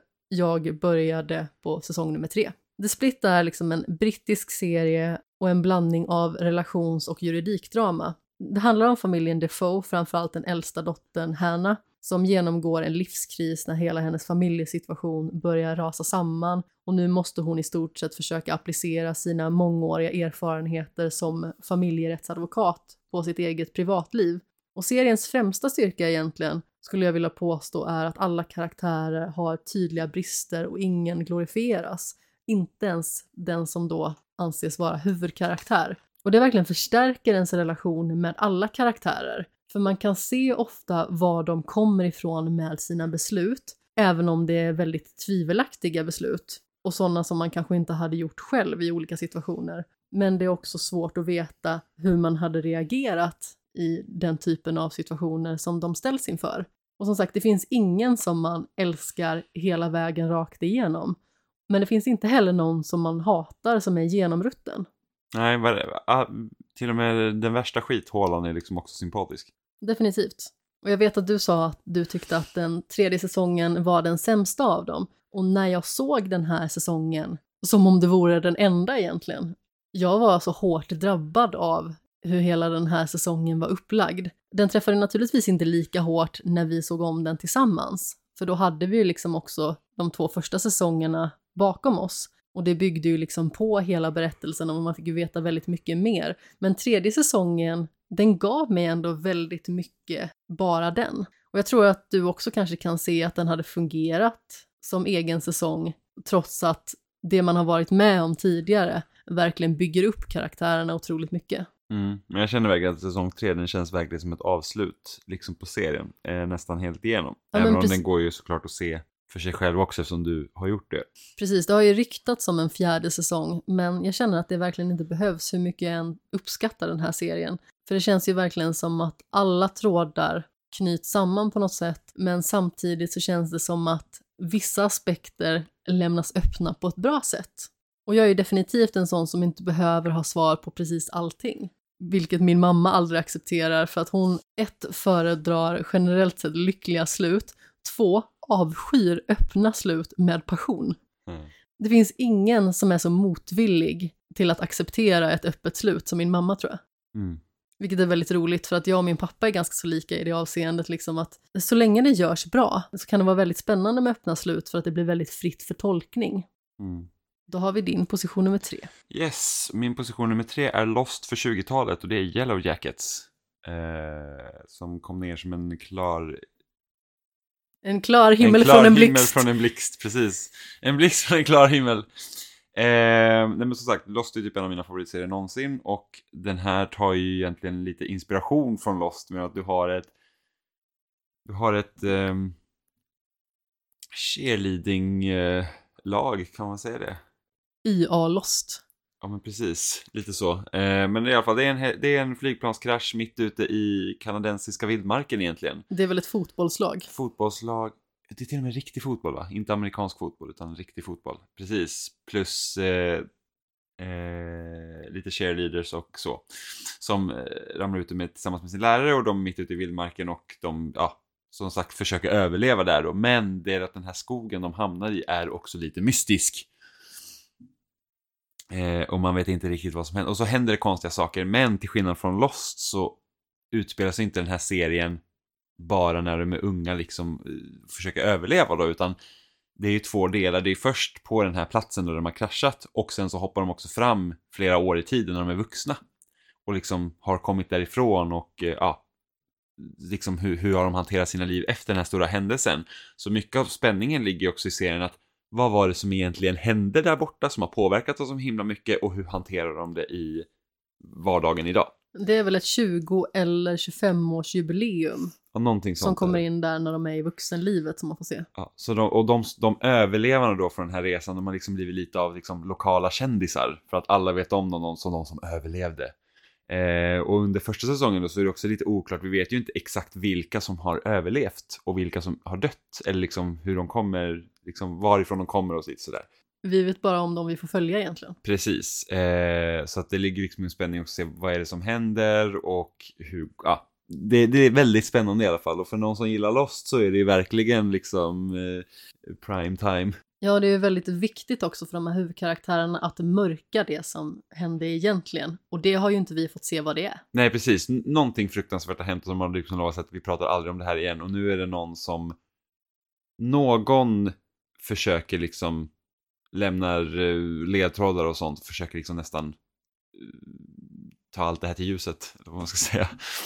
jag började på säsong nummer 3. The Split är liksom en brittisk serie och en blandning av relations- och juridikdrama. Det handlar om familjen Defoe, framförallt den äldsta dottern Hannah, som genomgår en livskris när hela hennes familjesituation börjar rasa samman och nu måste hon i stort sett försöka applicera sina mångåriga erfarenheter som familjerättsadvokat på sitt eget privatliv. Och seriens främsta styrka egentligen, skulle jag vilja påstå, är att alla karaktärer har tydliga brister och ingen glorifieras. Inte ens den som då anses vara huvudkaraktär. Och det verkligen förstärker ens relation med alla karaktärer. För man kan se ofta var de kommer ifrån med sina beslut, även om det är väldigt tvivelaktiga beslut. Och sådana som man kanske inte hade gjort själv i olika situationer. Men det är också svårt att veta hur man hade reagerat i den typen av situationer som de ställs inför. Och som sagt, det finns ingen som man älskar hela vägen rakt igenom. Men det finns inte heller någon som man hatar som är genomrutten. Nej, till och med den värsta skithålan är liksom också sympatisk. Definitivt. Och jag vet att du sa att du tyckte att den 3:e säsongen var den sämsta av dem. Och när jag såg den här säsongen, som om det vore den enda egentligen, jag var så hårt drabbad av hur hela den här säsongen var upplagd. Den träffade naturligtvis inte lika hårt när vi såg om den tillsammans. För då hade vi ju liksom också de 2 första säsongerna bakom oss. Och det byggde ju liksom på hela berättelsen och man fick ju veta väldigt mycket mer. Men 3:e säsongen, den gav mig ändå väldigt mycket, bara den. Och jag tror att du också kanske kan se att den hade fungerat som egen säsong, trots att det man har varit med om tidigare verkligen bygger upp karaktärerna otroligt mycket. Men jag känner verkligen att säsong 3, den känns verkligen som ett avslut liksom på serien, nästan helt igenom. Ja, även om den går ju såklart att se för sig själv också eftersom du har gjort det. Precis, det har ju ryktats som en 4:e säsong, men jag känner att det verkligen inte behövs hur mycket jag än uppskattar den här serien. För det känns ju verkligen som att alla trådar knyts samman på något sätt, men samtidigt så känns det som att vissa aspekter lämnas öppna på ett bra sätt. Och jag är ju definitivt en sån som inte behöver ha svar på precis allting. Vilket min mamma aldrig accepterar för att hon 1 föredrar generellt sett lyckliga slut, 2 avskyr öppna slut med passion. Det finns ingen som är så motvillig till att acceptera ett öppet slut som min mamma, tror jag. Vilket är väldigt roligt för att jag och min pappa är ganska så lika i det avseendet liksom att så länge det görs bra så kan det vara väldigt spännande med öppna slut för att det blir väldigt fritt för tolkning. Då har vi din position nummer 3. Yes, min position nummer 3 är Lost för 20-talet och det är Yellow Jackets. Som kom ner som en klar himmel från en blixt. Himmel från en blixt, precis. En blixt från en klar himmel. Nej, men som sagt, Lost är typ en av mina favoritserier någonsin. Och den här tar ju egentligen lite inspiration från Lost med att du har ett cheerleading-lag, kan man säga det? IA Lost. Ja, men precis. Lite så. Men i alla fall, det är en flygplanskrasch mitt ute i kanadensiska vildmarken egentligen. Det är väl ett fotbollslag? Fotbollslag. Det är till och med riktig fotboll, va? Inte amerikansk fotboll, utan riktig fotboll. Precis. Plus lite cheerleaders och så. Som ramlar ute tillsammans med sin lärare, och de är mitt ute i vildmarken, och de, ja, som sagt, försöker överleva där då. Men det är att den här skogen de hamnar i är också lite mystisk. Och man vet inte riktigt vad som händer. Och så händer det konstiga saker. Men till skillnad från Lost så utspelar sig inte den här serien bara när de är unga liksom försöker överleva då, utan det är ju två delar. Det är först på den här platsen där de har kraschat, och sen så hoppar de också fram flera år i tiden när de är vuxna och liksom har kommit därifrån, och ja, liksom hur har de hanterat sina liv efter den här stora händelsen. Så mycket av spänningen ligger också i serien, att vad var det som egentligen hände där borta som har påverkat oss så himla mycket, och hur hanterar de det i vardagen idag? Det är väl ett 20 eller 25-års jubileum någonting sånt som kommer in där när de är i vuxenlivet, som man får se. Ja, så de överlevarna då från den här resan, de har liksom blivit lite av liksom lokala kändisar, för att alla vet om någon som någon som överlevde. Och under första säsongen då så är det också lite oklart. Vi vet ju inte exakt vilka som har överlevt och vilka som har dött, eller liksom hur de kommer, liksom varifrån de kommer och sådär. Vi vet bara om dem vi får följa egentligen. Precis, så att det ligger liksom en spänning också att se vad är det som händer och hur, ja, det är väldigt spännande i alla fall. Och för någon som gillar Lost så är det ju verkligen liksom prime time. Ja, det är väldigt viktigt också för de här huvudkaraktärerna att mörka det som hände egentligen. Och det har ju inte vi fått se vad det är. Nej, precis. Någonting fruktansvärt har hänt, och som har liksom lovat att vi pratar aldrig om det här igen. Och nu är det någon försöker liksom lämnar ledtrådar och sånt, försöker liksom nästan ta allt det här till ljuset, eller vad man ska säga.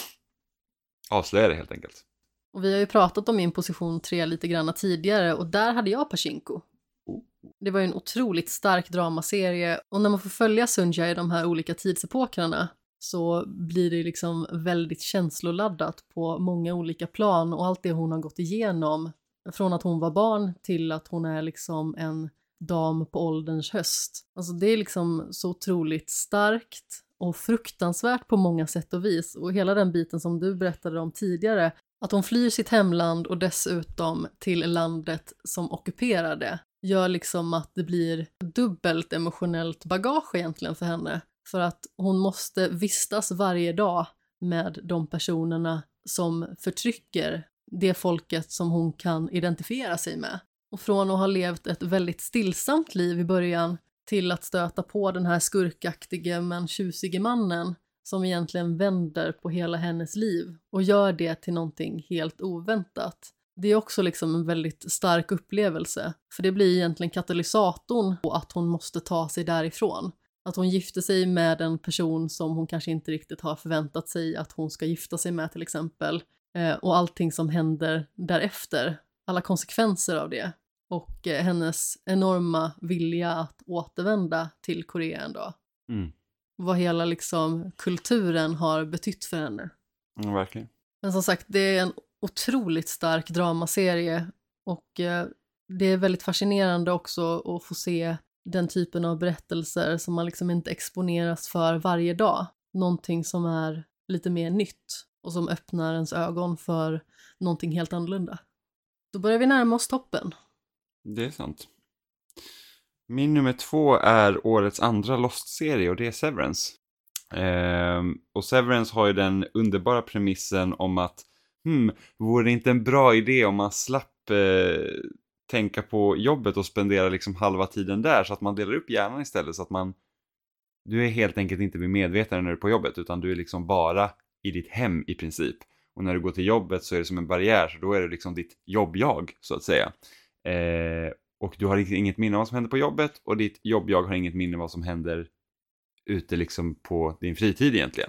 Avslöja det helt enkelt. Och vi har ju pratat om min position 3 lite grann tidigare, och där hade jag Pachinko. Det var ju en otroligt stark dramaserie, och när man får följa Sunja i de här olika tidsepokerna så blir det liksom väldigt känsloladdat på många olika plan, och allt det hon har gått igenom från att hon var barn till att hon är liksom en dam på ålderns höst. Alltså det är liksom så otroligt starkt och fruktansvärt på många sätt och vis, och hela den biten som du berättade om tidigare, att hon flyr sitt hemland och dessutom till landet som ockuperar det, gör liksom att det blir dubbelt emotionellt bagage egentligen för henne. För att hon måste vistas varje dag med de personerna som förtrycker det folket som hon kan identifiera sig med. Och från att ha levt ett väldigt stillsamt liv i början till att stöta på den här skurkaktige men tjusige mannen som egentligen vänder på hela hennes liv och gör det till någonting helt oväntat. Det är också liksom en väldigt stark upplevelse, för det blir egentligen katalysatorn på att hon måste ta sig därifrån. Att hon gifter sig med en person som hon kanske inte riktigt har förväntat sig att hon ska gifta sig med till exempel. Och allting som händer därefter, alla konsekvenser av det. Och hennes enorma vilja att återvända till Korea en dag. Mm. Vad hela liksom kulturen har betytt för henne. Verkligen. Men som sagt, det är en otroligt stark dramaserie, och det är väldigt fascinerande också att få se den typen av berättelser som man liksom inte exponeras för varje dag. Någonting som är lite mer nytt och som öppnar ens ögon för någonting helt annorlunda. Då börjar vi närma oss toppen. Det är sant. Min nummer 2 är årets andra Lost-serie, och det är Severance. Och Severance har ju den underbara premissen om att vore det inte en bra idé om man slapp tänka på jobbet och spendera liksom halva tiden där, så att man delar upp hjärnan istället, så att du är helt enkelt inte vid medvetande när du är på jobbet, utan du är liksom bara i ditt hem i princip. Och när du går till jobbet så är det som en barriär, så då är det liksom ditt jobb-jag, så att säga. Och du har inget minne av vad som händer på jobbet, och ditt jobb-jag har inget minne av vad som händer ute liksom på din fritid egentligen.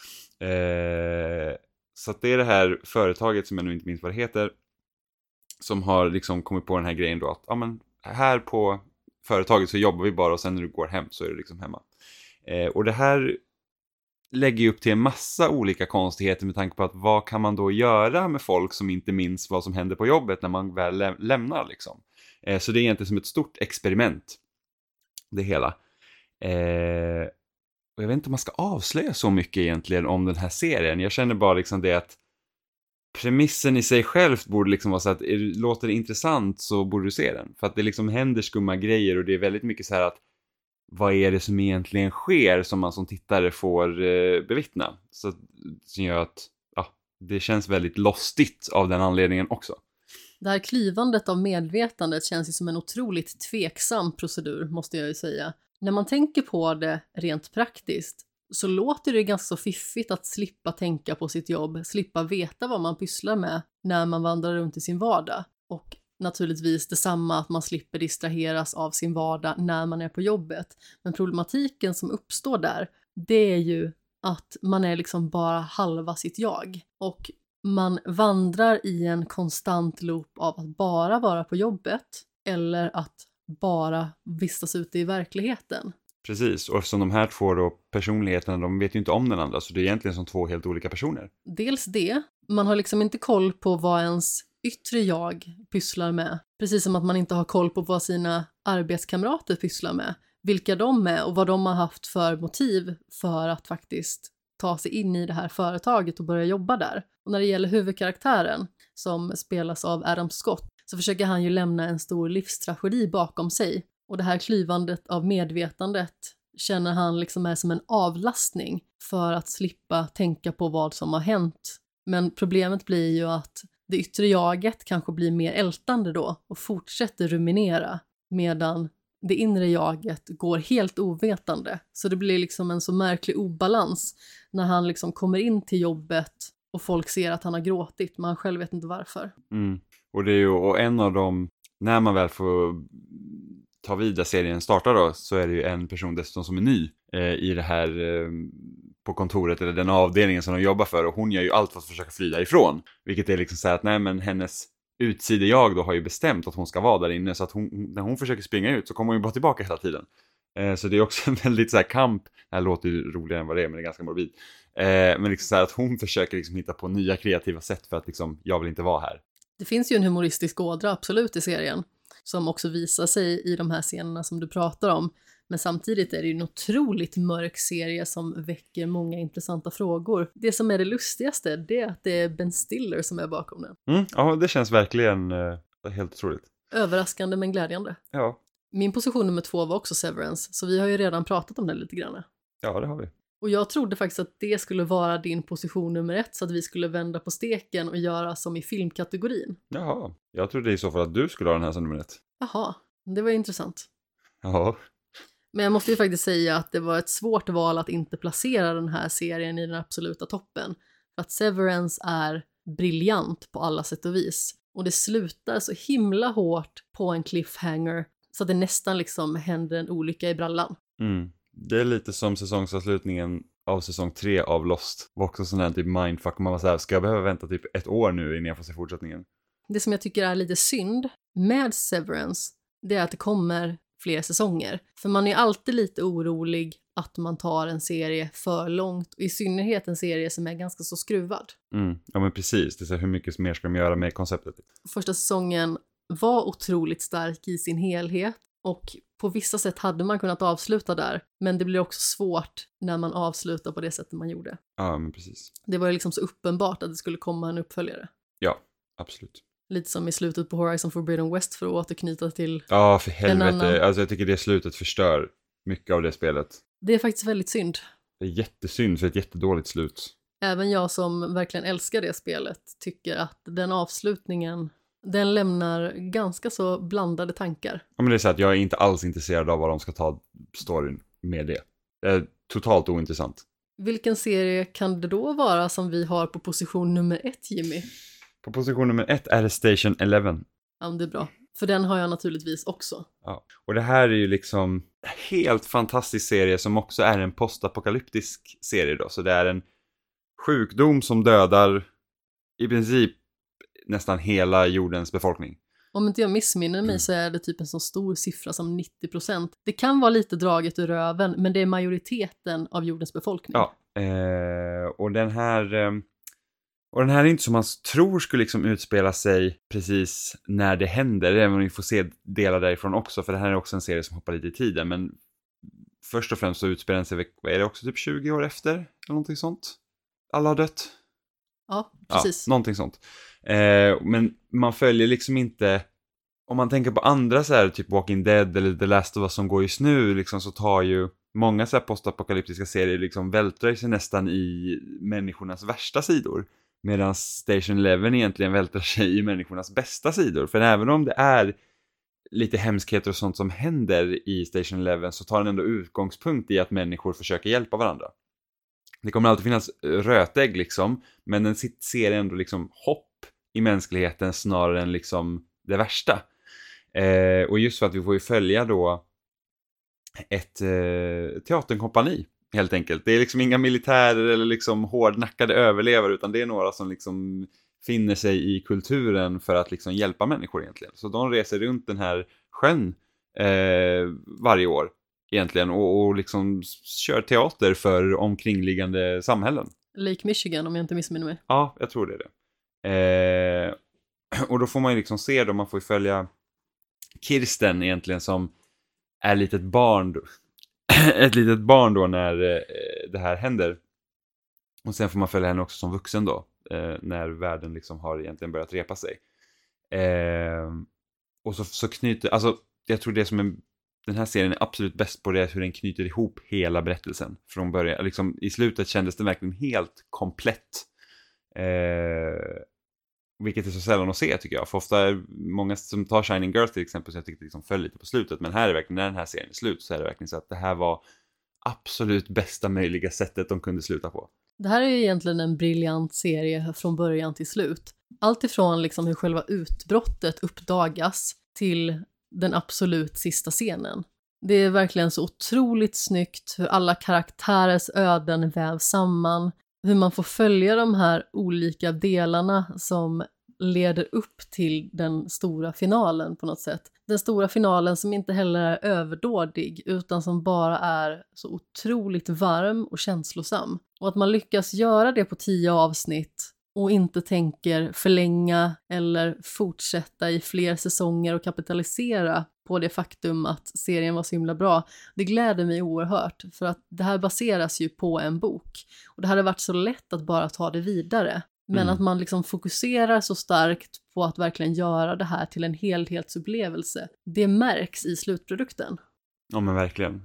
Så att det är det här företaget, som jag nu inte minns vad det heter, som har liksom kommit på den här grejen då, att ja, men här på företaget så jobbar vi bara, och sen när du går hem så är du liksom hemma. Och det här lägger ju upp till en massa olika konstigheter med tanke på att vad kan man då göra med folk som inte minns vad som händer på jobbet när man väl lämnar liksom. Så det är egentligen som ett stort experiment, det hela. Och jag vet inte om man ska avslöja så mycket egentligen om den här serien. Jag känner bara liksom det att premissen i sig själv borde liksom vara så att låter det intressant så borde du se den. För att det liksom händer skumma grejer och det är väldigt mycket så här att vad är det som egentligen sker som man som tittare får bevittna. Så som gör att det känns väldigt lostigt av den anledningen också. Det här klyvandet av medvetandet känns ju som en otroligt tveksam procedur, måste jag ju säga. När man tänker på det rent praktiskt så låter det ganska så fiffigt att slippa tänka på sitt jobb, slippa veta vad man pysslar med när man vandrar runt i sin vardag. Och naturligtvis detsamma att man slipper distraheras av sin vardag när man är på jobbet. Men problematiken som uppstår där, det är ju att man är liksom bara halva sitt jag. Och man vandrar i en konstant loop av att bara vara på jobbet eller att bara vistas ute i verkligheten. Precis, och eftersom de här två då personligheterna, de vet ju inte om den andra, så det är egentligen som två helt olika personer. Dels det, man har liksom inte koll på vad ens yttre jag pysslar med. Precis som att man inte har koll på vad sina arbetskamrater pysslar med. Vilka de är och vad de har haft för motiv för att faktiskt ta sig in i det här företaget och börja jobba där. Och när det gäller huvudkaraktären, som spelas av Adam Scott, så försöker han ju lämna en stor livstragedi bakom sig. Och det här klyvandet av medvetandet känner han liksom är som en avlastning för att slippa tänka på vad som har hänt. Men problemet blir ju att det yttre jaget kanske blir mer ältande då och fortsätter ruminera, medan det inre jaget går helt ovetande. Så det blir liksom en så märklig obalans när han liksom kommer in till jobbet och folk ser att han har gråtit, men han själv vet inte varför. Och det är ju, och en av dem, när man väl får ta vid där serien startar då, så är det ju en person dessutom som är ny i det här på kontoret eller den avdelningen som de jobbar för, och hon gör ju allt för att försöka fly därifrån, vilket är liksom så här att nej, men hennes utsidejag då har ju bestämt att hon ska vara där inne, så att när hon försöker springa ut så kommer hon ju bara tillbaka hela tiden. Så det är också en väldigt så här kamp. Det här låter ju roligare än vad det är, men det är ganska morbid. Men liksom så här att hon försöker liksom hitta på nya kreativa sätt för att liksom, jag vill inte vara här. Det finns ju en humoristisk ådra absolut i serien, som också visar sig i de här scenerna som du pratar om. Men samtidigt är det ju en otroligt mörk serie som väcker många intressanta frågor. Det som är det lustigaste, det är att det är Ben Stiller som är bakom den. Ja, det känns verkligen helt otroligt. Överraskande men glädjande. Ja. Min position nummer 2 var också Severance, så vi har ju redan pratat om det lite grann. Ja, det har vi. Och jag trodde faktiskt att det skulle vara din position nummer 1, så att vi skulle vända på steken och göra som i filmkategorin. Jaha, jag trodde i så fall att du skulle ha den här som nummer 1. Jaha, det var intressant. Ja. Men jag måste ju faktiskt säga att det var ett svårt val att inte placera den här serien i den absoluta toppen. För att Severance är briljant på alla sätt och vis. Och det slutar så himla hårt på en cliffhanger så att det nästan liksom händer en olycka i brallan. Det är lite som säsongsavslutningen av säsong 3 av Lost. Var också sån här typ mindfuck. Man var så här, ska jag behöva vänta typ 1 år nu innan jag får se fortsättningen? Det som jag tycker är lite synd med Severance, det är att det kommer fler säsonger. För man är alltid lite orolig att man tar en serie för långt. Och i synnerhet en serie som är ganska så skruvad. Ja, men precis. Det är så här, hur mycket mer ska de göra med konceptet? Första säsongen var otroligt stark i sin helhet. Och på vissa sätt hade man kunnat avsluta där. Men det blir också svårt när man avslutar på det sättet man gjorde. Ja, men precis. Det var liksom så uppenbart att det skulle komma en uppföljare. Ja, absolut. Lite som i slutet på Horizon Forbidden West, för att återknyta till... Ja, för helvete. Alltså jag tycker det slutet förstör mycket av det spelet. Det är faktiskt väldigt synd. Det är jättesynd för ett jättedåligt slut. Även jag som verkligen älskar det spelet tycker att den avslutningen, den lämnar ganska så blandade tankar. Ja, men det är så att jag är inte alls intresserad av vad de ska ta storyn med det. Det är totalt ointressant. Vilken serie kan det då vara som vi har på position nummer 1, Jimmy? På position nummer 1 är det Station 11. Ja, det är bra. För den har jag naturligtvis också. Ja. Och det här är ju liksom en helt fantastisk serie som också är en postapokalyptisk serie då. Så det är en sjukdom som dödar i princip nästan hela jordens befolkning. Om inte jag missminner mig så är det typ en så stor siffra som 90%. Det kan vara lite draget ur röven, men det är majoriteten av jordens befolkning. Ja, Och den här är inte som man tror skulle liksom utspela sig precis när det händer, även om vi får se delar därifrån också, för det här är också en serie som hoppar lite i tiden, men först och främst så utspelar den sig, är det också typ 20 år efter, eller någonting sånt? Alla har dött? Ja, precis. Ja, någonting sånt. Men man följer liksom inte, om man tänker på andra så här, typ Walking Dead eller The Last of Us som går just nu, liksom, så tar ju många så här postapokalyptiska serier liksom vältrar sig nästan i människornas värsta sidor. Medan Station Eleven egentligen vältrar sig i människornas bästa sidor. För även om det är lite hemskheter och sånt som händer i Station Eleven, så tar den ändå utgångspunkt i att människor försöker hjälpa varandra. Det kommer alltid finnas rötägg liksom, men den ser ändå liksom hopp i mänskligheten snarare än liksom det värsta. Och just för att vi får ju följa då ett teaterkompani helt enkelt. Det är liksom inga militärer eller liksom hårdnackade överlevare, utan det är några som liksom finner sig i kulturen för att liksom hjälpa människor egentligen. Så de reser runt den här sjön varje år egentligen och liksom kör teater för omkringliggande samhällen. Lake Michigan om jag inte missminner mig. Ja, jag tror det är det. Och då får man ju liksom se då, man får ju följa Kirsten egentligen som är ett litet barn då när det här händer. Och sen får man följa henne också som vuxen då, när världen liksom har egentligen börjat repa sig. Och så knyter, alltså jag tror det som den här serien är absolut bäst på, det är hur den knyter ihop hela berättelsen från början. Liksom, i slutet kändes det verkligen helt komplett. Vilket är så sällan att se tycker jag. För ofta är många som tar Shining Girls till exempel, så jag tyckte det liksom föll lite på slutet. Men här är verkligen, när den här serien är slut, så är det verkligen så att det här var absolut bästa möjliga sättet de kunde sluta på. Det här är ju egentligen en briljant serie från början till slut. Allt ifrån liksom hur själva utbrottet uppdagas till den absolut sista scenen. Det är verkligen så otroligt snyggt hur alla karaktärers öden vävs samman. Hur man får följa de här olika delarna som leder upp till den stora finalen på något sätt. Den stora finalen som inte heller är överdådig, utan som bara är så otroligt varm och känslosam. Och att man lyckas göra det på 10 avsnitt och inte tänker förlänga eller fortsätta i fler säsonger och kapitalisera på det faktum att serien var så himla bra. Det gläder mig oerhört, för att det här baseras ju på en bok. Och det hade varit så lätt att bara ta det vidare. Men att man liksom fokuserar så starkt på att verkligen göra det här till en helhetsupplevelse. Det märks i slutprodukten. Ja men verkligen.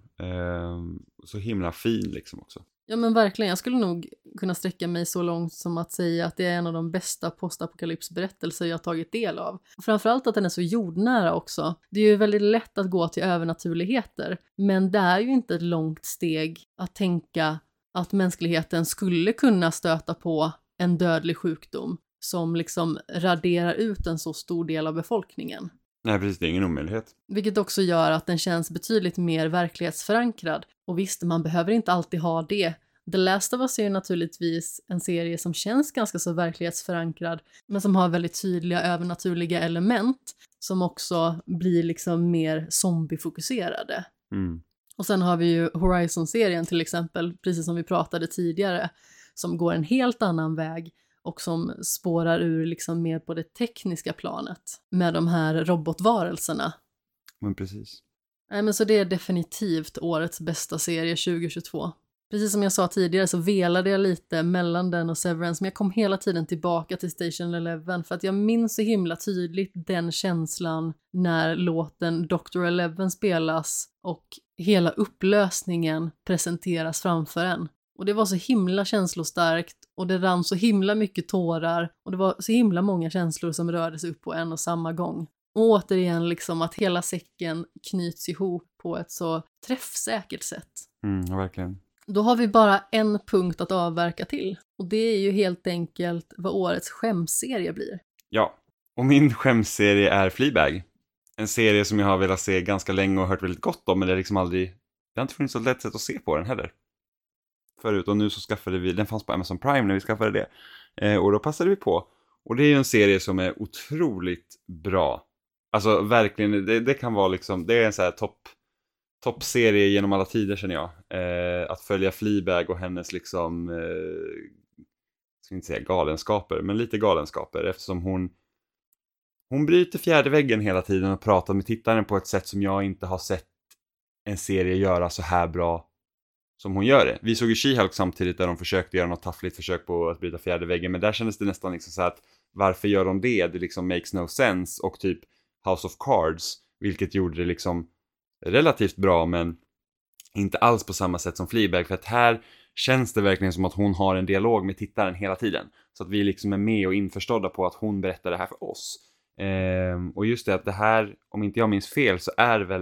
Så himla fin liksom också. Ja men verkligen, jag skulle nog kunna sträcka mig så långt som att säga att det är en av de bästa postapokalypsberättelser jag tagit del av. Och framförallt att den är så jordnära också. Det är ju väldigt lätt att gå till övernaturligheter, men det är ju inte ett långt steg att tänka att mänskligheten skulle kunna stöta på en dödlig sjukdom som liksom raderar ut en så stor del av befolkningen. Nej precis, det är ingen omöjlighet. Vilket också gör att den känns betydligt mer verklighetsförankrad. Och visst, man behöver inte alltid ha det. The Last of Us är ju naturligtvis en serie som känns ganska så verklighetsförankrad, men som har väldigt tydliga övernaturliga element som också blir liksom mer zombiefokuserade. Och sen har vi ju Horizon-serien till exempel, precis som vi pratade tidigare, som går en helt annan väg och som spårar ur liksom mer på det tekniska planet med de här robotvarelserna. Men precis. Nej, men så det är definitivt årets bästa serie 2022. Precis som jag sa tidigare så velade jag lite mellan den och Severance, men jag kom hela tiden tillbaka till Station Eleven för att jag minns så himla tydligt den känslan när låten Dr. Eleven spelas och hela upplösningen presenteras framför en. Och det var så himla känslostarkt och det rann så himla mycket tårar och det var så himla många känslor som rörde sig upp på en och samma gång. Och återigen liksom att hela säcken knyts ihop på ett så träffsäkert sätt. Ja, verkligen. Då har vi bara en punkt att avverka till. Och det är ju helt enkelt vad årets skämsserie blir. Ja, och min skämsserie är Fleabag. En serie som jag har velat se ganska länge och hört väldigt gott om, men det är liksom aldrig, det har inte funnits så lätt sätt att se på den heller. Förut, och nu så skaffade vi, den fanns på Amazon Prime när vi skaffade det. Och då passade vi på. Och det är ju en serie som är otroligt bra. Alltså verkligen, det kan vara liksom, det är en så här toppserie genom alla tider känner jag. Att följa Fleabag och hennes liksom, ska inte säga galenskaper, men lite galenskaper eftersom hon bryter fjärde väggen hela tiden och pratar med tittaren på ett sätt som jag inte har sett en serie göra så här bra som hon gör det. Vi såg ju She-Hulk samtidigt där de försökte göra något taffligt försök på att bryta fjärde väggen, men där kändes det nästan liksom så att varför gör de det? Det liksom makes no sense. Och typ House of Cards, vilket gjorde det liksom relativt bra men inte alls på samma sätt som Fleabag, för att här känns det verkligen som att hon har en dialog med tittaren hela tiden, så att vi liksom är med och införstådda på att hon berättar det här för oss. Och just det att det här, om inte jag minns fel, så är väl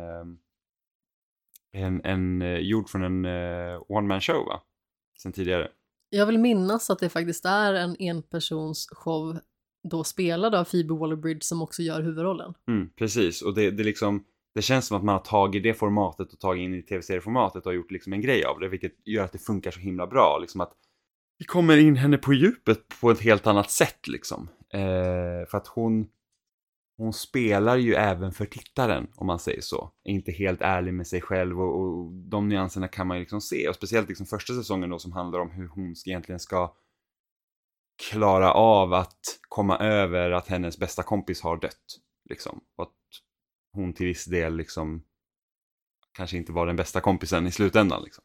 en gjord från en one-man show va? Sen tidigare. Jag vill minnas att det faktiskt är en enpersons show då spelad av Phoebe Waller-Bridge som också gör huvudrollen. Precis, och det liksom, det känns som att man har tagit det formatet och tagit in i tv-serieformatet och gjort liksom en grej av det, vilket gör att det funkar så himla bra. Liksom att vi kommer in henne på djupet på ett helt annat sätt liksom. För att hon spelar ju även för tittaren, om man säger så. Är inte helt ärlig med sig själv och de nyanserna kan man ju liksom se. Och speciellt liksom första säsongen då som handlar om hur hon egentligen ska klara av att komma över att hennes bästa kompis har dött. Liksom. Och att hon till viss del liksom kanske inte var den bästa kompisen i slutändan. Liksom.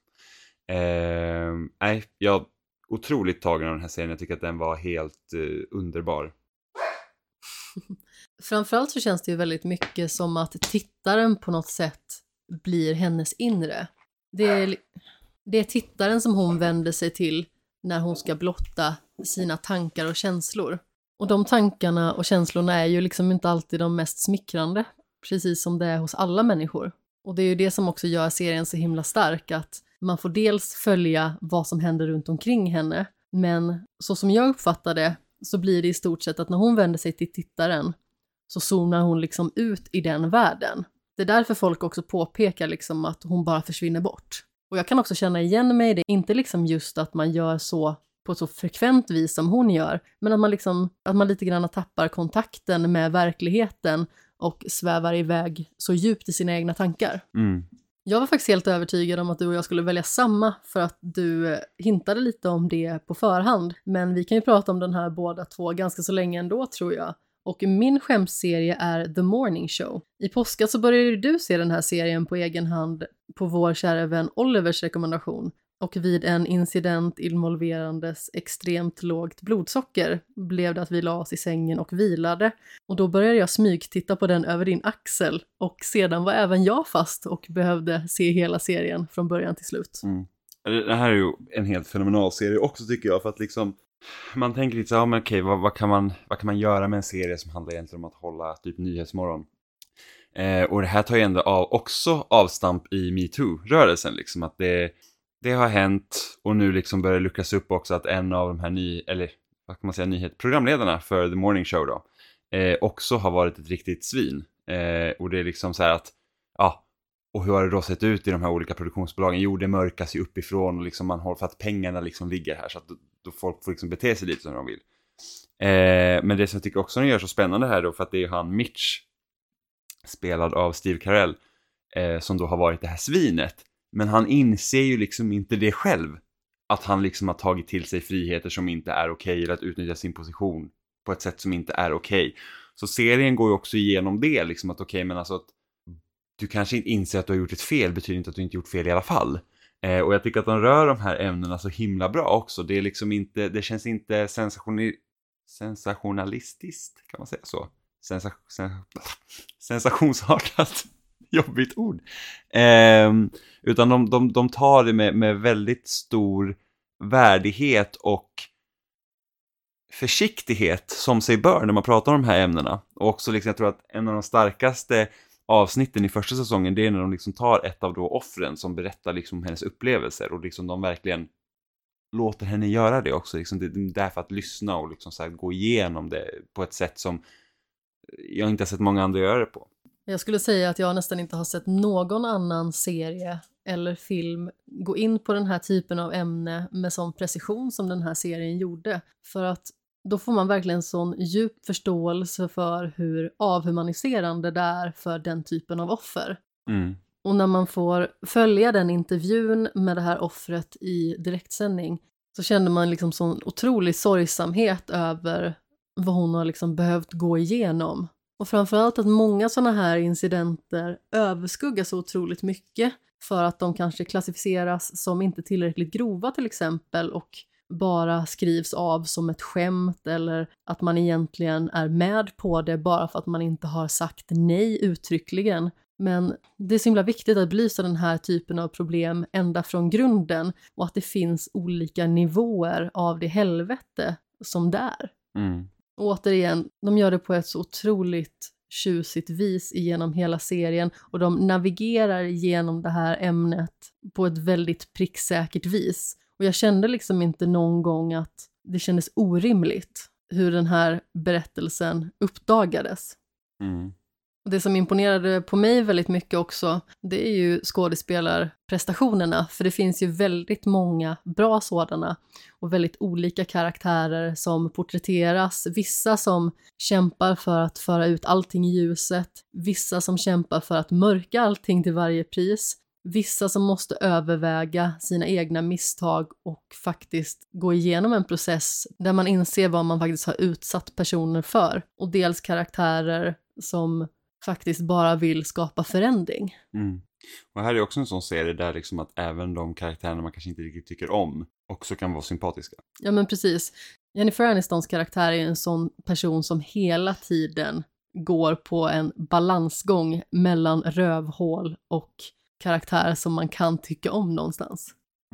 Jag är otroligt tagen av den här serien. Jag tycker att den var helt underbar. Framförallt så känns det ju väldigt mycket som att tittaren på något sätt blir hennes inre. Det är tittaren som hon vänder sig till när hon ska blotta sina tankar och känslor. Och de tankarna och känslorna är ju liksom inte alltid de mest smickrande, precis som det är hos alla människor. Och det är ju det som också gör serien så himla stark, att man får dels följa vad som händer runt omkring henne, men så som jag uppfattar det så blir det i stort sett att när hon vänder sig till tittaren så zoomar hon liksom ut i den världen. Det är därför folk också påpekar liksom att hon bara försvinner bort. Och jag kan också känna igen mig i det, inte liksom just att man gör så på ett så frekvent vis som hon gör, men att man lite grann tappar kontakten med verkligheten och svävar iväg så djupt i sina egna tankar. Jag var faktiskt helt övertygad om att du och jag skulle välja samma, för att du hintade lite om det på förhand. Men vi kan ju prata om den här båda två ganska så länge ändå, tror jag. Och min skämtserie är The Morning Show. I påskas så började du se den här serien på egen hand på vår kära vän Olivers rekommendation. Och vid en incident involverandes extremt lågt blodsocker blev det att vi la oss i sängen och vilade. Och då började jag smygtitta på den över din axel. Och sedan var även jag fast och behövde se hela serien från början till slut. Det här är ju en helt fenomenal serie också tycker jag. För att liksom, man tänker lite så här, men okej, vad kan man göra med en serie som handlar egentligen om att hålla typ Nyhetsmorgon? Och det här tar ju ändå också avstamp i MeToo-rörelsen. Liksom, att det har hänt och nu liksom börjar luckras upp också att en av de här nyhetsprogramledarna för The Morning Show då också har varit ett riktigt svin. Och det är liksom så här att och hur har det då sett ut i de här olika produktionsbolagen? Jo, det mörkas ju uppifrån och liksom man håller för att pengarna liksom ligger här så att då folk får liksom bete sig lite som de vill. Men det som jag tycker också de gör så spännande här då, för att det är han Mitch, spelad av Steve Carell, som då har varit det här svinet. Men han inser ju liksom inte det själv. Att han liksom har tagit till sig friheter som inte är okej, eller att utnyttja sin position på ett sätt som inte är okej. Så serien går ju också igenom det liksom, att men alltså att du kanske inte inser att du har gjort ett fel betyder inte att du inte gjort fel i alla fall. Och jag tycker att de rör de här ämnena så himla bra också. Det är liksom inte, det känns inte sensationalistiskt, kan man säga så? Sensationsartat. Jobbigt ord. Utan de tar det med väldigt stor värdighet och försiktighet som sig bör när man pratar om de här ämnena. Och också liksom, jag tror att en av de starkaste avsnitten i första säsongen, det är när de liksom tar ett av då offren som berättar liksom hennes upplevelser och liksom de verkligen låter henne göra det också. Liksom det är därför att lyssna och liksom så här gå igenom det på ett sätt som jag inte har sett många andra göra det på. Jag skulle säga att jag nästan inte har sett någon annan serie eller film gå in på den här typen av ämne med sån precision som den här serien gjorde. För att då får man verkligen sån djup förståelse för hur avhumaniserande det är för den typen av offer. Och när man får följa den intervjun med det här offret i direktsändning så kände man liksom sån otrolig sorgsamhet över vad hon har liksom behövt gå igenom. Och framförallt att många sådana här incidenter överskuggas så otroligt mycket för att de kanske klassificeras som inte tillräckligt grova till exempel och bara skrivs av som ett skämt eller att man egentligen är med på det bara för att man inte har sagt nej uttryckligen. Men det är så himla viktigt att belysa den här typen av problem ända från grunden och att det finns olika nivåer av det helvete som det är. Och återigen, de gör det på ett så otroligt tjusigt vis genom hela serien och de navigerar genom det här ämnet på ett väldigt pricksäkert vis. Och jag kände liksom inte någon gång att det kändes orimligt hur den här berättelsen uppdagades. Och det som imponerade på mig väldigt mycket också, det är ju skådespelarprestationerna. För det finns ju väldigt många bra sådana och väldigt olika karaktärer som porträtteras. Vissa som kämpar för att föra ut allting i ljuset. Vissa som kämpar för att mörka allting till varje pris. Vissa som måste överväga sina egna misstag och faktiskt gå igenom en process där man inser vad man faktiskt har utsatt personer för. Och dels karaktärer som faktiskt bara vill skapa förändring. Och här är också en sån serie där liksom att även de karaktärerna man kanske inte riktigt tycker om också kan vara sympatiska. Ja men precis. Jennifer Anistons karaktär är en sån person som hela tiden går på en balansgång mellan rövhål och karaktär som man kan tycka om någonstans.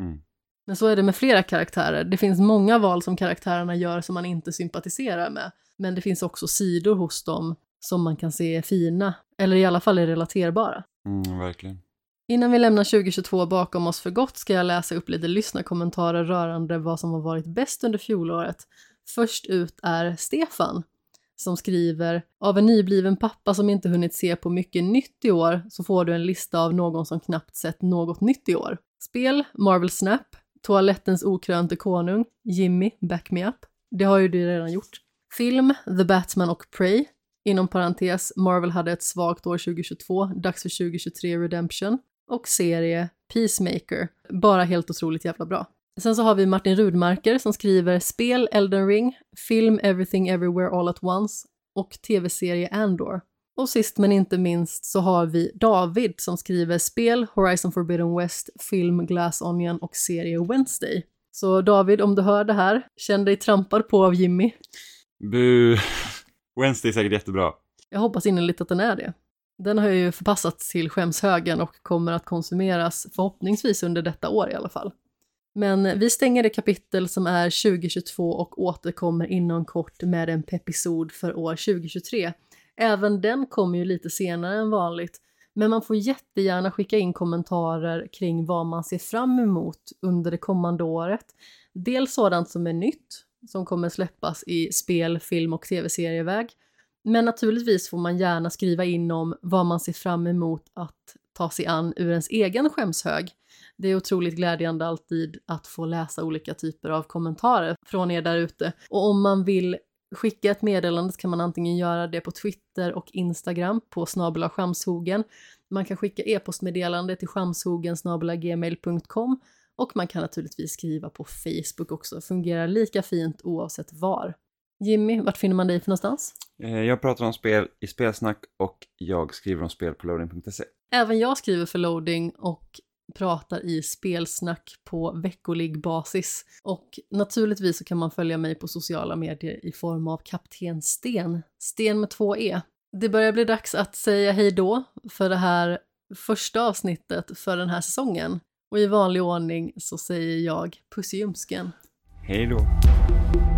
Men så är det med flera karaktärer. Det finns många val som karaktärerna gör som man inte sympatiserar med. Men det finns också sidor hos dem som man kan se är fina. Eller i alla fall är relaterbara. Verkligen. Innan vi lämnar 2022 bakom oss för gott ska jag läsa upp lite lyssnarkommentarer rörande vad som har varit bäst under fjolåret. Först ut är Stefan som skriver: av en nybliven pappa som inte hunnit se på mycket nytt i år så får du en lista av någon som knappt sett något nytt i år. Spel, Marvel Snap, Toalettens okrönte konung, Jimmy, Back Me Up. Det har ju du redan gjort. Film, The Batman och Prey. Inom parentes, Marvel hade ett svagt år 2022, dags för 2023 Redemption. Och serie, Peacemaker. Bara helt otroligt jävla bra. Sen så har vi Martin Rudmarker som skriver spel Elden Ring, film Everything Everywhere All At Once och tv-serie Andor. Och sist men inte minst så har vi David som skriver spel Horizon Forbidden West, film Glass Onion och serie Wednesday. Så David, om du hör det här, känn dig trampad på av Jimmy. Bu. Wednesday är säkert jättebra. Jag hoppas innerligt att den är det. Den har ju förpassats till skämshögen och kommer att konsumeras förhoppningsvis under detta år i alla fall. Men vi stänger det kapitel som är 2022 och återkommer inom kort med en episod för år 2023. Även den kommer ju lite senare än vanligt, men man får jättegärna skicka in kommentarer kring vad man ser fram emot under det kommande året. Dels sådant som är nytt, som kommer släppas i spel, film och tv-serieväg. Men naturligtvis får man gärna skriva in om vad man ser fram emot att ta sig an ur ens egen skämshög. Det är otroligt glädjande alltid att få läsa olika typer av kommentarer från er där ute. Och om man vill skicka ett meddelande så kan man antingen göra det på Twitter och Instagram på @skamshogen. Man kan skicka e-postmeddelande till skamshogen@gmail.com och man kan naturligtvis skriva på Facebook också. Fungerar lika fint oavsett var. Jimmy, vart finner man dig för någonstans? Jag pratar om spel i Spelsnack och jag skriver om spel på loading.se. Även jag skriver för Loading och pratar i Spelsnack på veckolig basis. Och naturligtvis så kan man följa mig på sociala medier i form av Kapten Sten. Sten med 2 E. Det börjar bli dags att säga hej då för det här första avsnittet för den här säsongen. Och i vanlig ordning så säger jag puss i ljumsken. Hej då.